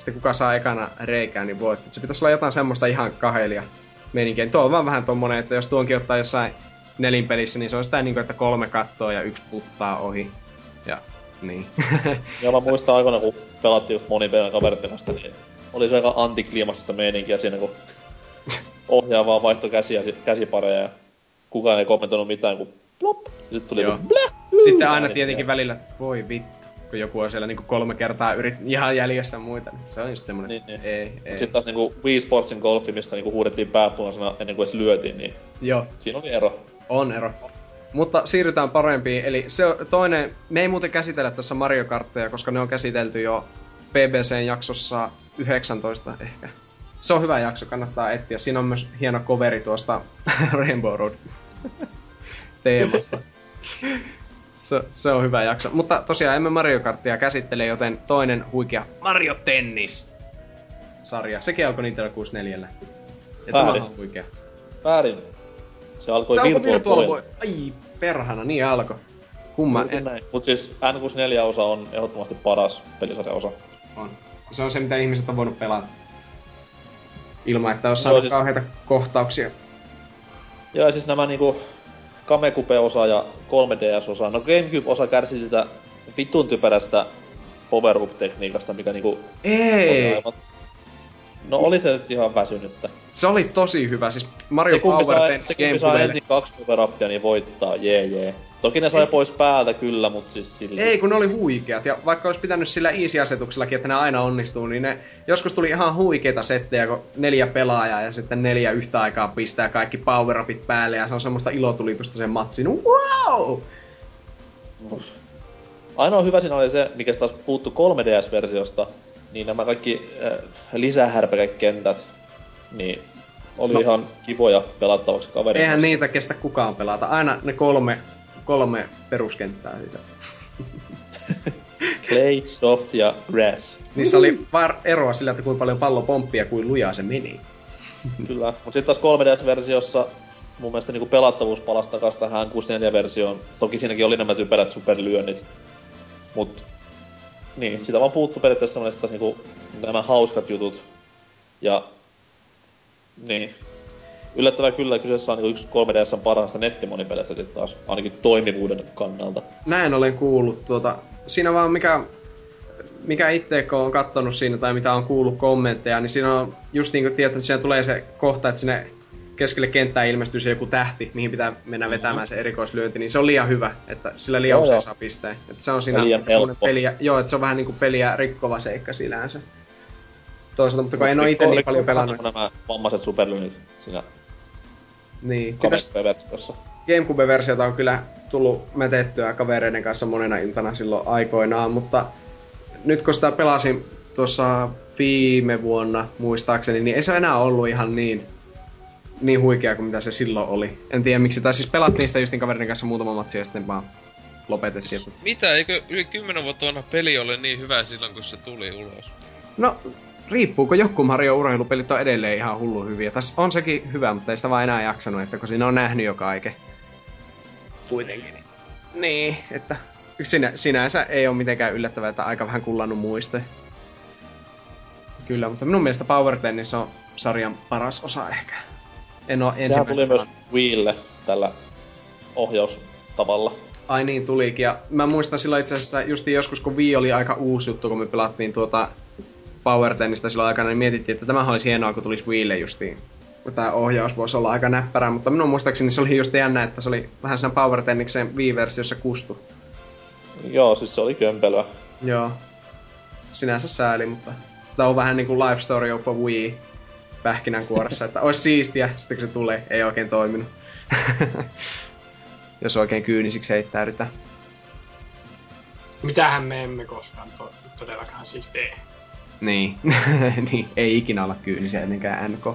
sitten kuka saa ekana reikään, niin voit. Se pitäisi olla jotain semmoista ihan kahelia meininkiä. Tuo on vaan vähän tommonen, että jos tuonkin ottaa jossain nelinpelissä, niin se on sitä niinku, että 3 kattoo ja 1 puttaa ohi. Ja niin. Joo, mä muistan aikoina, kun pelattiin just monipelin kaveritten kanssa, niin oli se aika antikliimassista meininkiä siinä, kun ohjaa vaan vaihtoi käsipareja ja kukaan ei kommentoinut mitään, kun plop, ja sit tuli blä. Sitten aina tietenkin välillä, voi vittu, kun joku on siellä niinku 3 kertaa ihan jäljessä muita. Se on just semmonen, niin. ei. Sitten taas niinku Wii Sportsin golfi, missä niinku huudettiin pääpunaisena ennen kuin edes lyötiin, niin joo. Siinä oli ero. On ero. Mutta siirrytään parempiin, eli se toinen, me ei muuten käsitellä tässä Mario Kartteja, koska ne on käsitelty jo BBCn jaksossa 19 ehkä. Se on hyvä jakso, kannattaa etsiä. Siinä on myös hieno coveri tuosta Rainbow Road teemasta. Se on hyvä jakso. Mutta tosiaan emme Mario Karttia käsittele, joten toinen huikea Mario Tennis-sarja. Sekin alkoi Nintendo 64. Ja tämä on huikea. Väärin. Se alkoi Virtual Boy. Ai perhana, niin alkoi. Mut siis N64-osa on ehdottomasti paras pelisarjaosa. On. Se on se, mitä ihmiset on voinut pelata. Ilman, että olisi saanut kauheita kohtauksia. Joo, siis nämä niinku Kamekupe-osa ja 3DS-osa. No Gamecube-osa kärsi sitä vitun typerästä power-up-tekniikasta, mikä niinku... Ei! Aivan... No oli se nyt ihan väsynyttä. Se oli tosi hyvä, siis Mario Power Tennis Gamecubelle. Se saa ensin 2 power-upia, niin voittaa, jee. Toki ne sai pois päältä kyllä, mut siis silti. Ei, kun ne oli huikeat. Ja vaikka olisi pitänyt sillä easy-asetuksellakin, että ne aina onnistuu, niin ne joskus tuli ihan huikeita settejä, kun 4 pelaajaa ja sitten 4 yhtä aikaa pistää kaikki power-upit päälle ja se on semmoista ilotulitusta sen matsin. Wow! Ainoa hyvä siinä oli se, mikä taas puuttu 3DS-versiosta, niin nämä kaikki lisähärpäkekentät, niin oli ihan kivoja pelattavaksi kaverin. Eihän niitä kestä kukaan pelata. Aina ne kolme peruskenttää siitä. Clay, soft ja grass. Niissä oli eroa sillä, että kuinka paljon pallo pomppia kuin lujaa se meni. Kyllä, mut sit taas 3DS-versiossa mun mielestä niinku pelattavuus palasi takas tähän 64-versioon. Toki siinäkin oli nämä typerät superlyönnit. Mut niin, sitä vaan puuttu periaatteessa semmoinen niinku nämä hauskat jutut. Ja niin. Yllättävää kyllä, kyseessä on niinku yksi 3DS:n parhaista nettimonipeleistä sit taas, ainakin toimivuuden kannalta. Näin olen kuullut siinä vaan mikä itse kun on kattonut siinä tai mitä on kuullut kommentteja, niin siinä on just niinku tietää, että siinä tulee se kohta, että sinne keskelle kenttää ilmestyy se joku tähti, mihin pitää mennä vetämään se erikoislyönti, niin se on liian hyvä, että sillä liian usein saa pisteen. Että se on siinä semmoinen peliä, että se on vähän niinku peliä rikkova seikka sinänsä. Toisaalta, mutta kun en oo ite niin paljon pelannut. Nämä vammaiset superlyönnit siinä niin. Gamecube-versiossa. Gamecube-versiota on kyllä tullut mätettyä kavereiden kanssa monena iltana silloin aikoinaan, mutta nyt kun sitä pelasin tuossa viime vuonna muistaakseni, niin ei se enää ollut ihan niin huikea kuin mitä se silloin oli. En tiedä miksi, tai siis pelattiin sitä justin kavereiden kanssa muutama matsi ja sitten vaan lopetettiin. Mitä, eikö yli 10 vuotta vanha peli ole niin hyvä silloin kun se tuli ulos? No, riippuuko joku Mario-urheilupelit on edelleen ihan hullu hyviä. Tässä on sekin hyvä, mutta ei sitä vaan enää jaksanut, että kun siinä on nähnyt jo kaiken. Kuitenkin. Niin, että sinänsä ei ole mitenkään yllättävää, että aika vähän kullannut muistoja. Kyllä, mutta minun mielestä Power Tennis on sarjan paras osa ehkä. En oo sehän tuli myös Wiille tällä ohjaustavalla. Ai niin, tulikin. Ja mä muistan silloin itse asiassa justiin joskus, kun Wii oli aika uusi juttu, kun me pelattiin Power Tennistä silloin aikana, niin mietittiin, että tämähän olisi hienoa, kun tulisi Wiille justiin. Tää ohjaus voisi olla aika näppärä, mutta minun muistaakseni se oli just jännä, että se oli vähän siinä Power Tenniksen Wii-versiossa kustu. Joo, siis se oli kömpelöä. Joo. Sinänsä sääli, mutta tää on vähän niinku Life Story of a Wii pähkinänkuoressa, että ois siistiä, sitten kun se tulee, ei oikein toiminut. Jos oikein kyynisiksi heittäydytään. Mitähän me emme koskaan todellakaan siis tee. Niin. Niin, ei ikinä olla kyynisiä ennenkään NK.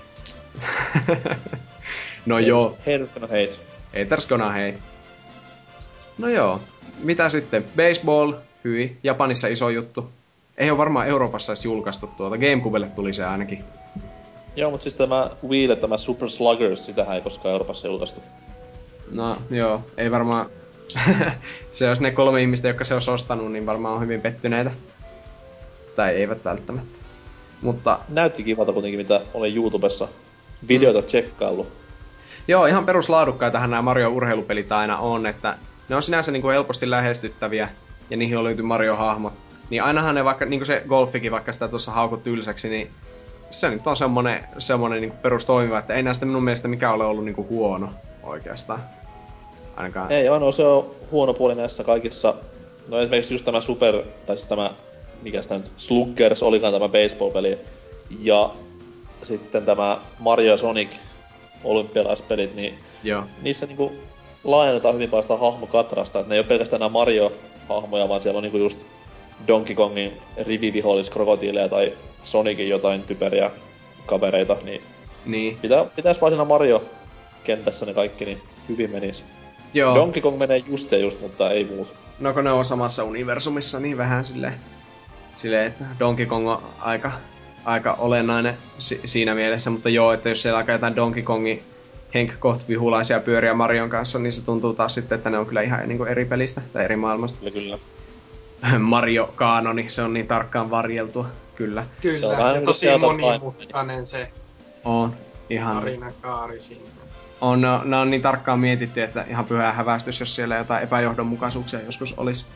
No joo. Haters gonna hate. Haters gonna hate. No joo. Mitä sitten? Baseball, hyi. Japanissa iso juttu. Ei ole varmaan Euroopassa edes julkaistu Gamecubelle tuli se ainakin. Joo, mutta siis tämä Wiille, tämä Super Sluggers, sitähän ei koskaan Euroopassa julkaistu. No joo, ei varmaan... se jos ne 3 ihmistä, jotka se olisi ostanut, niin varmaan on hyvin pettyneitä. Tai eivät välttämättä. Mutta... Näytti kivalta kuitenkin, mitä olen YouTubessa videoita tsekkaillut. Joo, ihan peruslaadukkaitahan nämä Mario-urheilupelit aina on, että ne on sinänsä niinku helposti lähestyttäviä, ja niihin on löytyy Mario-hahmot. Niin ainahan ne vaikka, niinku se golfikin, vaikka sitä tuossa haukut tylsäksi, niin se nyt on semmonen niinku perustoimiva, että ei näistä minun mielestä mikään ole ollut niinku huono oikeastaan. Ainakaan. Ei ainoa se on huono puoli näissä kaikissa. No esimerkiksi just tämä tai siis tämä, mikä sitä nyt, Sluggers olikaan tämä baseball-peli. Ja sitten tämä Mario ja Sonic olympialaispelit, niin joo. Niissä niinku laajennetaan hyvin paljon sitä hahmokatrasta, että ne ei oo pelkästään nämä Mario-hahmoja, vaan siellä on niinku just Donkey Kongin riviviholliskrokotiileja tai Sonicin jotain typeriä kavereita, niin. Pitäis vaan siinä Mario-kentässä ne kaikki, niin hyvin menis. Joo. Donkey Kong menee just ja just, mutta ei muut. No kun ne on samassa universumissa, niin vähän silleen, että Donkey Kong on aika olennainen siinä mielessä, mutta joo, että jos siellä alkaa jotain Donkey Kongin Henk-koht-vihulaisia pyöriä Marion kanssa, niin se tuntuu taas sitten, että ne on kyllä ihan niin kuin eri pelistä tai eri maailmasta. Kyllä. Mario-kaanoni, se on niin tarkkaan varjeltua, kyllä. Kyllä, ja tosi monimutkainen se on ihan tarinakaari siinä. Ne on niin tarkkaan mietitty, että ihan pyhä hävästys, jos siellä jotain epäjohdonmukaisuuksia joskus olisi.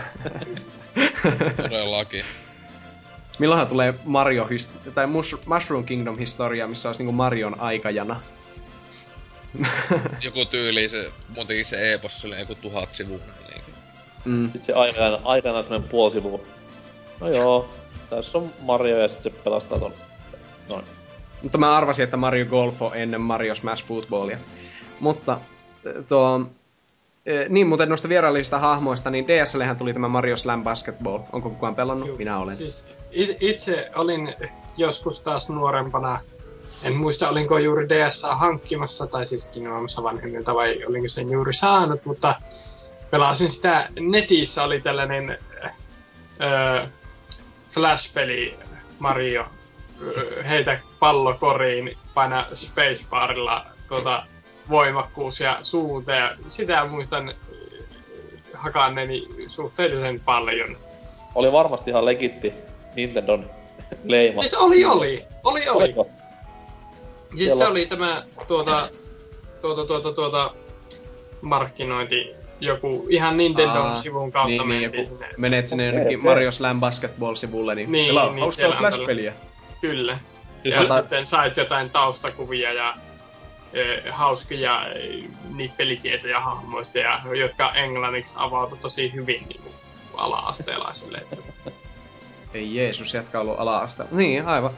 Todellakin. Milloinhan tulee tai Mushroom Kingdom historia, missä olisi niinku Marion aikajana? Joku tyyli, se muutenkin se epos oli joku 1000 sivua. Sitten se aikana semmonen puoli sivua. No joo, tässä on Mario ja sit se pelastaa ton. Noin. Mutta mä arvasin, että Mario Golf on ennen Mario Smash Footballia. Mutta niin muuten noista vieraillisista hahmoista, niin DSL:hän tuli tämä Mario Slam Basketball. Onko kukaan pelannut? Joo. Minä olen. Siis itse olin joskus taas nuorempana. En muista, olinko juuri DS:ää hankkimassa tai siis kinoamassa vanhemmilta vai olinko sen juuri saanut, mutta pelasin sitä netissä, oli tällainen Flash-peli Mario. Heitä pallo koriin, paina spacebarilla voimakkuus ja suunta ja sitä muistan hakanneeni suhteellisen paljon. Oli varmasti ihan legitti Nintendon leima. Siis oli. Oliko? Siis se oli tämä markkinointi joku ihan Nintendo-sivun kautta mentiin sinne. Menet sinne jonnekin Mario Slam Basketball-sivulle, niin pelaa hauskaa Flash-peliä. Kyllä. Ja sitten sait jotain taustakuvia ja hauskia nippelitietoja hahmoista, jotka englanniksi avautui tosi hyvin niin ala-asteelaisille. Ei Jeesus, jätkä ollut ala-asteella. Niin, aivan.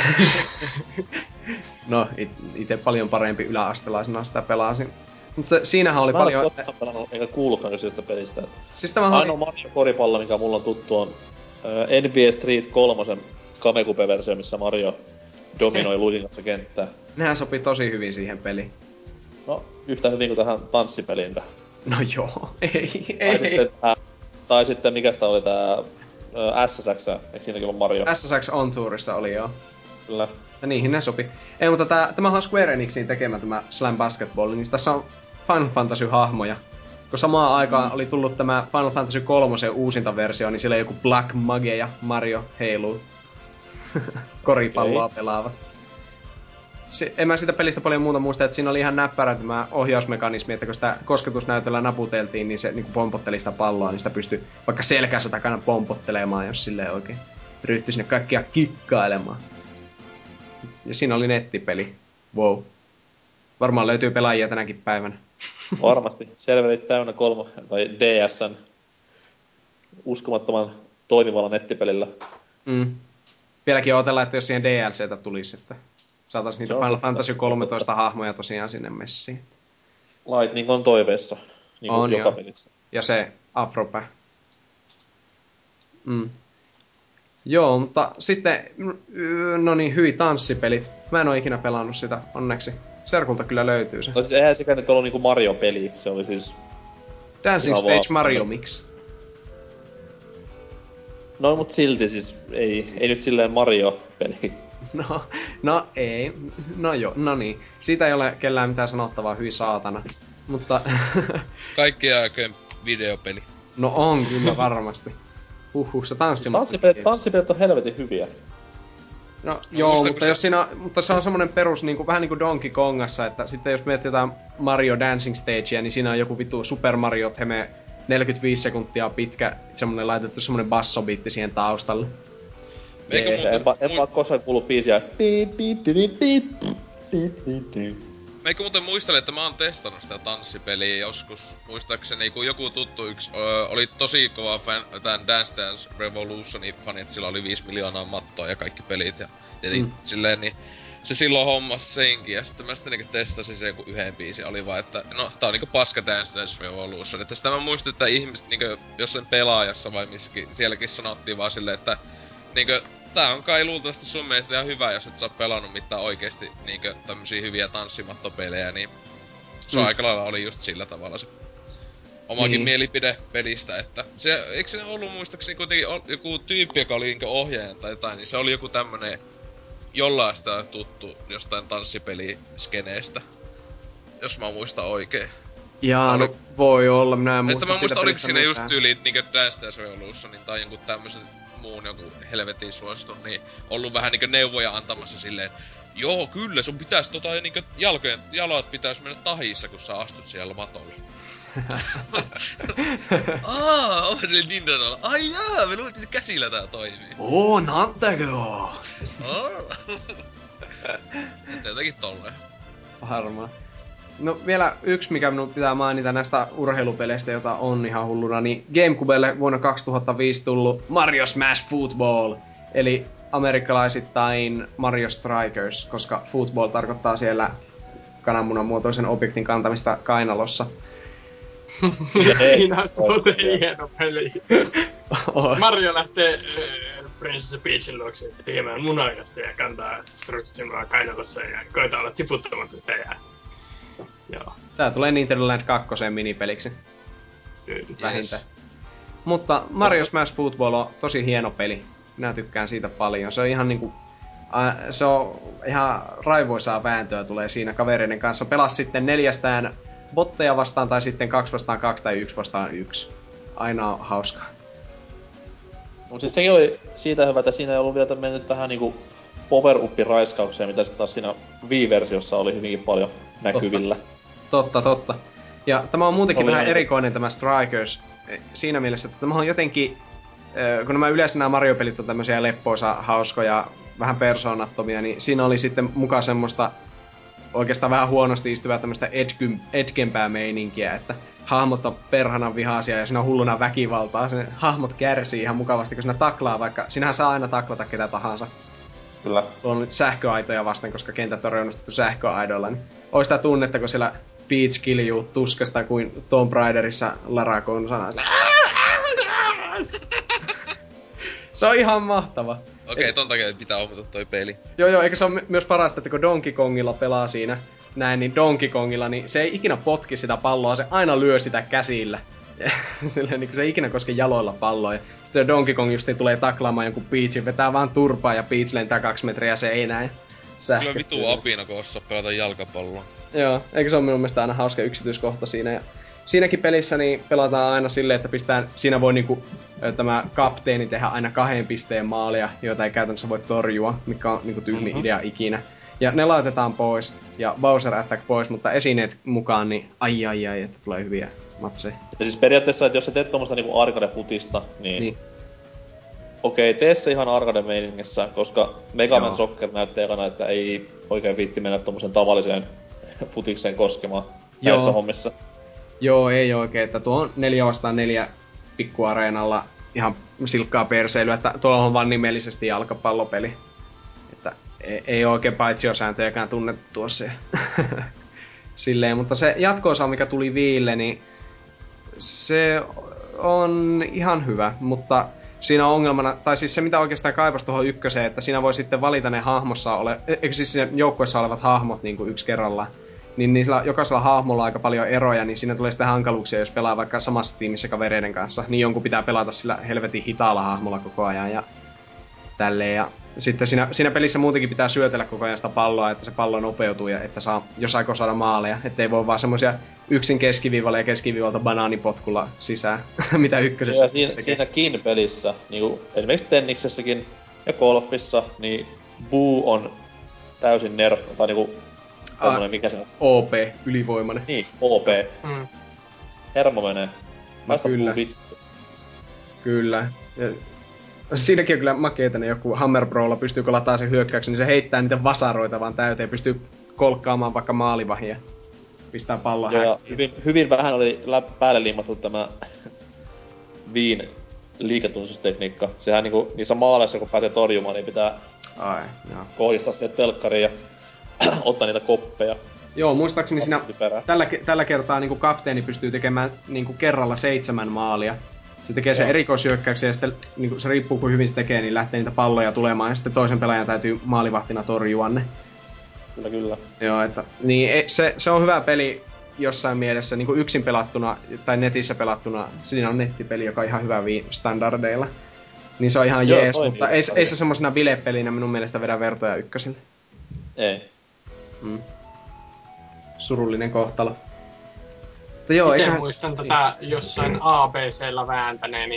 No, ite paljon parempi yläastelaisena sitä pelasin. Mutta siinähän oli paljon... Mä en koskaan pelannut eikä kuullutkaan siitä pelistä. Siis ainoa Mario-koripallo, mikä mulla on tuttu, on NBA Street 3 Kamekupe-versio, missä Mario dominoi Luigin kanssa kenttää. Nehän sopii tosi hyvin siihen peliin. No, yhtä hyvin kuin tähän tanssipeliin. No joo, ei. Tai sitten mikäs tää oli tää SSX, eikö siinäkin ollut Mario? SSX On Tourissa oli joo. Kyllä. Ja niihin ne sopi. Ei, mutta tämähän on Square Enixin tekemä tämä Slam Basketball, niin tässä on Final Fantasy-hahmoja. Kun samaan aikaan oli tullut tämä Final Fantasy 3 uusinta versio, niin siellä joku Black Mage ja Mario heiluu. Koripalloa pelaavat. En mä siitä pelistä paljon muuta muista, että siinä oli ihan näppärä tämä ohjausmekanismi, että kun sitä kosketusnäytöllä naputeltiin, niin se niin pompotteli sitä palloa, niin sitä pystyi vaikka selkänsä takana pompottelemaan, jos silleen oikein ryhtyi sinne kaikkia kikkailemaan. Ja siinä oli nettipeli. Wow. Varmaan löytyy pelaajia tänäkin päivänä. Varmasti. Serverit täynnä tai DS:n uskomattoman toimivalla nettipelillä. Vieläkin odotellaan, että jos siihen DLCtä tulisi, että saataisiin niitä Final Fantasy 13 hahmoja tosiaan sinne messiin. Lightning on toiveessa, niin kuin joka pelissä. Ja se Afropä. Joo, mutta sitten, no niin, hyi tanssipelit. Mä en oo ikinä pelannut sitä, onneksi. Serkulta kyllä löytyy se. No siis eihän sekään nyt ollut niinku Mario-peli, se oli siis... Dancing Stage Mario Mix. No mut silti siis, ei nyt silleen Mario-peli. No ei, no joo, no niin. Siitä ei ole kellään mitään sanottavaa, hyi saatana. Mutta... Kaikki aikojen videopeli. No on kyllä varmasti. Se tanssipelit on helvetin hyviä. No joo, mutta se on semmonen perus niinku vähän niinku Donkey Kongassa, että sitten jos miettii jotain Mario Dancing Stagea, niin siinä on joku vitu Super Mario Theme 45 sekuntia pitkä, semmonen laitettu semmonen bassobiitti siihen taustalle. En vaan koskaan kuullut biisiä. Eikö muuten muistele, että mä oon testannut sitä tanssipeliä joskus, muistaakseni kun joku tuttu oli tosi kova fan, tän Dance Dance Revolutionin fani, että sillä oli 5 miljoonaa mattoa ja kaikki pelit ja silleen, niin se silloin hommas senkin, ja sitten mä niinku testasin se joku yhden biisin, oli vaan, että no tää on niinku paska Dance Dance Revolution, että sitä mä muistin, että ihmiset niinku jossain pelaajassa vai missäkin, sielläkin sanottiin vaan silleen, että niinku tää on kai luultavasti sun mielestä ihan hyvä, jos et sä oo pelannut mitään oikeesti niinku tämmösiä hyviä tanssimattopelejä, niin se aika lailla oli just sillä tavalla se omakin mielipide pelistä, että se, eikö siinä ollut muistaakseni kuitenkin joku tyyppi, joka oli niinku ohjaajan tai jotain, niin se oli joku tämmönen jollain sitä tuttu jostain tanssipeliskeneestä, jos mä muistan oikein. Jaa, no voi olla, minä en muista. Että mä muistan, oliko siinä just tyyliin niinku Dance Dance Revolutionin tai jonkun tämmösen muun joku helvetin suositun, niin ollut vähän niinku neuvoja antamassa silleen, joo kyllä, sun pitäis niinku jalat pitäis mennä tahissa, kun sä astut siellä matolle. On se Nintendolla. Ai jaa, me luultiin, että käsillä tää toimii. Nantako! Että jotenkin tolleen. Varmaan. No vielä yksi, mikä minun pitää mainita näistä urheilupeleistä, jota on ihan hulluna, niin GameCubelle vuonna 2005 tullut Mario Smash Football, eli amerikkalaisittain Mario Strikers, koska football tarkoittaa siellä kananmunan muotoisen objektin kantamista kainalossa. Siinä on hieno peli. Mario lähtee Princess Peachin luokse tekemään munakasta ja kantaa Strutsimaa kainalossa ja koetaan olla tiputtamatta sitä jää. Joo. Tää tulee Nintendo Land 2 minipeliksi. Vähintään. Mutta Mario Smash Football on tosi hieno peli. Minä tykkään siitä paljon. Se on ihan niinku... se on ihan raivoisaa vääntöä tulee siinä kavereiden kanssa. Pelas sitten 4 botteja vastaan tai sitten 2 vastaan 2 tai 1 vastaan 1. Aina on hauskaa. Mut siis sekin oli siitä hyvä, että siinä ei ollut vielä mennyt tähän niinku power-up-raiskaukseen, mitä sitten taas siinä Wii-versiossa oli hyvinkin paljon näkyvillä. Totta. Ja tämä on muutenkin vähän erikoinen tämä Strikers siinä mielessä, että tämä on jotenkin, kun nämä yleensä nämä Mario-pelit on tämmöisiä leppoisa, hauskoja, vähän persoonattomia, niin siinä oli sitten mukaan semmoista oikeastaan vähän huonosti istuvaa tämmöistä edgempää meininkiä, että hahmot on perhanan vihaisia ja siinä on hulluna väkivaltaa. Se hahmot kärsii ihan mukavasti, kun siinä taklaa, vaikka sinähän saa aina taklata ketä tahansa. Kyllä. On nyt sähköaitoja vasten, koska kentät on reunustettu sähköaidoilla, niin ois tää tunnetta, kun siellä Peach kiljuu tuskasta kuin Tomb Raiderissa Lara Konsana. Se on ihan mahtava. Okei, ton takia pitää ohjata toi peli. Joo, eikä se on myös parasta, että kun Donkey Kongilla pelaa siinä näin, niin Donkey Kongilla, niin se ei ikinä potki sitä palloa, se aina lyö sitä käsillä. Silleen, niin se ei ikinä koske jaloilla palloa. Ja sitten se Donkey Kong justiin tulee taklaamaan jonkun Peachin, vetää vaan turpaa ja Peach lentää 2 metriä seinään. Kyllä vituu apina, kun osaa pelata jalkapalloa. Joo, eikö se ole minun mielestä aina hauska yksityiskohta siinä. Ja siinäkin pelissä niin pelataan aina silleen, että siinä voi niinku tämä kapteeni tehdä aina 2 pisteen maalia, joita ei käytännössä voi torjua, mikä on niinku tyhmin idea ikinä. Ja ne laitetaan pois, ja Bowser Attack pois, mutta esineet mukaan, niin ai, että tulee hyviä matseja. Ja siis periaatteessa, että jos sä teet tommoista niinku arcade-futista, niin. Okei, tee se ihan arcade-meiningissä, koska Mega Man Soccer näytti ekana, että ei oikein viitti mennä tommosen tavalliseen futikseen koskemaan näissä hommissa. Joo, ei oikein, että tuo on 4 vastaan 4 pikkuareenalla ihan silkkaa perseilyä, että tuolla on vaan nimellisesti jalkapallopeli. Että ei oikein paitsiosääntöjäkään tunnettu tuossa. Silleen, mutta se jatko-osa, mikä tuli Viille, niin se on ihan hyvä, mutta siinä on ongelmana, tai siis se mitä oikeastaan kaipasi tuohon ykköseen, että siinä voi sitten valita ne siis siinä joukkueessa olevat hahmot niin kuin yksi kerrallaan. Niin niillä jokaisella hahmolla on aika paljon eroja, niin siinä tulee sitten hankaluuksia, jos pelaa vaikka samassa tiimissä kavereiden kanssa. Niin jonkun pitää pelata sillä helvetin hitaalla hahmolla koko ajan ja tälleen. Ja sitten siinä pelissä muutenkin pitää syötellä koko ajan sitä palloa, että se pallo nopeutuu ja että saa, jos aikoo saada maaleja. Ettei voi vaan semmosia yksin keskiviivalle ja keskiviivalta banaanipotkulla sisään, mitä ykkösessä tekee. Siinäkin pelissä, niinku esimerkiksi tenniksessäkin ja golfissa, niin Buu on täysin tai niinku tommonen, mikä se on? OP, ylivoimainen. Niin, OP. Hermo menee. Haista Buu vittu. Kyllä. Ja siinäkin on kyllä makeeta, niin joku Hammer Brolla pystyy kun lataa sen hyökkäyksen, niin se heittää niitä vasaroita vaan täyteen, pystyy kolkkaamaan vaikka maalivahia. Pistää pallon häkkiin. Hyvin vähän oli päälle liimattu tämä Viin liiketunnistustekniikka. Sehän niinku niissä maaleissa, kun pääsee torjumaan, niin pitää kohdistaa sinne telkkariin ja ottaa niitä koppeja. Joo, muistaakseni siinä tällä kertaa niinku kapteeni pystyy tekemään niinku kerralla 7 maalia. Se tekee sen erikoishyökkäyksen ja sitten niinku se riippuu kuin hyvin se tekee, niin lähtee niitä palloja tulemaan ja sitten toisen pelaajan täytyy maalivahtina torjua ne. Kyllä. Joo, että niin se on hyvä peli jossain mielessä niinku yksin pelattuna tai netissä pelattuna. Siinä on nettipeli, joka on ihan hyvä standardeilla. Niin se on ihan jees, mutta ei se semmosena bilepelinä minun mielestä vedä vertoja ykköselle. Ei. Surullinen kohtalo. Itse muistan tätä jossain ABC:llä vääntäneeni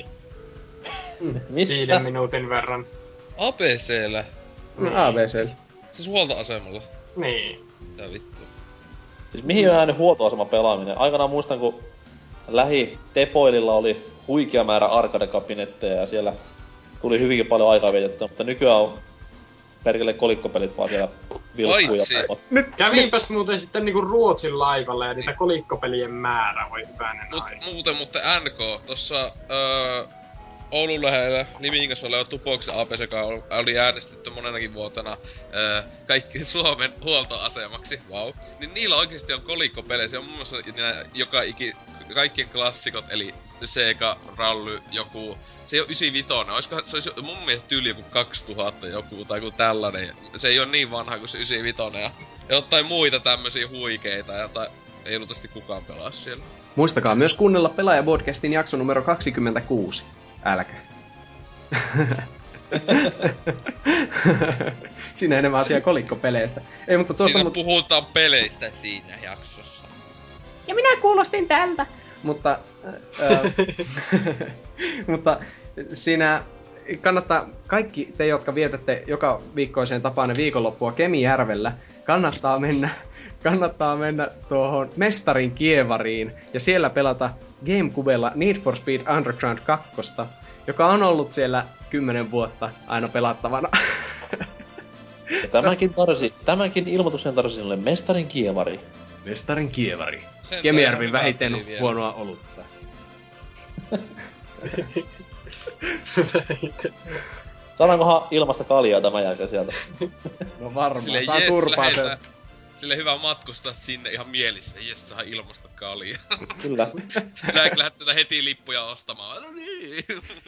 5 minuutin verran. ABC:llä? ABC:llä. Siis huoltoasemalla? Niin. Mitä vittua? Siis mihin on jäänyt huoltoaseman pelaaminen? Aikanaan muistan, kun Tepoililla oli huikea määrä arcade-kabinetteja ja siellä tuli hyvinkin paljon aikaa vietettyä, mutta nykyään on perkele kolikkopelit vaan siellä vilkkuja. Kävinpäs muuten sitten niinku Ruotsin laivalla ja niitä kolikkopelien määrä oli hyvänen aina. Mutta NK, tossa Oulun lähellä Limingassa oleva Tupoksen APC oli äänestetty monenakin vuotena kaikki Suomen huoltoasemaksi, wow. Niin niillä oikeesti on kolikkopelejä, se on muun muassa kaikkien klassikot, eli Sega, Rally, joku. Se ei oo 95, se olisi mun mielestä tyyli joku 2000 joku tai joku tällainen. Se ei oo niin vanha kuin se 95 ja jotain muita tämmösiä huikeita ja ei luultavasti kukaan pelaa siellä. Muistakaa myös kuunnella Pelaaja-podcastin jakso numero 26. Älkää. Siinä enemmän asiaa kolikkopeleistä. Ei, mutta tuosta siinä puhutaan peleistä siinä jaksossa. Ja minä kuulostin tältä. Mutta mutta siinä kannattaa, kaikki te, jotka vietätte joka viikkoiseen tapaan viikonloppua Kemijärvellä, kannattaa mennä tuohon Mestarin kievariin ja siellä pelata Gamecubella Need for Speed Underground 2, joka on ollut siellä 10 vuotta aina pelattavana. Ja tämänkin ilmoituksen tarvitsi sinulle Mestarin kievari. Mestarin kievari. Kemijärvin vähiten huonoa olutta. Saadaankohan ilmasta kaljaa tämän jälkeen sieltä? No varmaan, saa turpaa sen. Sille hyvä matkustaa sinne ihan mielissä, jes saa ilmasta kaljaa. Kyllä. Lähdet sitä heti lippuja ostamaan. No niin.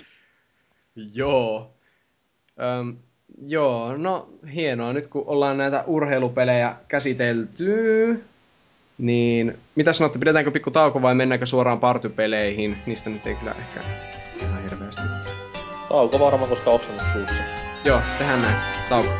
Joo, no hienoa. Nyt kun ollaan näitä urheilupelejä käsitelty, niin mitä sanotte, pidetäänkö pikku tauko vai mennäänkö suoraan partypeleihin? Niistä nyt ei kyllä ehkä ihan hirveästi. Tauko varmaan, koska oksennus suussa. Joo, tehdään näin. Tauko.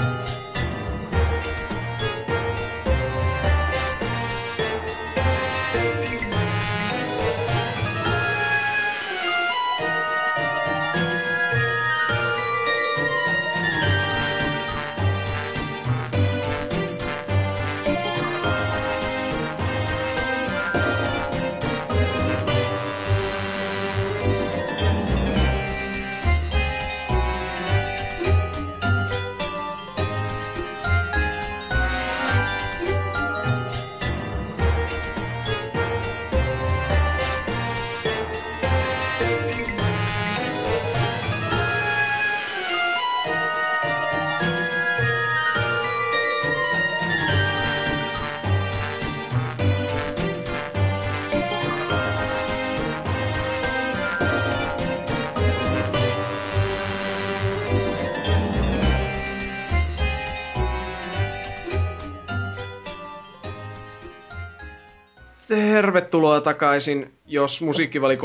Tervetuloa takaisin. Jos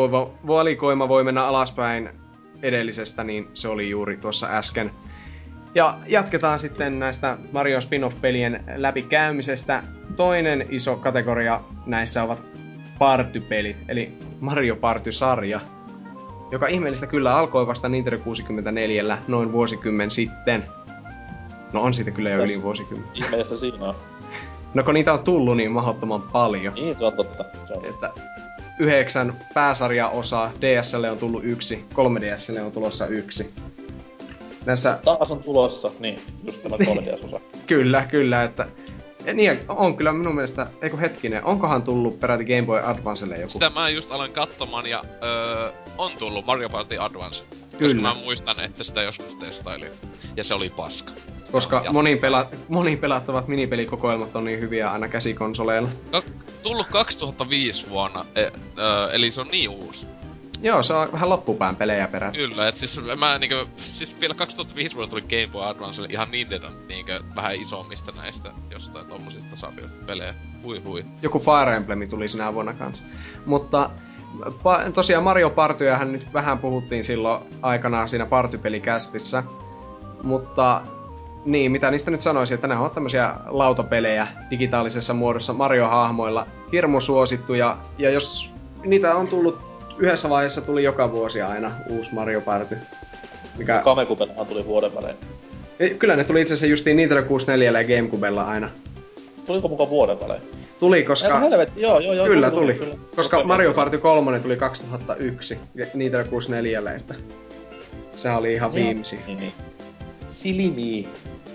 musiikkivalikoima voi mennä alaspäin edellisestä, niin se oli juuri tuossa äsken. Ja jatketaan sitten näistä Mario spin-off-pelien läpikäymisestä. Toinen iso kategoria näissä ovat partypelit, eli Mario Party-sarja, joka ihmeellistä kyllä alkoi vasta Nintendo 64 noin vuosikymmen sitten. No on siitä kyllä jo yli vuosikymmen. Ihmeellistä siinä on. No kun niitä on tullut niin mahdottoman paljon. Niin, se on totta. Se on. Että 9 pääsarjaosaa, DS:lle on tullut 1, 3DS:lle on tulossa 1. Näissä... Taas on tulossa, niin, just tämä 3DS-osa. Kyllä, että... Niin, on kyllä minun mielestä, eiku hetkinen, onkohan tullut peräti Game Boy Advancelle joku? Sitä mä just aloin katsomaan ja on tullut Mario Party Advance. Kyllä. Koska mä muistan, että sitä joskus testailin. Ja se oli paska. Koska moniin pelattavat minipelikokoelmat on niin hyviä aina käsikonsoleilla. Tullut 2005 vuonna, eli se on niin uusi. Joo, se on vähän loppupään pelejä peräti. Kyllä, et siis mä siis vielä 2005 vuonna tuli Game Boy Advancelle ihan Nintendo vähän isommista näistä jostain tommosista sarjoista pelejä. Hui. Joku Fire Emblem tuli sinä vuonna kanssa. Mutta tosiaan Mario Partyähän nyt vähän puhuttiin silloin aikanaan siinä partypelikästissä. Mutta niin, mitä niistä nyt sanoisin, että nämä on tämmösiä lautapelejä digitaalisessa muodossa Mario-hahmoilla. Hirmu suosittuja, ja jos niitä on tullut yhdessä vaiheessa tuli joka vuosi aina uusi Mario Party. Mikä... Kamekupellaan tuli vuoden välein. Kyllä ne tuli itse asiassa justiin Nintendo 64 ja Gamecubella aina. Tuliko mukaan vuoden välein? Tuli, koska... Joo. Kyllä tuli. Koska Mario Party 3 tuli 2001 Nintendo 64, että se oli ihan viimsi. Niin. Silimi.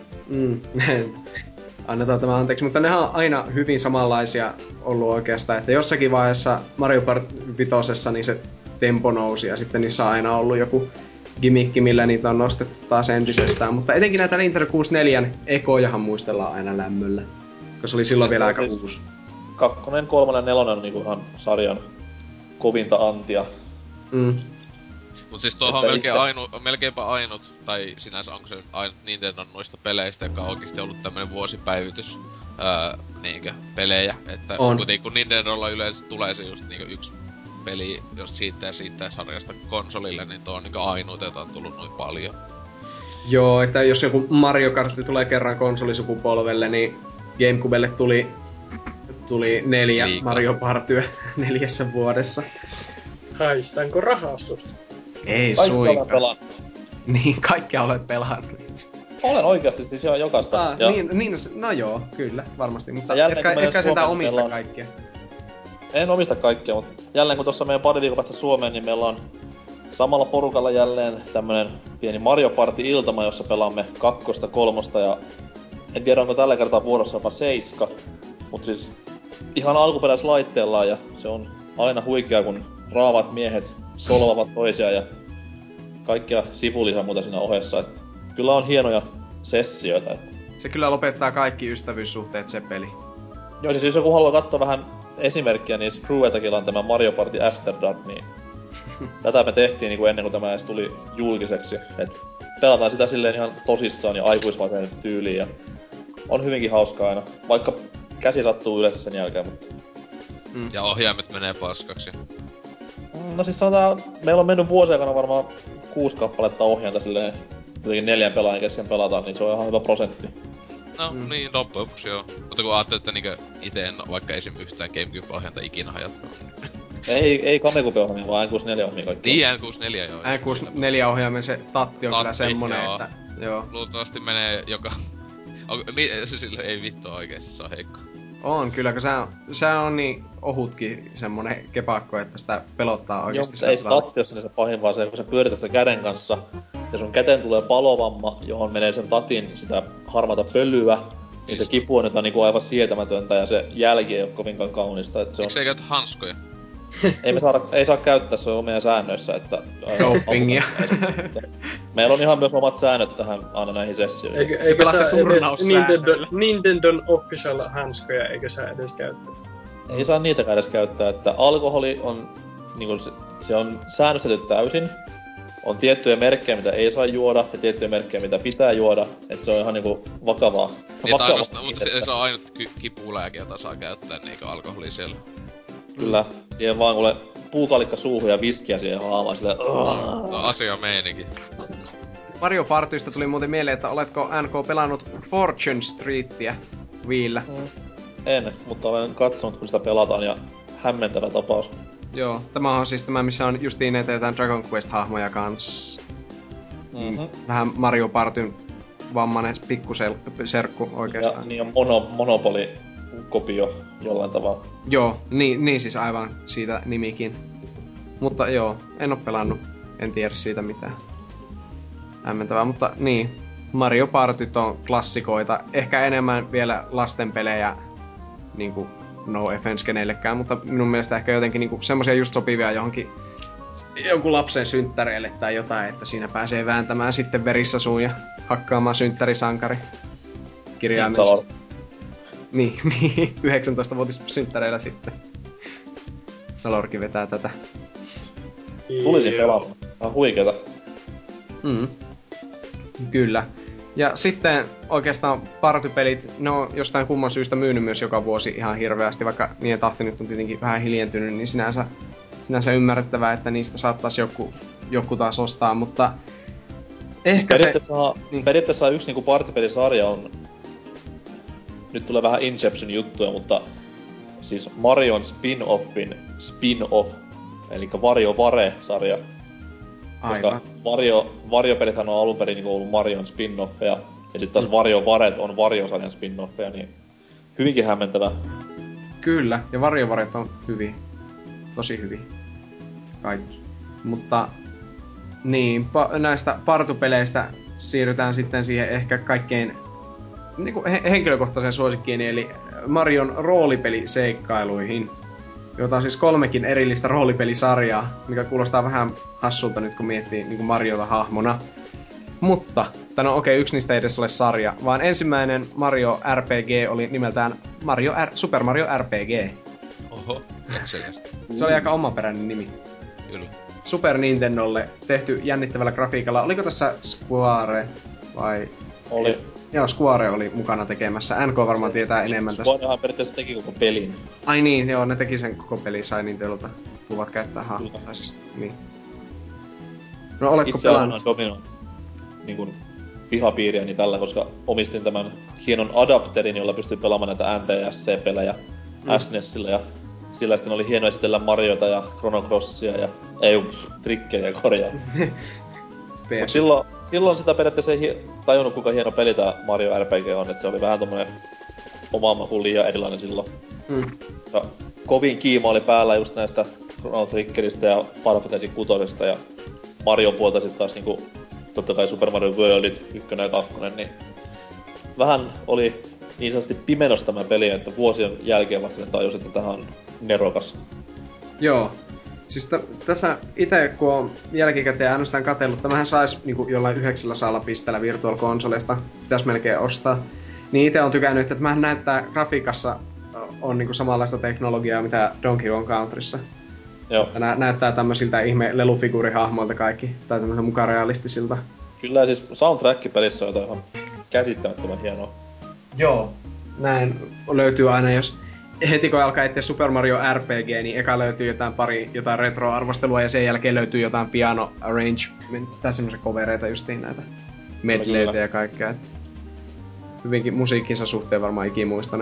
Annetaan tämä anteeksi, mutta ne on aina hyvin samanlaisia ollut oikeastaan, että jossakin vaiheessa Mario Party 5 niin se tempo nousi ja sitten niissä on aina ollut joku gimmikki, millä niitä on nostettu taas entisestään, mutta etenkin näitä Nintendo 64 ekojahan muistellaan aina lämmöllä, koska se oli silloin vielä aika uusi. 2, 3 ja 4 on niinku ihan sarjan kovinta antia. Mut siis tuohon on melkeinpä ainut, tai sinänsä onko se ainut Nintendo noista peleistä, joka on oikeesti ollut tämmönen vuosipäivitys niinkö pelejä. Että kun Nintendolla yleensä tulee se just niinkö yksi peli, jos siitä sarjasta konsolille, niin tuo on niinkö ainut, jota on tullut noin paljon. Joo, että jos joku Mario Kart tulee kerran konsolisukupolvelle, niin Gamecubelle tuli 4 Mario Partyä 4 vuodessa. Haistanko rahastusta? Ei suinkaan. Niin, kaikkea olet pelannut itse. Olen oikeasti siis ihan jokaista. Niin, no joo, kyllä, varmasti. Mutta etkä sentään omista kaikkia. En omista kaikkia, mutta jälleen kun tuossa meidän pari viikon päästä Suomeen, niin meillä on samalla porukalla jälleen tämmönen pieni Mario Party-iltama, jossa pelaamme 2, 3 ja en tiedä onko tällä kertaa vuorossa jopa 7. Mut siis ihan alkuperäislaitteellaan ja se on aina huikea, kun raavat miehet solvavat toisiaan ja kaikkia sivullisia muuta siinä ohessa. Et kyllä on hienoja sessioita. Se kyllä lopettaa kaikki ystävyyssuhteet se peli. Joo, siis jos joku haluaa katsoa vähän esimerkkiä, niin Screwetagilla on tämä Mario Party After Dark, niin tätä me tehtiin niin kuin ennen kuin tämä edes tuli julkiseksi. Et pelataan sitä silleen ihan tosissaan ja aikuisvaiheen tyyliin ja on hyvinkin hauskaa aina, vaikka käsi sattuu yleensä sen jälkeen, mutta... Ja ohjaimet menee paskaksi. No siis sanotaan, meillä on mennyt vuosien aikana varmaan 6 kappaletta ohjainta silleen, jotenkin 4 pelaajan kesken pelataan, niin se on ihan hyvä prosentti. No niin, loppujen lopuksi joo. Mutta kun ajattelee, että niinkö ite en vaikka esim. Yhtään Gamecube-ohjainta ikinä hajattanut. Ei Gamecube-ohjaimia, vaan N64-ohjaimia kaikki. Niin, N64 joo. N64-ohjaimen se tatti on kyllä semmonen, joo. Että... Joo. Luultavasti menee joka... Sille ei vittua oikeesti, se on heikko. On kyllä, kun se on niin ohutkin semmonen kepakko, että sitä pelottaa oikeesti. Joo, ei se tatti ole se pahin, vaan se, kun sä pyörität sitä käden kanssa, ja sun käteen tulee palovamma, johon menee sen tatin sitä harmaata pölyä, niin se kipu on jotain niinku aivan sietämätöntä, ja se jälki ei oo kovinkaan kaunista, et se on... Miksi ei käytä hanskoja? ei saa käyttää, se on meidän säännöissä, että... Dopingia. Meillä on ihan myös omat säännöt tähän aina näihin sessioihin. Eikö sä edes Nintendon official hanskoja, eikö sä edes käyttää? Ei saa niitäkään edes käyttää, että alkoholi on... Niinku, se on säännöstetty täysin. On tiettyjä merkkejä, mitä ei saa juoda, ja tiettyjä merkkejä, mitä pitää juoda. Et se on ihan niinku vakavaa. Mutta se on ainut kipulääke, jota saa käyttää niinku alkoholia siellä. Kyllä, siihen vaan kuule puukalikka suuhun ja viskiä siihen haamaan silleen... No asia meininki. Mario Partysta tuli muuten mieleen, että oletko NK pelannut Fortune Streetia Wiillä? En, mutta olen katsonut, kun sitä pelataan, ja hämmentävä tapaus. Joo, tämä on siis tämä, missä on justiin näitä jotain Dragon Quest-hahmoja kanssa. Vähän Mario Partyn vammainen pikkuserkku oikeastaan. Ja niin on Monopoly-kopio jollain tavalla. Joo, niin siis aivan siitä nimikin. Mutta joo, en oo pelannut. En tiedä siitä mitään. Hämmentävää, mutta niin. Mario Partyt on klassikoita. Ehkä enemmän vielä lastenpelejä. Niinku, no offense kenellekään, mutta minun mielestä ehkä jotenkin niinku semmosia just sopivia johonkin jonkun lapsen synttäreille tai jotain, että siinä pääsee vääntämään sitten verissasuun ja hakkaamaan synttärisankari kirjaimellisesti. Niin, 19-vuotis synttäreillä sitten. Salorki vetää tätä. Tulisin pelaamaan. Huikeeta. Kyllä. Ja sitten oikeastaan partypelit, ne on jostain kumman syystä myynyt myös joka vuosi ihan hirveästi, vaikka niiden tahti nyt on tietenkin vähän hiljentynyt, niin sinänsä ymmärrettävää, että niistä saattaisi joku taas ostaa, mutta ehkä periaatteessa yksi niinku partypelisarja on, nyt tulee vähän Inception juttuja, mutta siis Marion spin-offin spin-off, eli WarioWare-sarja. Koska Wario-pelithän on alun perin niinku ollut Marion spin-offeja, ja sitten taas WarioWaret on Wario-sarjan spin-offeja, niin hyvinkin hämmentävä. Kyllä, ja WarioWaret on hyviä. Tosi hyviä. Kaikki. Mutta niin, näistä partupeleistä siirrytään sitten siihen ehkä kaikkein niinku henkilökohtaisen suosikkiin, eli Marion roolipeliseikkailuihin. Jota on siis 3 erillistä roolipelisarjaa, mikä kuulostaa vähän hassulta nyt kun miettii niin kuin Mariota hahmona. Mutta, yksi niistä ei edes ole sarja, vaan ensimmäinen Mario RPG oli nimeltään Super Mario RPG. Oho, selvästi. Se oli aika omaperäinen nimi. Kyllä. Super Nintendolle tehty jännittävällä grafiikalla. Oliko tässä Square vai? Oli. Joo, Square oli mukana tekemässä. NK varmaan tietää enemmän tästä. Squarehan periaatteessa teki koko pelin. Ai niin, joo, ne teki sen koko pelin, sai Nintendolta luvat käyttää hahmoa. Siis, niin. No oletko pelannut? Itse Domino niin pihapiiriäni tällä, koska omistin tämän hienon adapterin, jolla pystyy pelaamaan näitä NTSC-pelejä SNESillä, ja sillä sitten oli hieno esitellä Mariota ja Chrono Crossia ja Trickeriä korjaa. Mut silloin sitä periaatteessa ei tajunnut, kuinka hieno peli tää Mario RPG on, että se oli vähän tommonen omaan makuun liian erilainen silloin. Ja kovin kiima oli päällä just näistä Chrono Triggeristä ja Final Fantasy 6 ja Mario puolta sit taas niinku totta kai Super Mario Worldit 1 ja 2, niin vähän oli niin sanotusti pimenos tämä peli, että vuosien jälkeen vasta tajusin, että tähän on nerokas. Joo. Siis tässä ite kun on jälkikäteen ainoastaan katsellut, tämähän sais niinku jollain 900 pisteellä Virtual Consolesta, pitäis melkein ostaa. Niin ite on tykännyt, että tämähän näyttää grafiikassa on niinku samanlaista teknologiaa, mitä Donkey Kong Countryssa. Joo. Näyttää tämmösiltä ihme lelufiguurihahmoilta kaikki, tai tämmöiseltä mukaan realistisilta. Kyllä, siis soundtrack pelissä on jotain ihan käsittämättömän hienoa. Joo. Näin löytyy aina, jos heti kun alkaa etsiä Super Mario RPG, niin eka löytyy jotain retro-arvostelua, ja sen jälkeen löytyy jotain piano arrangement, tai semmoisia covereita justiin näitä medleytä ja kaikkea. Että hyvinkin musiikkinsa suhteen varmaan ikimuistainen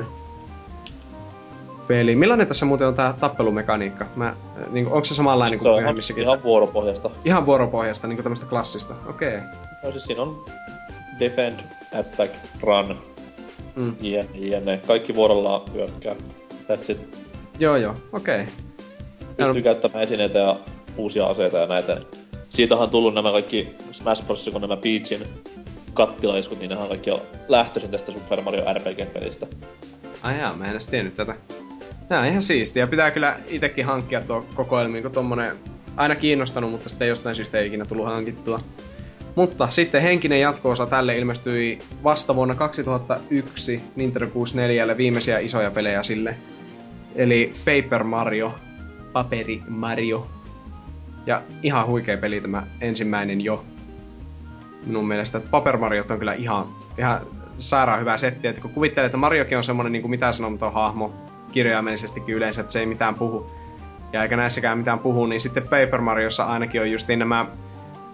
peli. Millainen tässä muuten on tää tappelumekaniikka? Niinku, onko se samanlainen kuin myöhemmissäkin? Ihan vuoropohjasta. Ihan vuoropohjasta, niinku tämmöstä klassista. Okei. No siis siinä on defend, attack, run, jne. Kaikki vuorollaan hyökkää. That's it. Joo, okei. Pystyy käyttämään esineitä ja uusia aseita ja näitä. Siitähän on tullut nämä kaikki Smash Bros. Kun nämä Peachin kattilaiskut, niin nehän on kaikki lähtöisin tästä Super Mario RPG-pelistä. Ai jaa, mä en edes tiennyt tätä. Nää on ihan siistiä. Pitää kyllä itekin hankkia tuo kokoelmiin, kun tommonen aina kiinnostanut, mutta sitten jostain syystä ei ikinä tullut hankittua. Mutta sitten henkinen jatko-osa tälle ilmestyi vasta vuonna 2001 Nintendo 64 viimeisiä isoja pelejä sille. Eli Paper Mario, Paperi Mario. Ja ihan huikea peli tämä ensimmäinen jo. Minun mielestä Paper Mario on kyllä ihan sairaan hyvä setti. Että kun kuvittelee, että Mariokin on semmonen niin kuin mitään sanomaton hahmo kirjaimellisestikin yleensä, että se ei mitään puhu. Ja eikä näissäkään mitään puhu, niin sitten Paper Mariossa ainakin on justiin nämä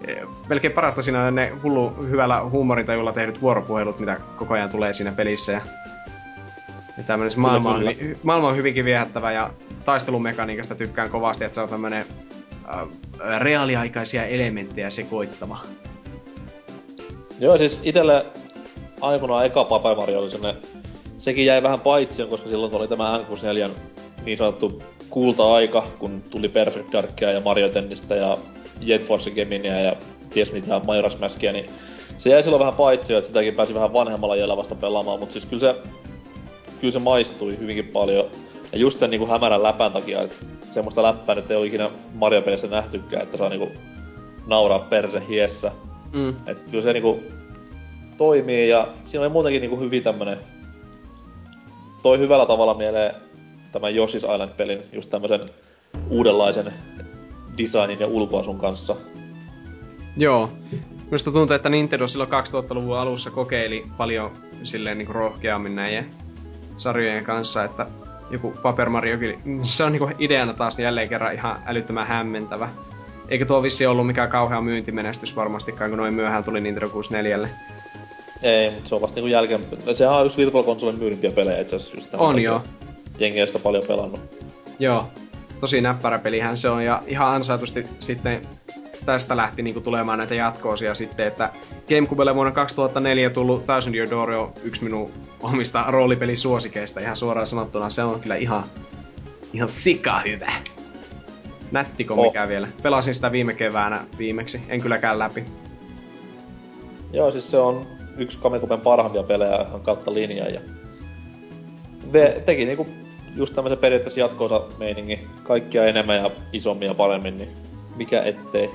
melkein parasta siinä on ne hullu hyvällä huumorintajulla tehdyt vuoropuhelut, mitä koko ajan tulee siinä pelissä. Ja tämmönen maailma on hyvinkin viehättävä ja taistelumekaniikasta tykkään kovasti, että se on tämmönen reaaliaikaisia elementtejä sekoittava. Joo, siis itelle aikoinaan eka Paper Mario oli semmonen, sekin jäi vähän paitsioon, koska silloin oli tämä N64 niin sanottu kulta-aika, kun tuli Perfect Darkia ja Mario Tennistä ja Jet Force Geminia ja ties mitä Majora's Maskia, niin se jäi silloin vähän paitsioon, että sitäkin pääsi vähän vanhemmalla jäljellä vasta pelaamaan, mutta siis kyllä se maistui hyvinkin paljon. Ja just sen niinku hämärän läpän takia, että semmoista läppää nyt ei ole ikinä Mario-pelissä nähtykään, että saa niinku nauraa perse hiessä. Että kyllä se niinku toimii ja siinä oli muutenkin niinku hyvin tämmönen, toi hyvällä tavalla mieleen tämän Yoshi's Island-pelin, just tämmösen uudenlaisen designin ja ulkoasun kanssa. Joo. Minusta tuntuu, että Nintendo silloin 2000-luvun alussa kokeili paljon silleen niinku rohkeammin näiden sarjojen kanssa, että joku Paper Mario, se on niinku ideana taas jälleen kerran ihan älyttömän hämmentävä. Eikä tuo vissi ollut mikään kauhea myyntimenestys varmastikaan, kun noin myöhään tuli Nintendo 64. Ei, mutta se on vasta niinku jälkeen. Sehän on yksi Virtual Consolen myydympiä pelejä itse asiassa just tämän. On joo. Jengi ei sitä paljon pelannut. Joo. Tosi näppärä pelihän se on ja ihan ansaitusti sitten tästä lähti niinku tulemaan näitä jatkoosia sitten, että GameCubelle vuonna 2004 tullut Thousand Year Door on yksi minun omista roolipelisuosikeista ihan suoraan sanottuna. Se on kyllä ihan sika hyvä. Nättikö mikä vielä. Pelasin sitä viime keväänä viimeksi, en kylläkään läpi. Joo, siis se on yksi GameCuben parhaimpia pelejä ihan kautta linjaa ja teki niinku just tämmösen periaatteessa jatkoosa meiningin. Kaikkia enemmän ja isommin ja paremmin, niin mikä ettei.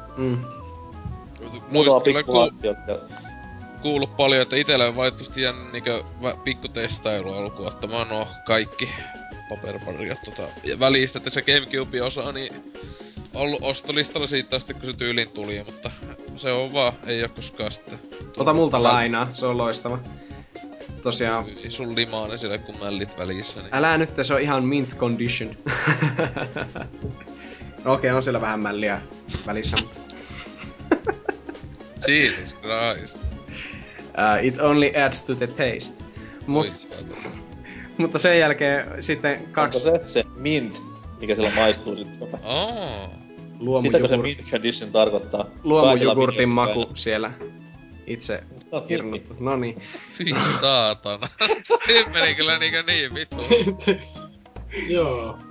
Muutama pikku asioita. Kuullut paljon, että itellä on valitettavasti jäänyt niinkö pikku testailu alkuun ottamaan nuo kaikki Paper Mariot ja välistä, että se GameCube-osa niin ollut ostolistalla siitä asti kun se tyyliin tuli, mutta se on vaan, ei oo koskaan sitten. Ota multa lainaa, se on loistava. Tosiaan. Sun limaane siellä kun mällit välissä. Niin. Älä nyt, se on ihan mint condition. No okei, on siellä vähän mälliä välissä, mutta... Jesus Christ. It only adds to the taste. Mutta sen jälkeen sitten kaksi... Onko se mint, mikä sillä maistuu sitten? Sitäkö se mint condition tarkoittaa? Luomujugurtin maku siellä. Itse kirnuttu. Noniin. Hyi saatana. Nyt meni kyllä niin vittu. Joo.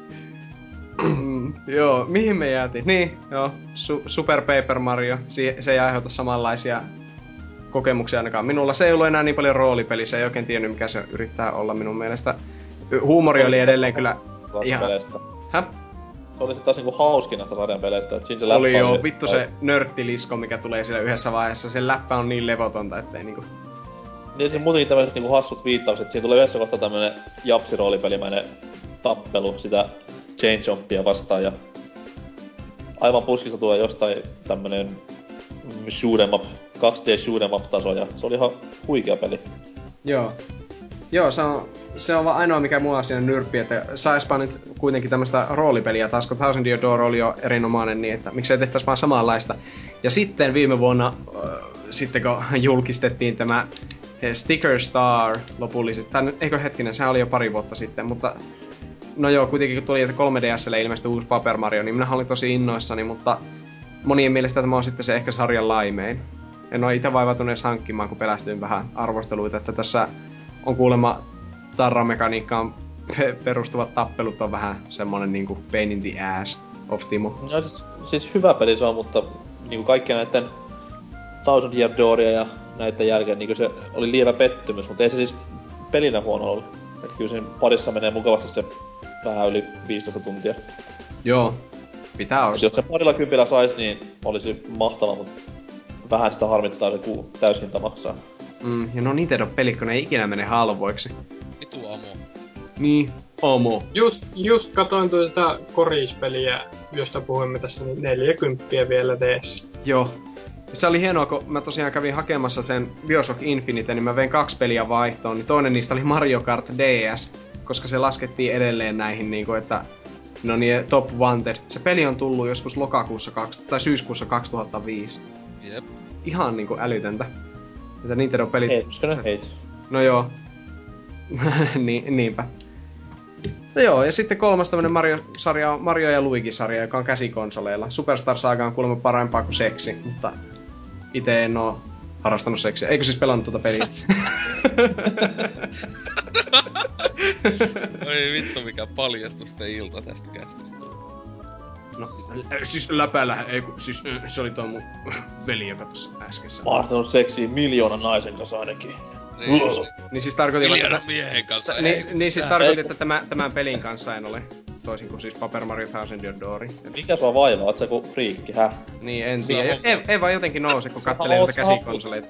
Joo, mihin me jäätiin? Niin, joo. Super Paper Mario. Se ei aiheuta samanlaisia kokemuksia ainakaan minulla. Se ei ollut enää niin paljon roolipeli. Se ei oikein tiennyt mikä se yrittää olla minun mielestä. Huumori oli edelleen kyllä ihan... Häh? Se oli sit taas niinku hauskin näistä sarjan peleistä, et siinä se läppä oli joo, vittu se nörttilisko, mikä tulee siellä yhdessä vaiheessa. Se läppä on niin levotonta, ettei niinku... Niin se muutenkin tämmöiset niinku hassut viittaukset. Siinä tulee yhdessä kohtaa tämmönen japsiroolipelimäinen tappelu sitä Chain Jumpia vastaan ja... Aivan puskista tulee jostain tämmönen shoot'em up, 2D shoot'em up taso ja se oli ihan huikea peli. Joo. Joo, se on vaan ainoa mikä mua siinä nyrppi, että saispa nyt kuitenkin tämmöstä roolipeliä taas, kun Thousand Year Door oli jo erinomainen, niin että miksei tehtäis vaan samanlaista. Ja sitten viime vuonna, sitten kun julkistettiin tämä Sticker Star lopullisesti, eikö hetkinen, sehän oli jo pari vuotta sitten, mutta no joo, kuitenkin kun tuli, että 3DS:lle ilmestyi uusi Paper Mario, niin minä olin tosi innoissani, mutta monien mielestä tämä on sitten se ehkä sarjan laimein. En oo ite vaivautunut edes hankkimaan, kun pelästyin vähän arvosteluita, että tässä on kuulemma tarramekaniikkaan perustuvat tappelut on vähän semmonen niinku pain in the ass of Timo. No siis hyvä peli se on, mutta niinku kaikkia näitten Thousand Year Dooria ja näitten jälkeen niinku se oli lievä pettymys, mutta ei se siis pelinä huono ollut. Et kyllä siinä parissa menee mukavasti se vähän yli 15 tuntia. Joo, pitää ostaa. Jos se parilla kympillä sais, niin olisi mahtava, mutta vähän sitä harmittaa se kun täyshinta maksaa. Ja no Nintendo-pelit, kun ne ei ikinä mene halvoiksi. Vitu amo. Niin, amo. Just katoin tuota Koris-peliä, josta puhuimme tässä, niin 40 vielä DS. Joo. Se oli hienoa, kun mä tosiaan kävin hakemassa sen Bioshock Infinite, niin mä vein 2 peliä vaihtoon, niin toinen niistä oli Mario Kart DS, koska se laskettiin edelleen näihin, niin kuin, että No niin, Top Wanted. Se peli on tullut joskus tai syyskuussa 2005. Jep. Ihan niinku älytöntä. Mitä Nintendo-pelit... Hate. No joo. Niinpä. No joo, ja sitten kolmas tämmönen Mario-sarja on Mario ja Luigi-sarja, joka on käsikonsoleilla. Superstar Saga on kuulemma parempaa kuin seksi, mutta ite en oo harrastanut seksiä. Eikö siis pelannut tuota peliä? Oi vittu, mikä paljastusten ilta tästä kästistä. No, siis läpäällä, siis se oli tuo mun veli, joka tossa äskessä. Mä oon harrastanut seksiä 1,000,000 naisen kanssa ainakin. Niin siis tarkoitin Miljoona miehen kanssa. Niin siis tarkoitin, että tämän pelin kanssa en ole. Toisin kuin siis Paper Mario Thousand Year Door. Mikä sua vaivaa? Oot sä joku friikki, häh? Niin, en tiedä. Ei vaan jotenkin nouse, kun kattelee niitä käsikonsoleita.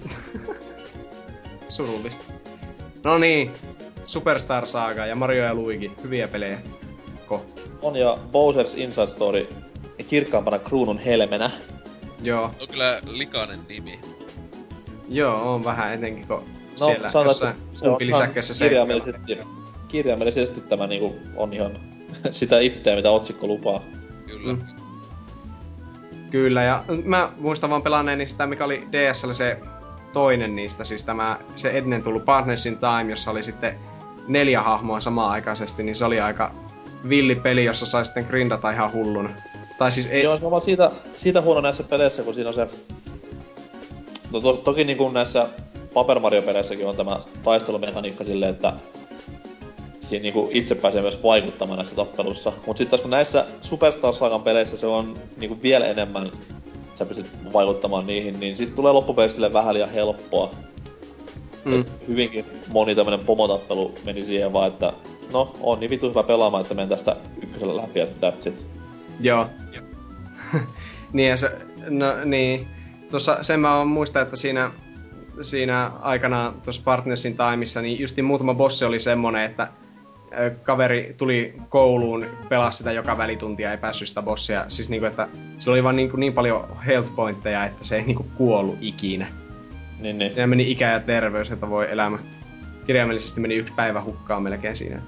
Surullista. No niin, Superstar Saga ja Mario ja Luigi. Hyviä pelejä. On ja Bowser's Inside Story kirkkaampana kruunun helmenä. Joo. On kyllä likainen nimi. Joo, on vähän etenkin, kun siellä sanotaan, jossain umpilisäkkeessä kirjaimellisesti tämä niinku on ihan sitä itseä, mitä otsikko lupaa. Kyllä. Kyllä, ja mä muistan vaan pelanneeni sitä, mikä oli DSL se toinen niistä, siis se ennen tullut Partners in Time, jossa oli sitten 4 hahmoa samaan aikaisesti, niin se oli aika villi peli, jossa sai sitten grindata ihan hulluna. Tai siis ei... Joo, se on siitä huono näissä peleissä, kun siinä on se... No toki niinku näissä Paper Mario-peleissäkin on tämä taistelumekaniikka silleen, että siinä niinku itse pääsee myös vaikuttamaan näissä tappeluissa. Mut sit taas kun näissä Superstar Sagan peleissä se on niinku vielä enemmän, sä pystyt vaikuttamaan niihin, niin sit tulee loppupeleissä silleen vähän liian helppoa. Hyvinkin moni tämmönen pomotappelu meni siihen vaan, että no, on niin vitu hyvä pelaamaan, että menen tästä ykkösellä läpi, että that's it. Joo. Niin ja se, no niin. Tuossa sen mä muistan, että siinä aikanaan tuossa Partnersin Timeissa, niin justiin muutama bossi oli semmonen, että kaveri tuli kouluun, pelasi sitä joka välituntia, ei päässyt sitä bossia. Siis niinku, että sillä oli vaan niin paljon health pointteja, että se ei niinku kuollut ikinä. Niin. Siinä meni ikä ja terveys, että voi elämä. Kirjaimellisesti meni 1 päivä hukkaan melkein siinä.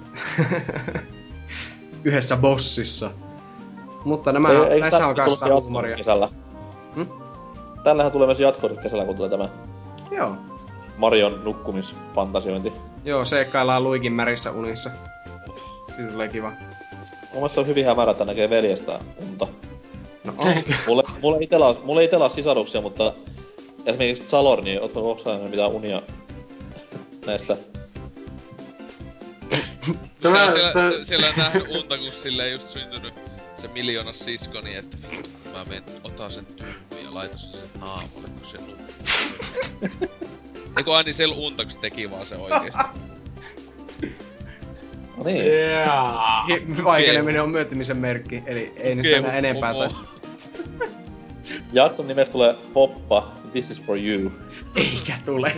Yhdessä bossissa. Mutta näissä on kanssa huumoria. Tällähän tulee myös jatko kesällä, kun tulee tämä Joo. Marion nukkumisfantasiointi. Joo, seikkaillaan Luigin märissä unissa. Siitä tulee kiva. Mun mielestä on hyvin hämärä, että näkee veljestä unta. No on. Mulla ei itellä ole sisaruksia, mutta esimerkiksi Zalor, niin ootko nähnyt mitään unia näistä? Siellä on nähnyt unta, kun silleen just syntynyt se 1,000,000 siskoni, että mä otan sen tyhmyn ja laitan sen naamalle, kun se nukkuu. Eiku aina siellä unta, kun se teki vaan se oikeesti. No niin. Vaikeneminen on myötymisen merkki, eli ei nyt mennä enempää. Jakson nimestä tulee Poppa, This is for you. Eikä tule.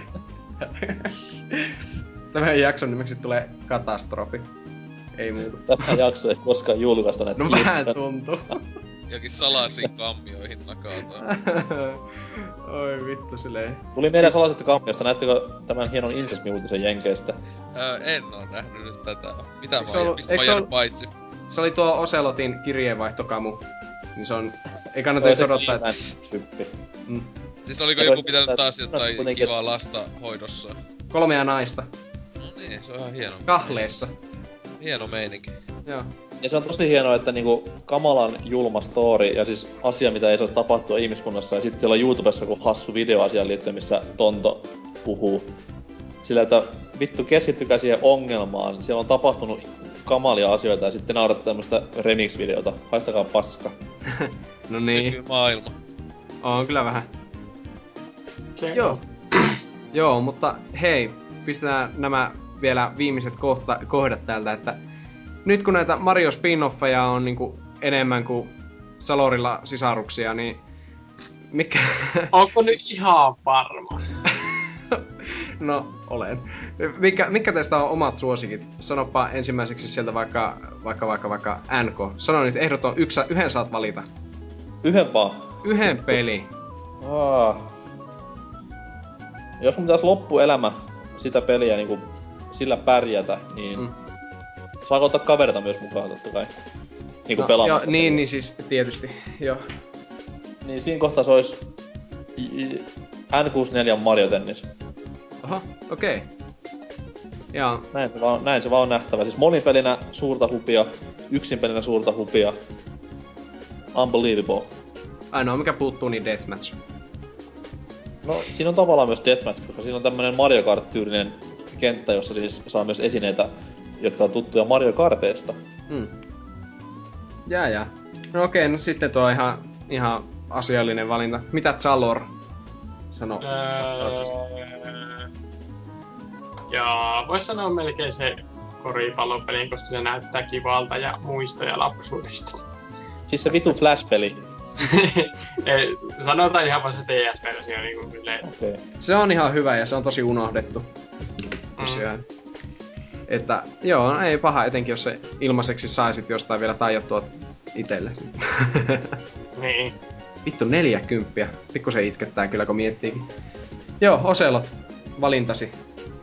Tämän jakson nimeksi tulee Katastrofi. Ei muuta. Tämä jakso ei koskaan julkaista näitä. No vähän tuntuu. Jokin salaisiin kammioihin nakataan. Oi vittu silleen. Tuli meidän salaisesta kammiosta, näettekö tämän hienon incest-uutisen Jenkeistä? En oo nähnyt nyt tätä. Mistä mä ollut paitsi? Se oli tuo Ocelotin kirjeenvaihtokamu. Niin se on... Ei kannata nyt odottaa, että... Siis oliko joku pitänyt taas jotain kivaa lasta hoidossa? 3 naista. No niin, se on ihan hieno. Kahleessa. Hieno meininki. Joo. Ja se on tosi hienoa, että niinku kamalan julma story ja siis asia, mitä ei saisi tapahtua ihmiskunnassa. Ja sitten siellä on YouTubessa joku hassu video asiaan liittyen, missä Tonto puhuu. Sillä, että vittu keskittykää siihen ongelmaan. Siellä on tapahtunut kamalia asioita ja sitten nauratte tämmöstä remix-videota. Haistakaa paska. No niin. Kyllä maailma. On kyllä vähän. Joo. Joo, mutta hei, pistetään nämä vielä viimeiset kohdat täältä, että nyt kun näitä Mario spin-offeja on niinku enemmän kuin Salorilla sisaruksia, niin mikä... Onko nyt ihan varma? No, olen. Mikä teistä on omat suosikit? Sanopa ensimmäiseksi sieltä vaikka NK. Sano nyt ehdoton, yhden saat valita. Yhden vaan? Yhden peli. Jos mun pitäis loppuelämä sitä peliä niinku sillä pärjätä, niin Saako ottaa kaverita myös mukaan totta kai? Niinku no, pelaamassa. Niin siis tietysti, joo. Niin siinä kohtaa se ois N64 Mario Tennis. Oho, okei. Okay. Ja Näin se vaan on nähtävä. Siis monipelinä suurta hupia, yksinpelinä suurta hupia. Unbelievable. Ainoa mikä puuttuu, niin Deathmatch. No, siinä on tavallaan myös Deathmatch, koska siinä on tämmönen Mario Kart-tyylinen kenttä, jossa siis saa myös esineitä, jotka on tuttuja Mario Karteista. Jää. No okei, no sitten tuo ihan asiallinen valinta. Mitä Zalor sanoo vastauksesi? Joo, vois sanoa melkein se koripallopeli, koska se näyttää kivalta ja muistoja lapsuudesta. Siis se vitu Flash-peli. Sanotaan ihan vaan se DS-versio niinku silleen. Okay. Se on ihan hyvä ja se on tosi unohdettu. Tosiaan. Että joo, ei paha, etenkin jos se ilmaiseksi saisit jostain vielä tajottua itsellesi. Niin. Vittu 40. Pikkusen itkettää kyllä kun miettiikin. Joo, Oselot, valintasi.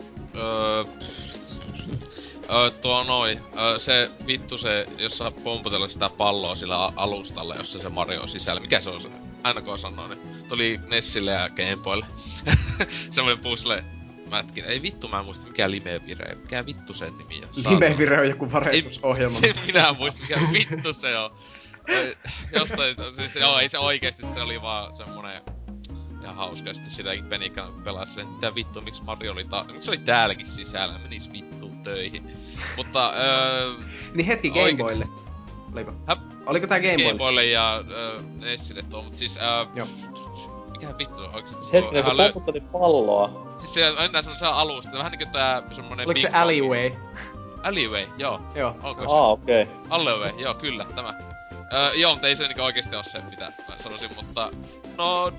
Se vittu se, jos saa pomputella sitä palloa sillä alustalla, jossa se Mario on sisällä. Mikä se on se? NK sanoo, niin tuli Nessille ja Game Boylle. Semmoinen puzzle mätkin. Ei vittu, mä en muista mikä Limevire. Mikä vittu sen nimi on? Limevire on joku vareitusohjelma. Minä en muista mikä vittu se on. Jostain, siis joo, ei se oikeesti, se oli vaan semmonen ihan hauska. Sitten sitäkin Penikka pelasi silleen, mitä vittu, miksi Mario oli miksi se oli täälläkin sisällä, menis vittuun töihin. Mutta niin hetki Game Boylle. Oliko? Oliko tää Game Boylle? Game Boylle ja Nessille tuo, mut siis joo. Mikä vittu on oikeesti? Siis hetki, se pomputteli palloa. Siis se on enää semmosella alusta, vähän niinku tää semmonen... Oliko se Alleyway? Alleyway, joo. Joo. Okei. Alleyway, joo, kyllä, tämä. Joo, mutta ei se niinku oikeesti oo se, mitä mä sanoisin, mutta... No...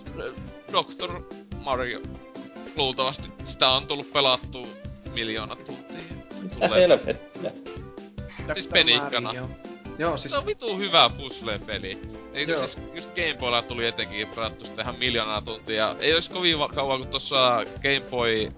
Dr. Mario. Luultavasti. Sitä on tullut pelattua 1,000,000 tuntia. Mitä helvettiä? Siis penikkana. Joo, siis... Se on vitu hyvä puzzle-peli. Eikö siis just Game Boylla tuli etenkin pelattu sitä ihan 1,000,000 tuntia. Ei ois kovin kauan kuin tossa Game Boy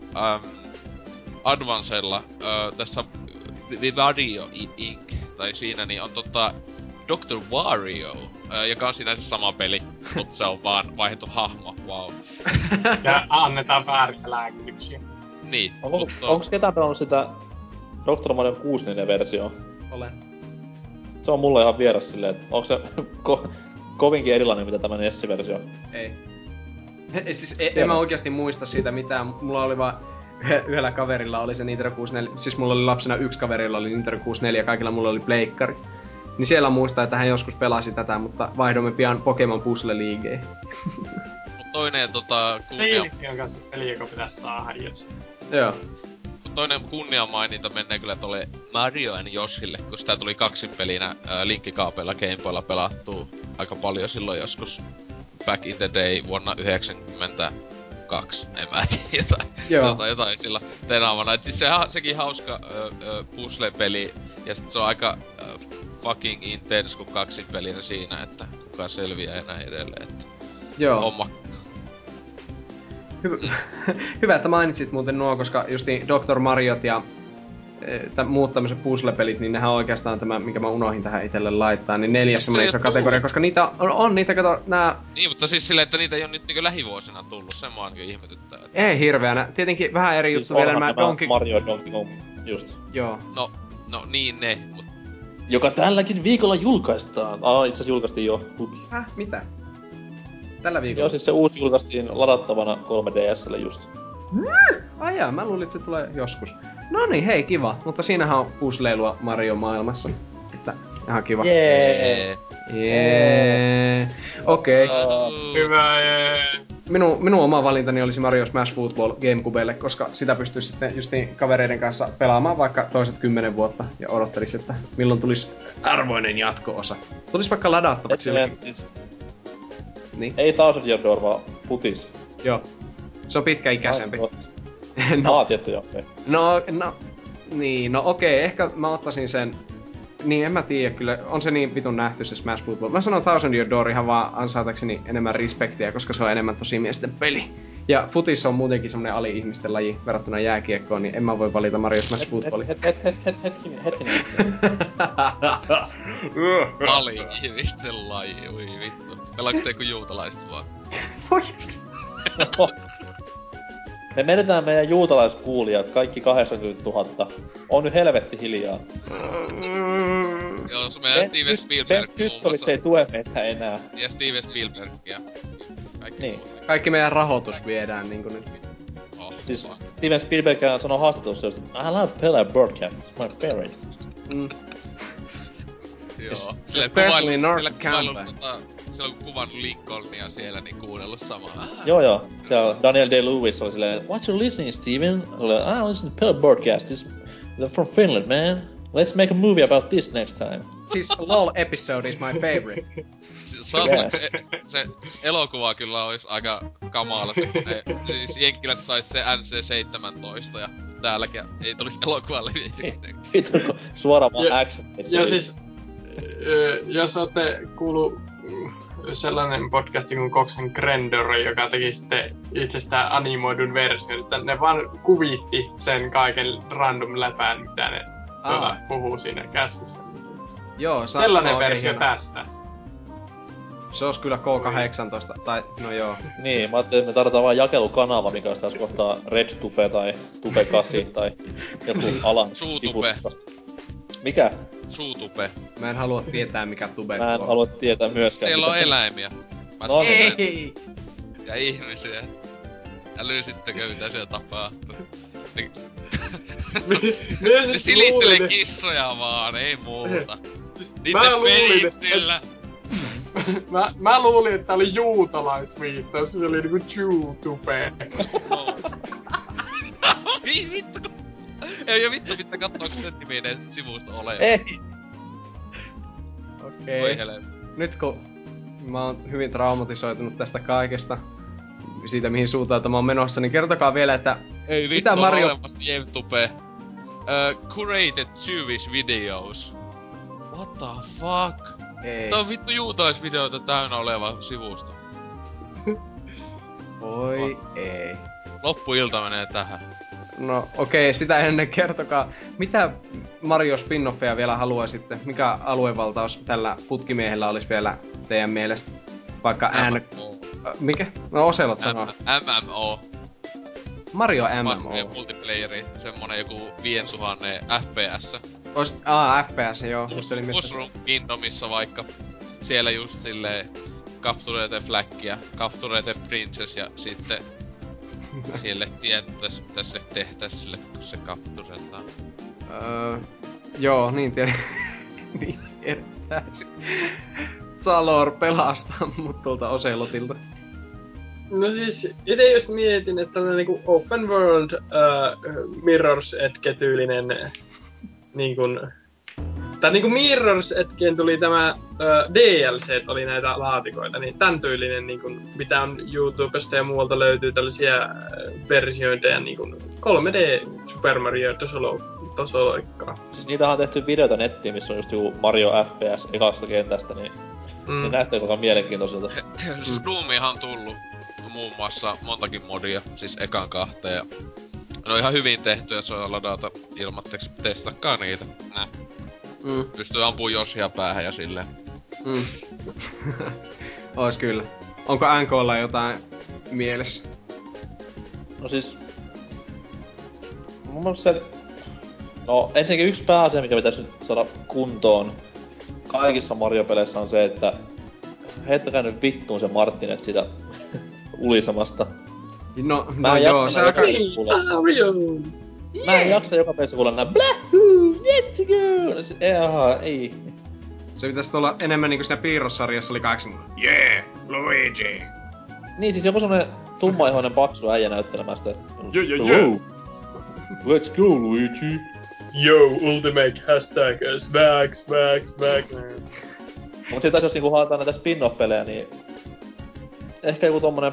Advancella tässä Vivario Inc. Tai siinä niin on Dr. Wario, joka on sinänsä sama peli, mutta se on vaan vaihdettu hahmo, wow. Ja annetaan vääriä lääkityksiä. Niin, Onks ketään pelannut sitä Dr. Mario 64-versiota? Olen. Se on mulle ihan vieras silleen, että onks se kovinkin erilainen mitä tämä NES-versio? Ei. Siis en mä oikeasti muista siitä mitään. Mulla oli vaan yhdellä kaverilla oli se Nintendo 64. Siis mulla oli lapsena yksi kaverilla oli Nintendo 64 ja kaikilla mulla oli pleikkari. Niin siellä muistaa, että hän joskus pelasi tätä, mutta vaihdoimme pian Pokemon Puzzle Leagueen. Mut toinen kunnia... on kanssa peli, joka pitäis saada, jos... Joo. Mut toinen kunniamaininta menee kyllä tolle Mario and Yoshille, kun sitä tuli kaksinpelinä linkkikaapeilla Game Boylla pelattua aika paljon silloin joskus back in the day vuonna 92. En mä tiedä, jotain sillä tenaamana. Et siis sekin hauska puzzle-peli, ja sit se on aika fucking intense kun kaksinpelinä siinä, että kuka selviää ja näin edelleen. Että joo. Hyvä, että mainitsit muuten nuo, koska justiin Dr. Mariot ja muut tämmöiset puzzle-pelit, niin nehän on oikeastaan tämä, mikä mä unohdin tähän itselle laittaa, niin 4 semmonen iso kategoria, koska niitä on niitä, kato, nää... Niin, mutta siis silleen, että niitä ei oo nyt niinku lähivuosina tullut, sen mua ainakin ihmetyttää. Että... Ei hirveänä, tietenkin vähän eri juttu vielä nämä Mario Donkey Kong, just. Joo. No niin ne, mut... Joka tälläkin viikolla julkaistaan. Itse asiassa julkaistiin jo. Ups. Mitä? Tällä viikolla? Joo, siis se uusi julkaistiin ladattavana 3DS:lle just. Ai jaa, mä luulin, että se tulee joskus. No niin, hei, kiva. Mutta siinähän on puzzleilua Mario-maailmassa. Että ihan kiva. Jee. Okei. Hyvä, jee. Minun oma valintani olisi Mario Smash Football Gamecubelle, koska sitä pystyisi sitten just niin kavereiden kanssa pelaamaan vaikka toiset 10 vuotta ja odottelisi, että milloin tulisi arvoinen jatko-osa. Tulisi vaikka ladattavaksi sillekin. Siis... Niin. Ei Thousand Year Door, vaan Putis. Joo. Se on pitkäikäisempi. Tietty, joo. No okei, ehkä mä ottaisin sen... Niin, en mä tiedä kyllä. On se niin vitun nähty se Smash Football. Mä sanon Thousand Year Door ihan vaan ansaitakseni enemmän respektiä, koska se on enemmän tosi miesten peli. Ja futissa on muutenkin semmonen ali-ihmisten laji verrattuna jääkiekkoon, niin en mä voi valita Mario Smash Footballia. Hetkinen. Ali-ihmisten laji, ui vittu. Pelaaks te kuin juutalaiset vaan? Voi. Me menetään meidän juutalaiskuulijat, kaikki 80 000. On nyt helvetti hiljaa. Joo, meidän Steven Spielberg Ben Tyskovits ei tue meitä enää. Ja Steven Spielbergia. Kaikki niin. muut. Kaikki meidän rahoitus viedään niinku nyt. Siis Steven Spielberg sanoo haastattelussa, että I love Pele Broadcast, it's my favorite. Joo. Especially North Campbell. Silloin kun kuvannut Lincolnia siellä, niin kuunnellut samaa. Joo. Siellä Daniel Day-Lewis oli silleen, what you listening, Steven? I listen to Pele Broadcast, they're from Finland, man. Let's make a movie about this next time. This LOL episode is my favorite. Se elokuva kyllä olisi aika kamala. Siis Jenkkilässä sais se NC-17 ja täälläkin ei tulisi elokuvan levitykseen. Vittu, suoraan vaan action. Ja siis, jos ootte kuullut sellainen podcasti kuin Coxen Grendor, joka teki sitten itsestään animoidun version, että ne vaan kuvitti sen kaiken random läpään, mitä ne puhuu siinä kästissä. Joo, sellainen versio tästä. Se olisi kyllä K18, tai no joo. Niin, mä ajattelin, että me tarvitaan vaan jakelukanava, mikä olisi tässä kohtaa RedTube tai Tube8 tai joku alan Suutube. Mikä? Suutube. Mä en halua tietää, mikä Tube on. Mä en halua tietää myöskään. Siellä on eläimiä. No ei! Ja ihmisiä. Älysittekö mitä siellä tapahtuu? Ne silittelee kissoja vaan, ei muuta. Niitten pelipsillä. Mä luulin, että tää oli juutalaisviittaus, se oli niinku Jew-tube. Vittu. Ei vittu pitää kattoo, kun sen niminen sivusto ole. Ei. Okei. Nyt kun mä oon hyvin traumatisoitunut tästä kaikesta, siitä mihin suuntaan tämä on menossa, niin kertokaa vielä, että ei vittu, on olemassa YouTube. Curated Jewish videos. What the fuck? Ei. Tää on vittu juutalaisvideoita täynnä oleva sivusto. Voi ei. Loppuilta menee tähän. No okei, sitä ennen kertokaa, mitä Mario spin-offeja vielä haluaisitte? Mikä aluevaltaus tällä putkimiehellä olisi vielä teidän mielestä? Vaikka mikä? No Oselot sanoo. MMO. Mario MMO. Massive multiplayeri, semmonen joku 5000 FPS. FPS, joo. Mushroom Kingdomissa vaikka. Siellä just silleen Capture the Flag ja Capture the Princess ja sitten sille tietäis mitä sille tehtäis sille kun se capturetaan. Joo, niin tietäis. Zalor pelastaa mut tuolta Ocelotilta. No siis, ite just mietin, että tämmönen niinku open world Mirror's Edge-tyylinen niinkun... Tai niinku Mirror's Edgeen tuli tämä DLC, oli näitä laatikoita, niin tän tyylinen niinkun, mitä on YouTubesta ja muualta löytyy tällaisia versioita ja niinkun 3D Super Mario tasoloikkaa. Siis niitä on tehty videoita nettiin, missä on just joku Mario FPS ekasta kentästä, niin ne näyttää koko mielenkiintoiselta. Siis Doomihan on tullut muun muassa montakin modia, siis ekan kahteen ja ne on ihan hyvin tehty ja se on ladata ilmatteeksi, testakaa niitä. Pystyy ampumaan Josia päähän ja silleen. Ois kyllä. Onko NK:lla jotain mielessä? No siis... Mun mielestä se... No ensinnäkin yksi pääasia, mikä pitäisi nyt saada kuntoon kaikissa Mario-peleissä on se, että heittäkää nyt vittuun se Martinet siitä ulisemasta. No joo, se aika... Mä en jaksa joka pelissä kuulla nää Blähuu, let's go! Ei. Se pitäisi olla enemmän niinku siinä piirrossarjassa oli 8 yeah, Luigi! Niin siis joku semmonen tummaihoinen paksu äijä näyttelemästä. Yeah. Let's go, Luigi! Yo, ultimate hashtag swag. Mut sit taas jos niinku haetaan näitä spin-off-pelejä, niin... Ehkä joku tommonen...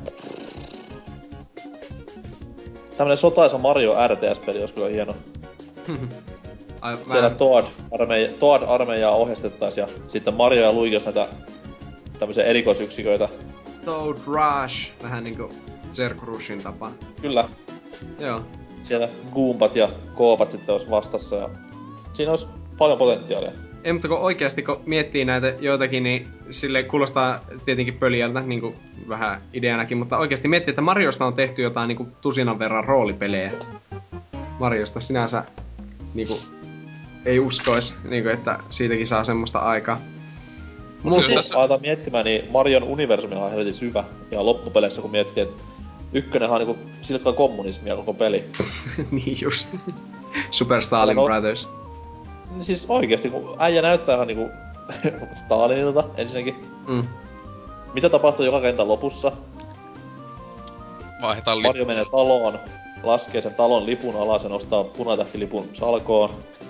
Tämmönen sotaisa Mario RTS-peli olisi kyllä hieno. Siellä Toad-armeijaa ohjastettais ja sitten Mario ja Luigi olisi näitä tämmösiä erikoisyksiköitä. Toad Rush, vähän niinku Zergrushin tapaan. Kyllä. Joo. Siellä Goombat ja Koopat sitten olisi vastassa ja siinä olisi paljon potentiaalia. Ei, mutta kun oikeasti kun miettii näitä joitakin, niin sille kuulostaa tietenkin pöliältä, niin kuin vähän ideanakin, mutta oikeasti miettii, että Mariosta on tehty jotain niin kuin tusinan verran roolipelejä. Mariosta sinänsä niin kuin, ei uskois, niin kuin, että siitäkin saa semmoista aikaa. Mutta jos aletaan miettimään, niin Marion universumi on helvetin syvä. Ja loppupeleissä kun miettii, että ykkönenhän on niinku silkkaa kommunismia koko peli. Niin just. Super Stalin Brothers. Niin siis oikeesti, kun äijä näyttää ihan niinku Stalinilta ensinnäkin. Mitä tapahtuu joka kentän lopussa? Vaihdetaan Mario menee taloon, laskee sen talon lipun alas ja nostaa punatähtilipun salkoon.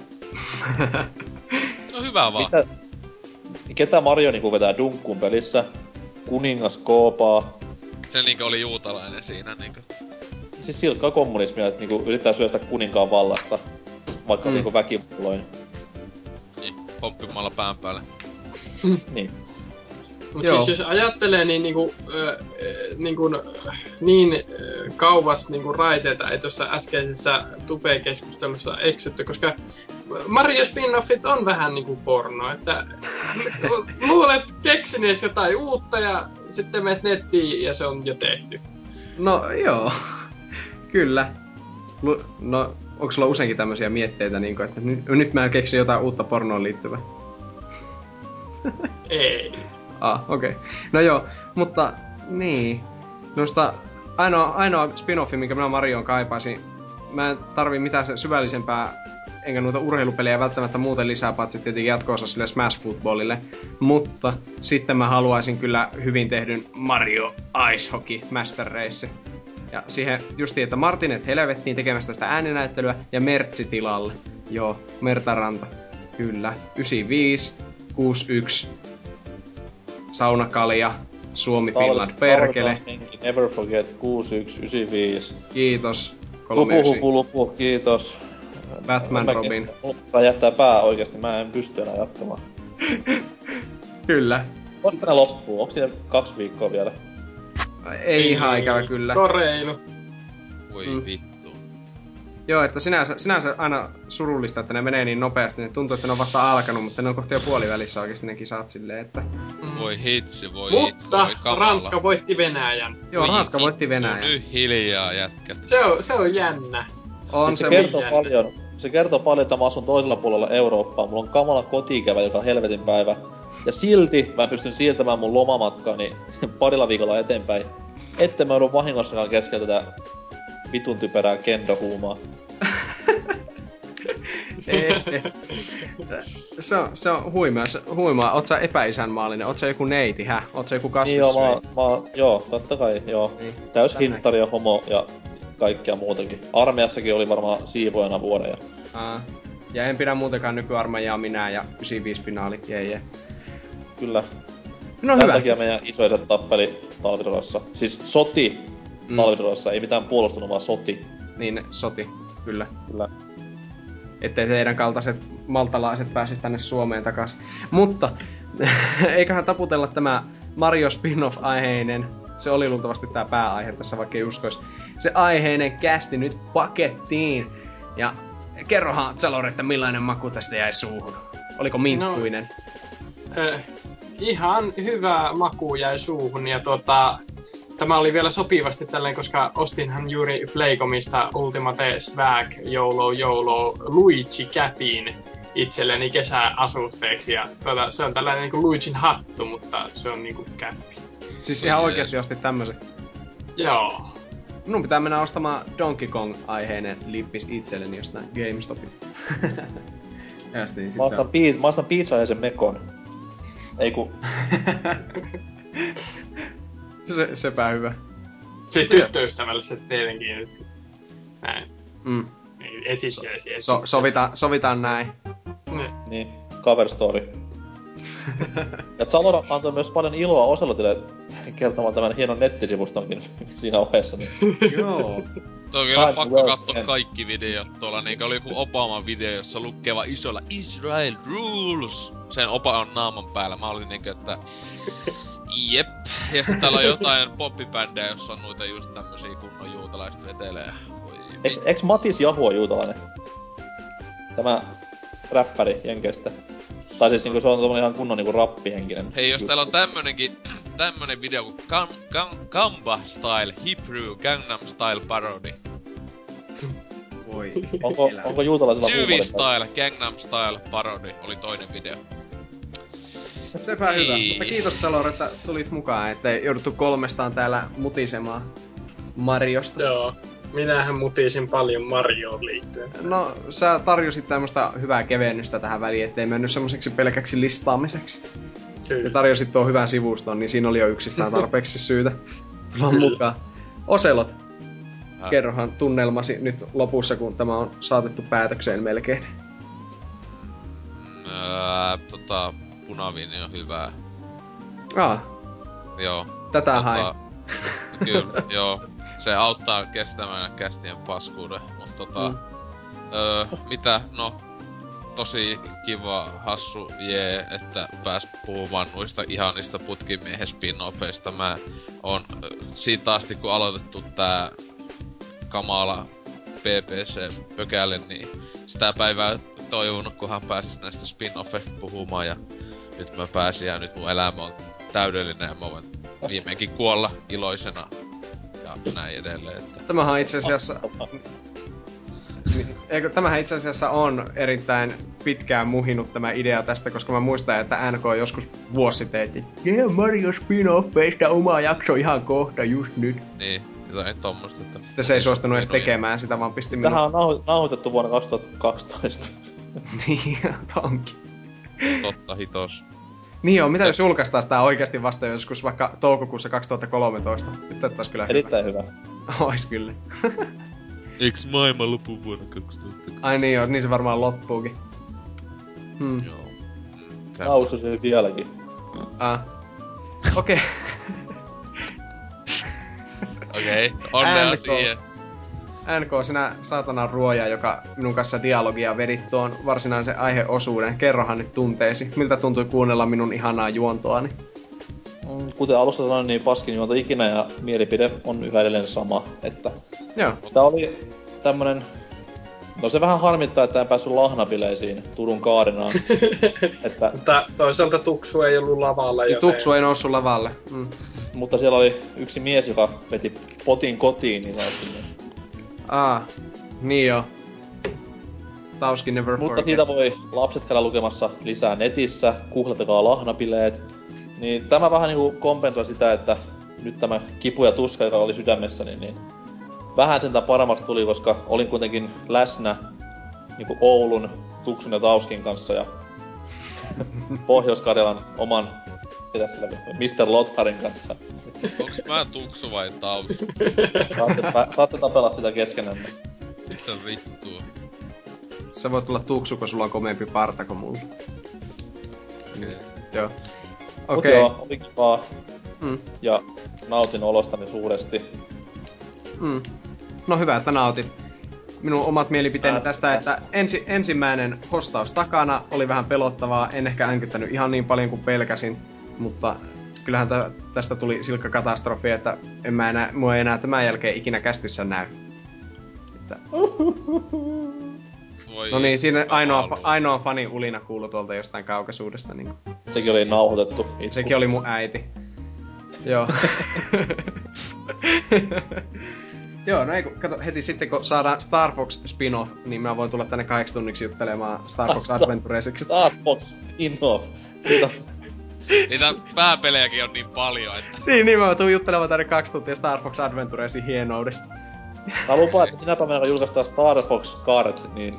No hyvä vaan. Ketä Mario niinku vetää dunkkuun pelissä? Kuningas Koopaa. Se niinkö oli juutalainen siinä niinkö. Siis silkkaa kommunismia, että niinku yrittää syöstä kuninkaan vallasta. Vaikka niinku väkivalloin. Niin, pomppimalla pään päälle. Niin. Mut siis jos ajattelee niin kauas niinku raiteita, ei tuossa äskeisessä Tupe-keskustelussa eksytty, koska Mario spin-offit on vähän niinku porno, että luulet keksinees jotain uutta ja sitten menet nettiin ja se on jo tehty. No joo, kyllä. No, onko sulla useinkin tämmöisiä mietteitä, niinku, että nyt mä keksin jotain uutta pornoon liittyvää? Ei. Okei. Okay. No joo, mutta niin. Minusta ainoa spin-offi, minkä minä Marioon kaipaisin, mä en tarvii mitään sen syvällisempää, enkä noita urheilupelejä välttämättä muuten lisää, paitsi tietenkin jatko-osa sille Smash Footballille. Mutta sitten mä haluaisin kyllä hyvin tehdyn Mario Ice Hockey Master Race. Ja siihen justiin, että Martinet helvettiin tekemästä sitä ääninäyttelyä ja Mertsi tilalle. Joo, Mertaranta. Kyllä. 95, 61. Saunakalja, Suomi, Finland, perkele. Never forget, 6195. Kiitos. 39. Lupu, kiitos. Batman Robin. Mulla jättää pää oikeesti, mä en pysty enää jatkamaan. Kyllä. Koska ne loppuu? Onks siinä 2 viikkoa vielä? Ei ihan ikävä kyllä. Toreilu. Voi vittu. Joo, että sinänsä aina surullista, että ne menee niin nopeasti. Ne tuntuu, että ne on vasta alkanut, mutta ne on kohta jo puolivälissä oikeesti ne kisat silleen, että... Voi hitsi, voi Mutta hitsi, voi Ranska voitti Venäjän. Joo, Ranska voitti Venäjän. Nyt hiljaa jätkät. Se on jännä. On se kertoo paljon. Se kertoo paljon, että mä asun toisella puolella Eurooppaa. Mulla on kamala kotiikävä joka helvetin päivä. Ja silti mä pystyn siirtämään mun lomamatkaani parilla viikolla eteenpäin. Ette mä joudun vahingossakaan keskellä tätä vitun typerää kendohuumaa. Se on huimaa. Oot sä epäisänmaallinen? Oot sä joku neiti, Oot sä joku Niin kasvissyöjä? joo, totta kai, joo. Niin, täys hinttari ja homo ja kaikkea muutakin. Armeijassakin oli varmaan siivoajana vuoden. Ja en pidä muutenkaan nykyarmeijaa minä ja 95 finaali, jee. Kyllä. No Tän hyvä. takia meidän isoiset tappeli talvisodassa. Siis soti talvisodassa, ei mitään puolustunut, vaan soti. Niin, soti, kyllä. Kyllä. Ettei teidän kaltaiset maltalaiset pääsis tänne Suomeen takas. Mutta, eiköhän taputella tämä Mario spin-off-aiheinen. Se oli luultavasti tää pääaihe tässä, vaikka ei uskois. Se aiheinen kästi nyt pakettiin. Ja kerrohan, Zalor, että millainen maku tästä jäi suuhun. Oliko minkkuinen? No, ihan hyvä maku jäi suuhun ja tämä oli vielä sopivasti tälleen, koska ostinhan juuri Playcomista Ultimate Swag YOLO Luigi Capin itselleni kesäasusteeksi ja se on tällainen niinku Luigin hattu, mutta se on niinku käppi. Siis ihan oikeesti ostit tämmösen? Joo. Minun pitää mennä ostamaan Donkey Kong-aiheinen lippis itselleni jostain GameStopista. Mä ostan pizza-aiheisen mekon. Ei ku... Sepä hyvä. Siis tyttöystävälliset tietenkin. Näin. Etsisiäisiä. Sovitaan näin. Niin, cover story. Ja Zalora antoi myös paljon iloa Oselotille kertomaan tämän hienon nettisivustonkin siinä ohessa. Niin. Joo. Tuo on kyllä pakko katsoa kaikki videot tuolla, niinkö oli joku Obaman video, jossa lukeva isolla Israel rules! Sen Obaman naaman päällä. Mä olin niinkö, että Jep. Ja sitten täällä on jotain poppibändejä, jossa on noita just tämmösiä kunnon juutalaiset vetelee. Eiks Matis Jahu on juutalainen? Tämä räppäri Jenkeistä. Tai siis niinku se on tommonen ihan kunnon niinku rappihenkinen. Hei, jos täällä on tämmönen video kuin Gamba Style Hebrew Gangnam Style Parody. Voi. Onko juutalaisilla Syvi Style Gangnam Style Parody oli toinen video. Sepä hyvä. Mutta kiitos Salor, että tulit mukaan, ettei jouduttu kolmestaan täällä mutisemaan Mariosta. Joo. Minähän mutisin paljon Marioon liittyen. No, sä tarjosit tämmöstä hyvää kevennystä tähän väliin, ettei mennyt semmoiseksi pelkäksi listaamiseksi. Kyllä. Ja tarjosit tuon hyvän sivuston, niin siinä oli jo yksistään tarpeeksi syytä tulla mukaan. Oselot, kerrohan tunnelmasi nyt lopussa, kun tämä on saatettu päätökseen melkein. Punaviini on hyvää. Joo. Tätä hain. Kyllä, joo. Se auttaa kestämään kästien paskuuden, mut mitä, no, tosi kiva, hassu, että pääs puhumaan noista ihanista putkimiehen spin-offeista. Mä oon siitä asti, kun aloitettu tää kamala PPC-pökälle, niin sitä päivää toivonut, kunhan pääsis näistä spin-offeista puhumaan, ja nyt mä pääsin, ja nyt mun elämä on täydellinen, ja mä voin viimeinkin kuolla iloisena. Ja näin edelleen, että... Tämähän itse asiassa... Tämähän itse asiassa on erittäin pitkään muhinut tämä idea tästä, koska mä muistan, että NK joskus vuosi teitti Mario spin-offeista oma jakso ihan kohta, just nyt. Niin, jotain tommoista, että... Sitten se ei suostunut edes tekemään sitä, vaan pisti minun... Tähän on nauhoitettu vuonna 2012. Niin, onkin. Totta hitos. Niin joo, mitä jos julkaistaan sitä oikeasti vasta joskus vaikka toukokuussa 2013? Nyt otais kyllä erittäin hyvä. Ois kyllä. Eiks maailman lopu vuonna 2012? Ai niin joo, niin se varmaan loppuukin. Joo. Mä uskoisin vieläkin. Okei. Okei, onnea siihen. NK, sinä saatanan ruoja, joka minun kanssa dialogia vedit tuon varsinaisen aiheosuuden. Kerrohan nyt tunteesi. Miltä tuntui kuunnella minun ihanaa juontoani? Kuten alussa sanoin, niin paskin juonto ikinä ja mielipide on yhä edelleen sama. Että joo. Tää oli tämmönen... No se vähän harmittaa, että en päässyt lahnabileisiin Turun Kaarinaan. Että... Mutta toisaalta Tuksu ei ollut lavalla, joten... Tuksu ei noussut lavalle. Mutta siellä oli yksi mies, joka veti potin kotiin, niin sanottiin. Niin joo. Tauskin never Mutta forget. siitä voi lapset käydä lukemassa lisää netissä, googlattakaa lahnabileet. Niin tämä vähän niinku kompensoi sitä, että nyt tämä kipu ja tuska, joka oli sydämessäni, niin vähän sentään paremmaksi tuli, koska olin kuitenkin läsnä niinku Oulun, Tuksun ja Tauskin kanssa ja Pohjois-Karjalan oman Mr. Lotharin kanssa. Onks mä Tuksu vai Taus? Saatte tapella sitä keskenämme. Mitä vittua? Sä voit tulla Tuksu, kun sulla on komeampi parta kuin mulla. Joo. Okei. Joo, oli kivaa. Ja nautin olostani suuresti. No hyvä, että nautit. Minun omat mielipiteeni tästä, että ensimmäinen hostaus takana oli vähän pelottavaa. En ehkä änkyttänyt ihan niin paljon kuin pelkäsin. Mutta kyllähän tästä tuli silkka katastrofi, että mua ei enää tämän jälkeen ikinä kästissä näy. Että... No niin, siinä ainoa fanin ulina kuului tuolta jostain kaukaisuudesta. Niin. Sekin oli nauhoitettu. Sekin oli mun äiti. Joo. Joo, no ei kato, heti sitten kun saadaan Star Fox spin-off, niin mä voin tulla tänne 8 tunniksi juttelemaan Star Fox Adventuresiksi. Star Fox spin-off. Niitä pääpelejäkin on niin paljon, että... Niin mä tuun juttelemaan tänne 2 tuntia Star Fox Adventuresin hienoudesta. Mä lupaan, että sinä päivänä kun julkaistaan Star Fox Kart, niin...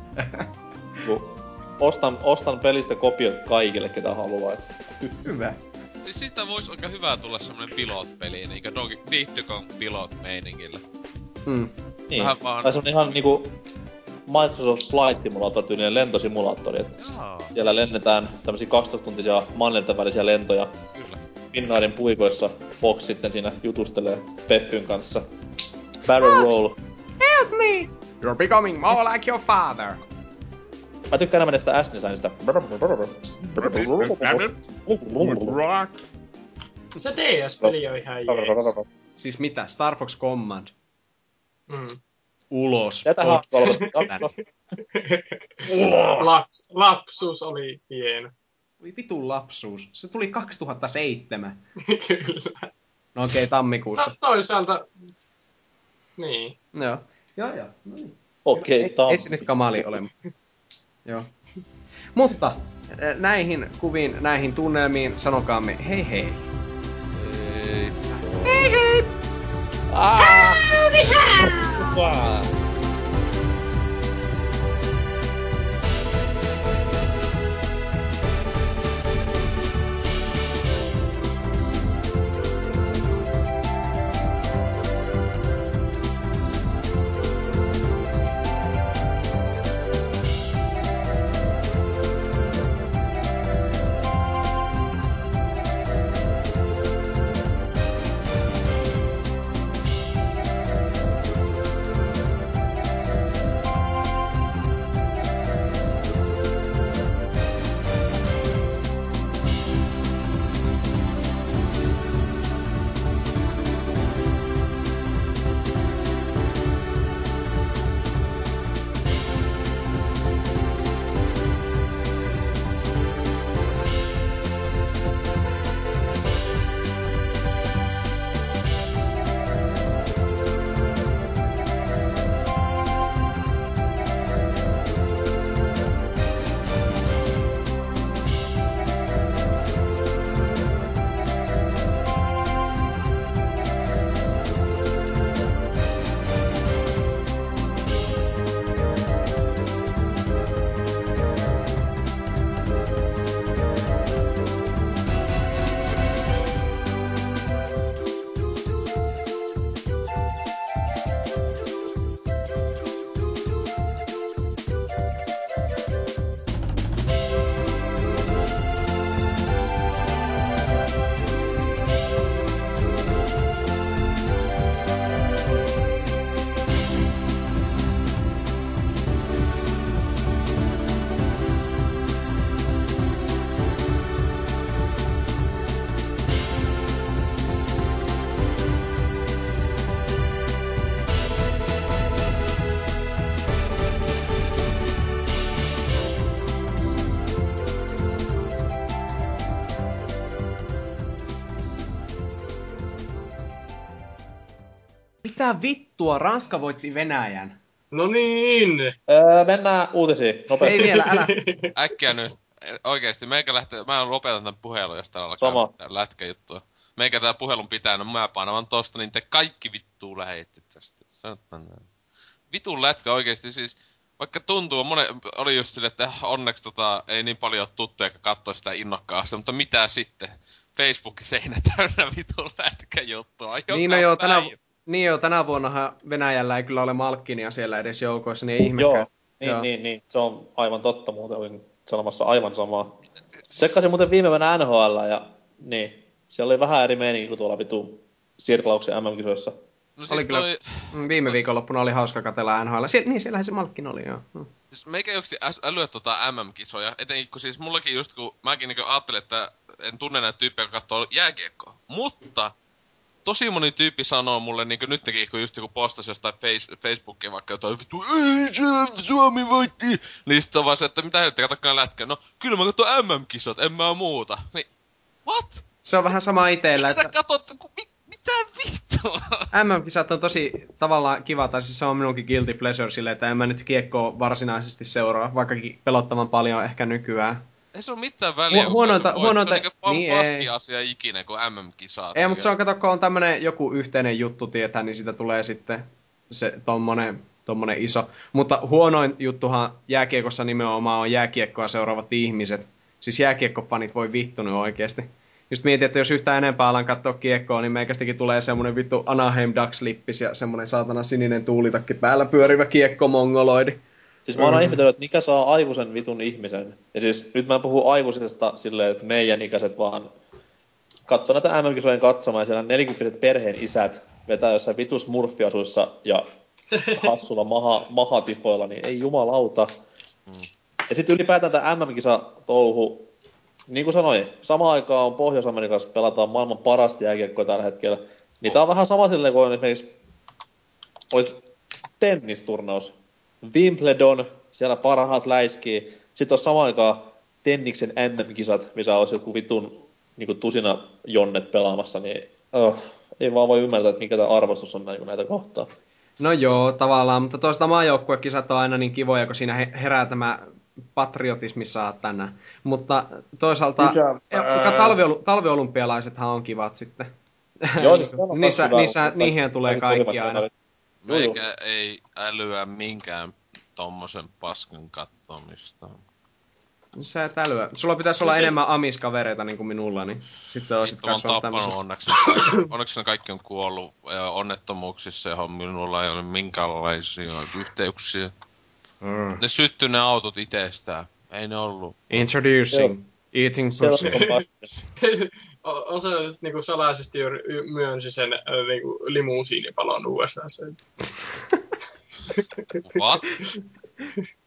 ostan pelistä kopiot kaikille, ketä haluaa. Hyvä. Siis siitä vois oikein hyvää tulla semmonen pilot-peli, niinkö Diddy Kong pilot-meiningillä. Niin, tai se on ihan niinku Microsoft Flight Simulator-tyylinen lentosimulaattori, et siellä lennetään tämmösiä 12-tuntisia mannerten välisiä lentoja. Kyllä. Finnairin puikoissa Fox sitten siinä jutustelee Peppyn kanssa. Barrel roll. Help me! You're becoming more like your father. Mä tykkään enemmän näistä S-designista. Se DS-peli on ihan jees. Siis mitä? Star Fox Command? Mm. Ulos. Jätähän Lapsuus oli hieno. Voi vitun lapsuus. Se tuli 2007. Kyllä. No okei, tammikuussa. No toisaalta... Niin. Joo. No niin. Okei, Ei se nyt kamali ole. Joo. Mutta näihin kuviin, näihin tunnelmiin sanokaamme hei hei. Hei hei! Mitä vittua? Ranska voitti Venäjän. No niin! Mennään uutisiin, nopeasti. Ei vielä, älä. Äkkiä nyt. Oikeesti, mä lopetan tän puhelun, jos täällä alkaa lätkäjuttua. Meikä tää puhelun pitää, no mä painavan tosta, niin te kaikki vittuu läheitte tästä. Vitun lätkä oikeesti siis. Vaikka tuntuu, oli just silleen, että onneksi ei niin paljon tuttuja, joka kattoi sitä innokkaasti, mutta mitä sitten? Facebookin seinä täynnä vitun lätkäjuttua. Niin joo, tänä vuonnahan Venäjällä ei kyllä ole Malkkinia siellä edes joukoissa, niin ei ihmekään. Joo, niin. Se on aivan totta, muuten olin sanomassa aivan samaa. Tsekkasin muuten viime vuonna NHL ja niin. Siellä oli vähän eri meininki kuin tuolla vitun Sirklauksen MM-kisoissa. No siis kyllä, viime viikonloppuna oli hauska katsella NHL. Siellähän se Malkkin oli, joo. Siis meikä joksi älyä MM-kisoja, etenkin kun siis mullakin just kun mäkin niin ajattelin, että en tunne näitä tyyppejä, jotka katsoo jääkiekkoa. Mutta tosi moni tyyppi sanoo mulle niin nytkin, kun just joku postasi jostain Facebookiin vaikka jotain vittu, Suomi voitti! Niin sit on vaan se, että mitä helvettä, katsokaa lätkää. No kyllä mä katson MM-kisot, en mä muuta. Niin, what? Se on vähän sama itellä, että... Sä katot, mitä vittua? MM-kisat on tosi tavallaan kiva, tai siis se on minunkin guilty pleasure silleen, että en mä nyt kiekkoa varsinaisesti seuraa, vaikkakin pelottavan paljon ehkä nykyään. Ei se oo mitään väliä, se on niinku paski asia ikinä kuin MM-kisat. Ei, mutta se on, kato, kun on tämmönen joku yhteinen juttu, tietää, niin siitä tulee sitten se tommonen iso. Mutta huonoin juttuhan jääkiekossa nimenomaan on jääkiekkoa seuraavat ihmiset. Siis jääkiekkofanit voi vittunut oikeesti. Just mietin, että jos yhtään enempää alan katsoa kiekkoa, niin meikästäkin tulee semmonen vittu Anaheim Ducks-lippis ja semmonen saatana sininen tuulitakki päällä pyörivä kiekko-mongoloidi. Siis mä oon ihmetellyt, että mikä saa aivoisen vitun ihmisen. Ja siis nyt mä puhun aikuisesta silleen, että meidän ikäiset vaan katsoo näitä MM-kisojen katsomaan ja siellä 40 perheen isät vetää jossain vitus murfiasuissa ja hassulla mahatifoilla, niin ei jumalauta. Ja sit ylipäätään tää MM-kisa touhu, niin kuin sanoin, samaan aikaan Pohjois-Amerikassa pelataan maailman parasta jääkiekkoa tällä hetkellä. Niin tää on vähän sama silleen, kun esimerkiksi ois tennisturnaus. Wimbledon, siellä parhaat läiskii. Sitten on samaan aikaan tenniksen MM-kisat, missä olisi joku vitun niinku tusina jonnet pelaamassa, niin ei vaan voi ymmärtää, että mikä tää arvostus on näitä kohtaa. No joo, tavallaan, mutta toista maajoukkuekisat on aina niin kivoja, kun siinä herää tämä patriotismi saatana. Mutta toisaalta talviolympialaisethan on kivat sitten. Joo, siis niihin tulee kaikki aina. Meikä ei älyä minkään tommosen paskan kattomista. Sä et älyä. Sulla pitäisi olla enemmän amiskavereita niin kuin minulla, niin sitten olisit kasvanut tämmöisessä. Onneksi ne kaikki on kuollut onnettomuuksissa, johon minulla ei ole minkäänlaisia yhteyksiä. Ne syttyi ne autot itsestään. Ei ne ollut. Introducing. Eating pussy. Osa nyt niinku salaisesti myönsi sen niinku limusiinipalon USA:ssa. What?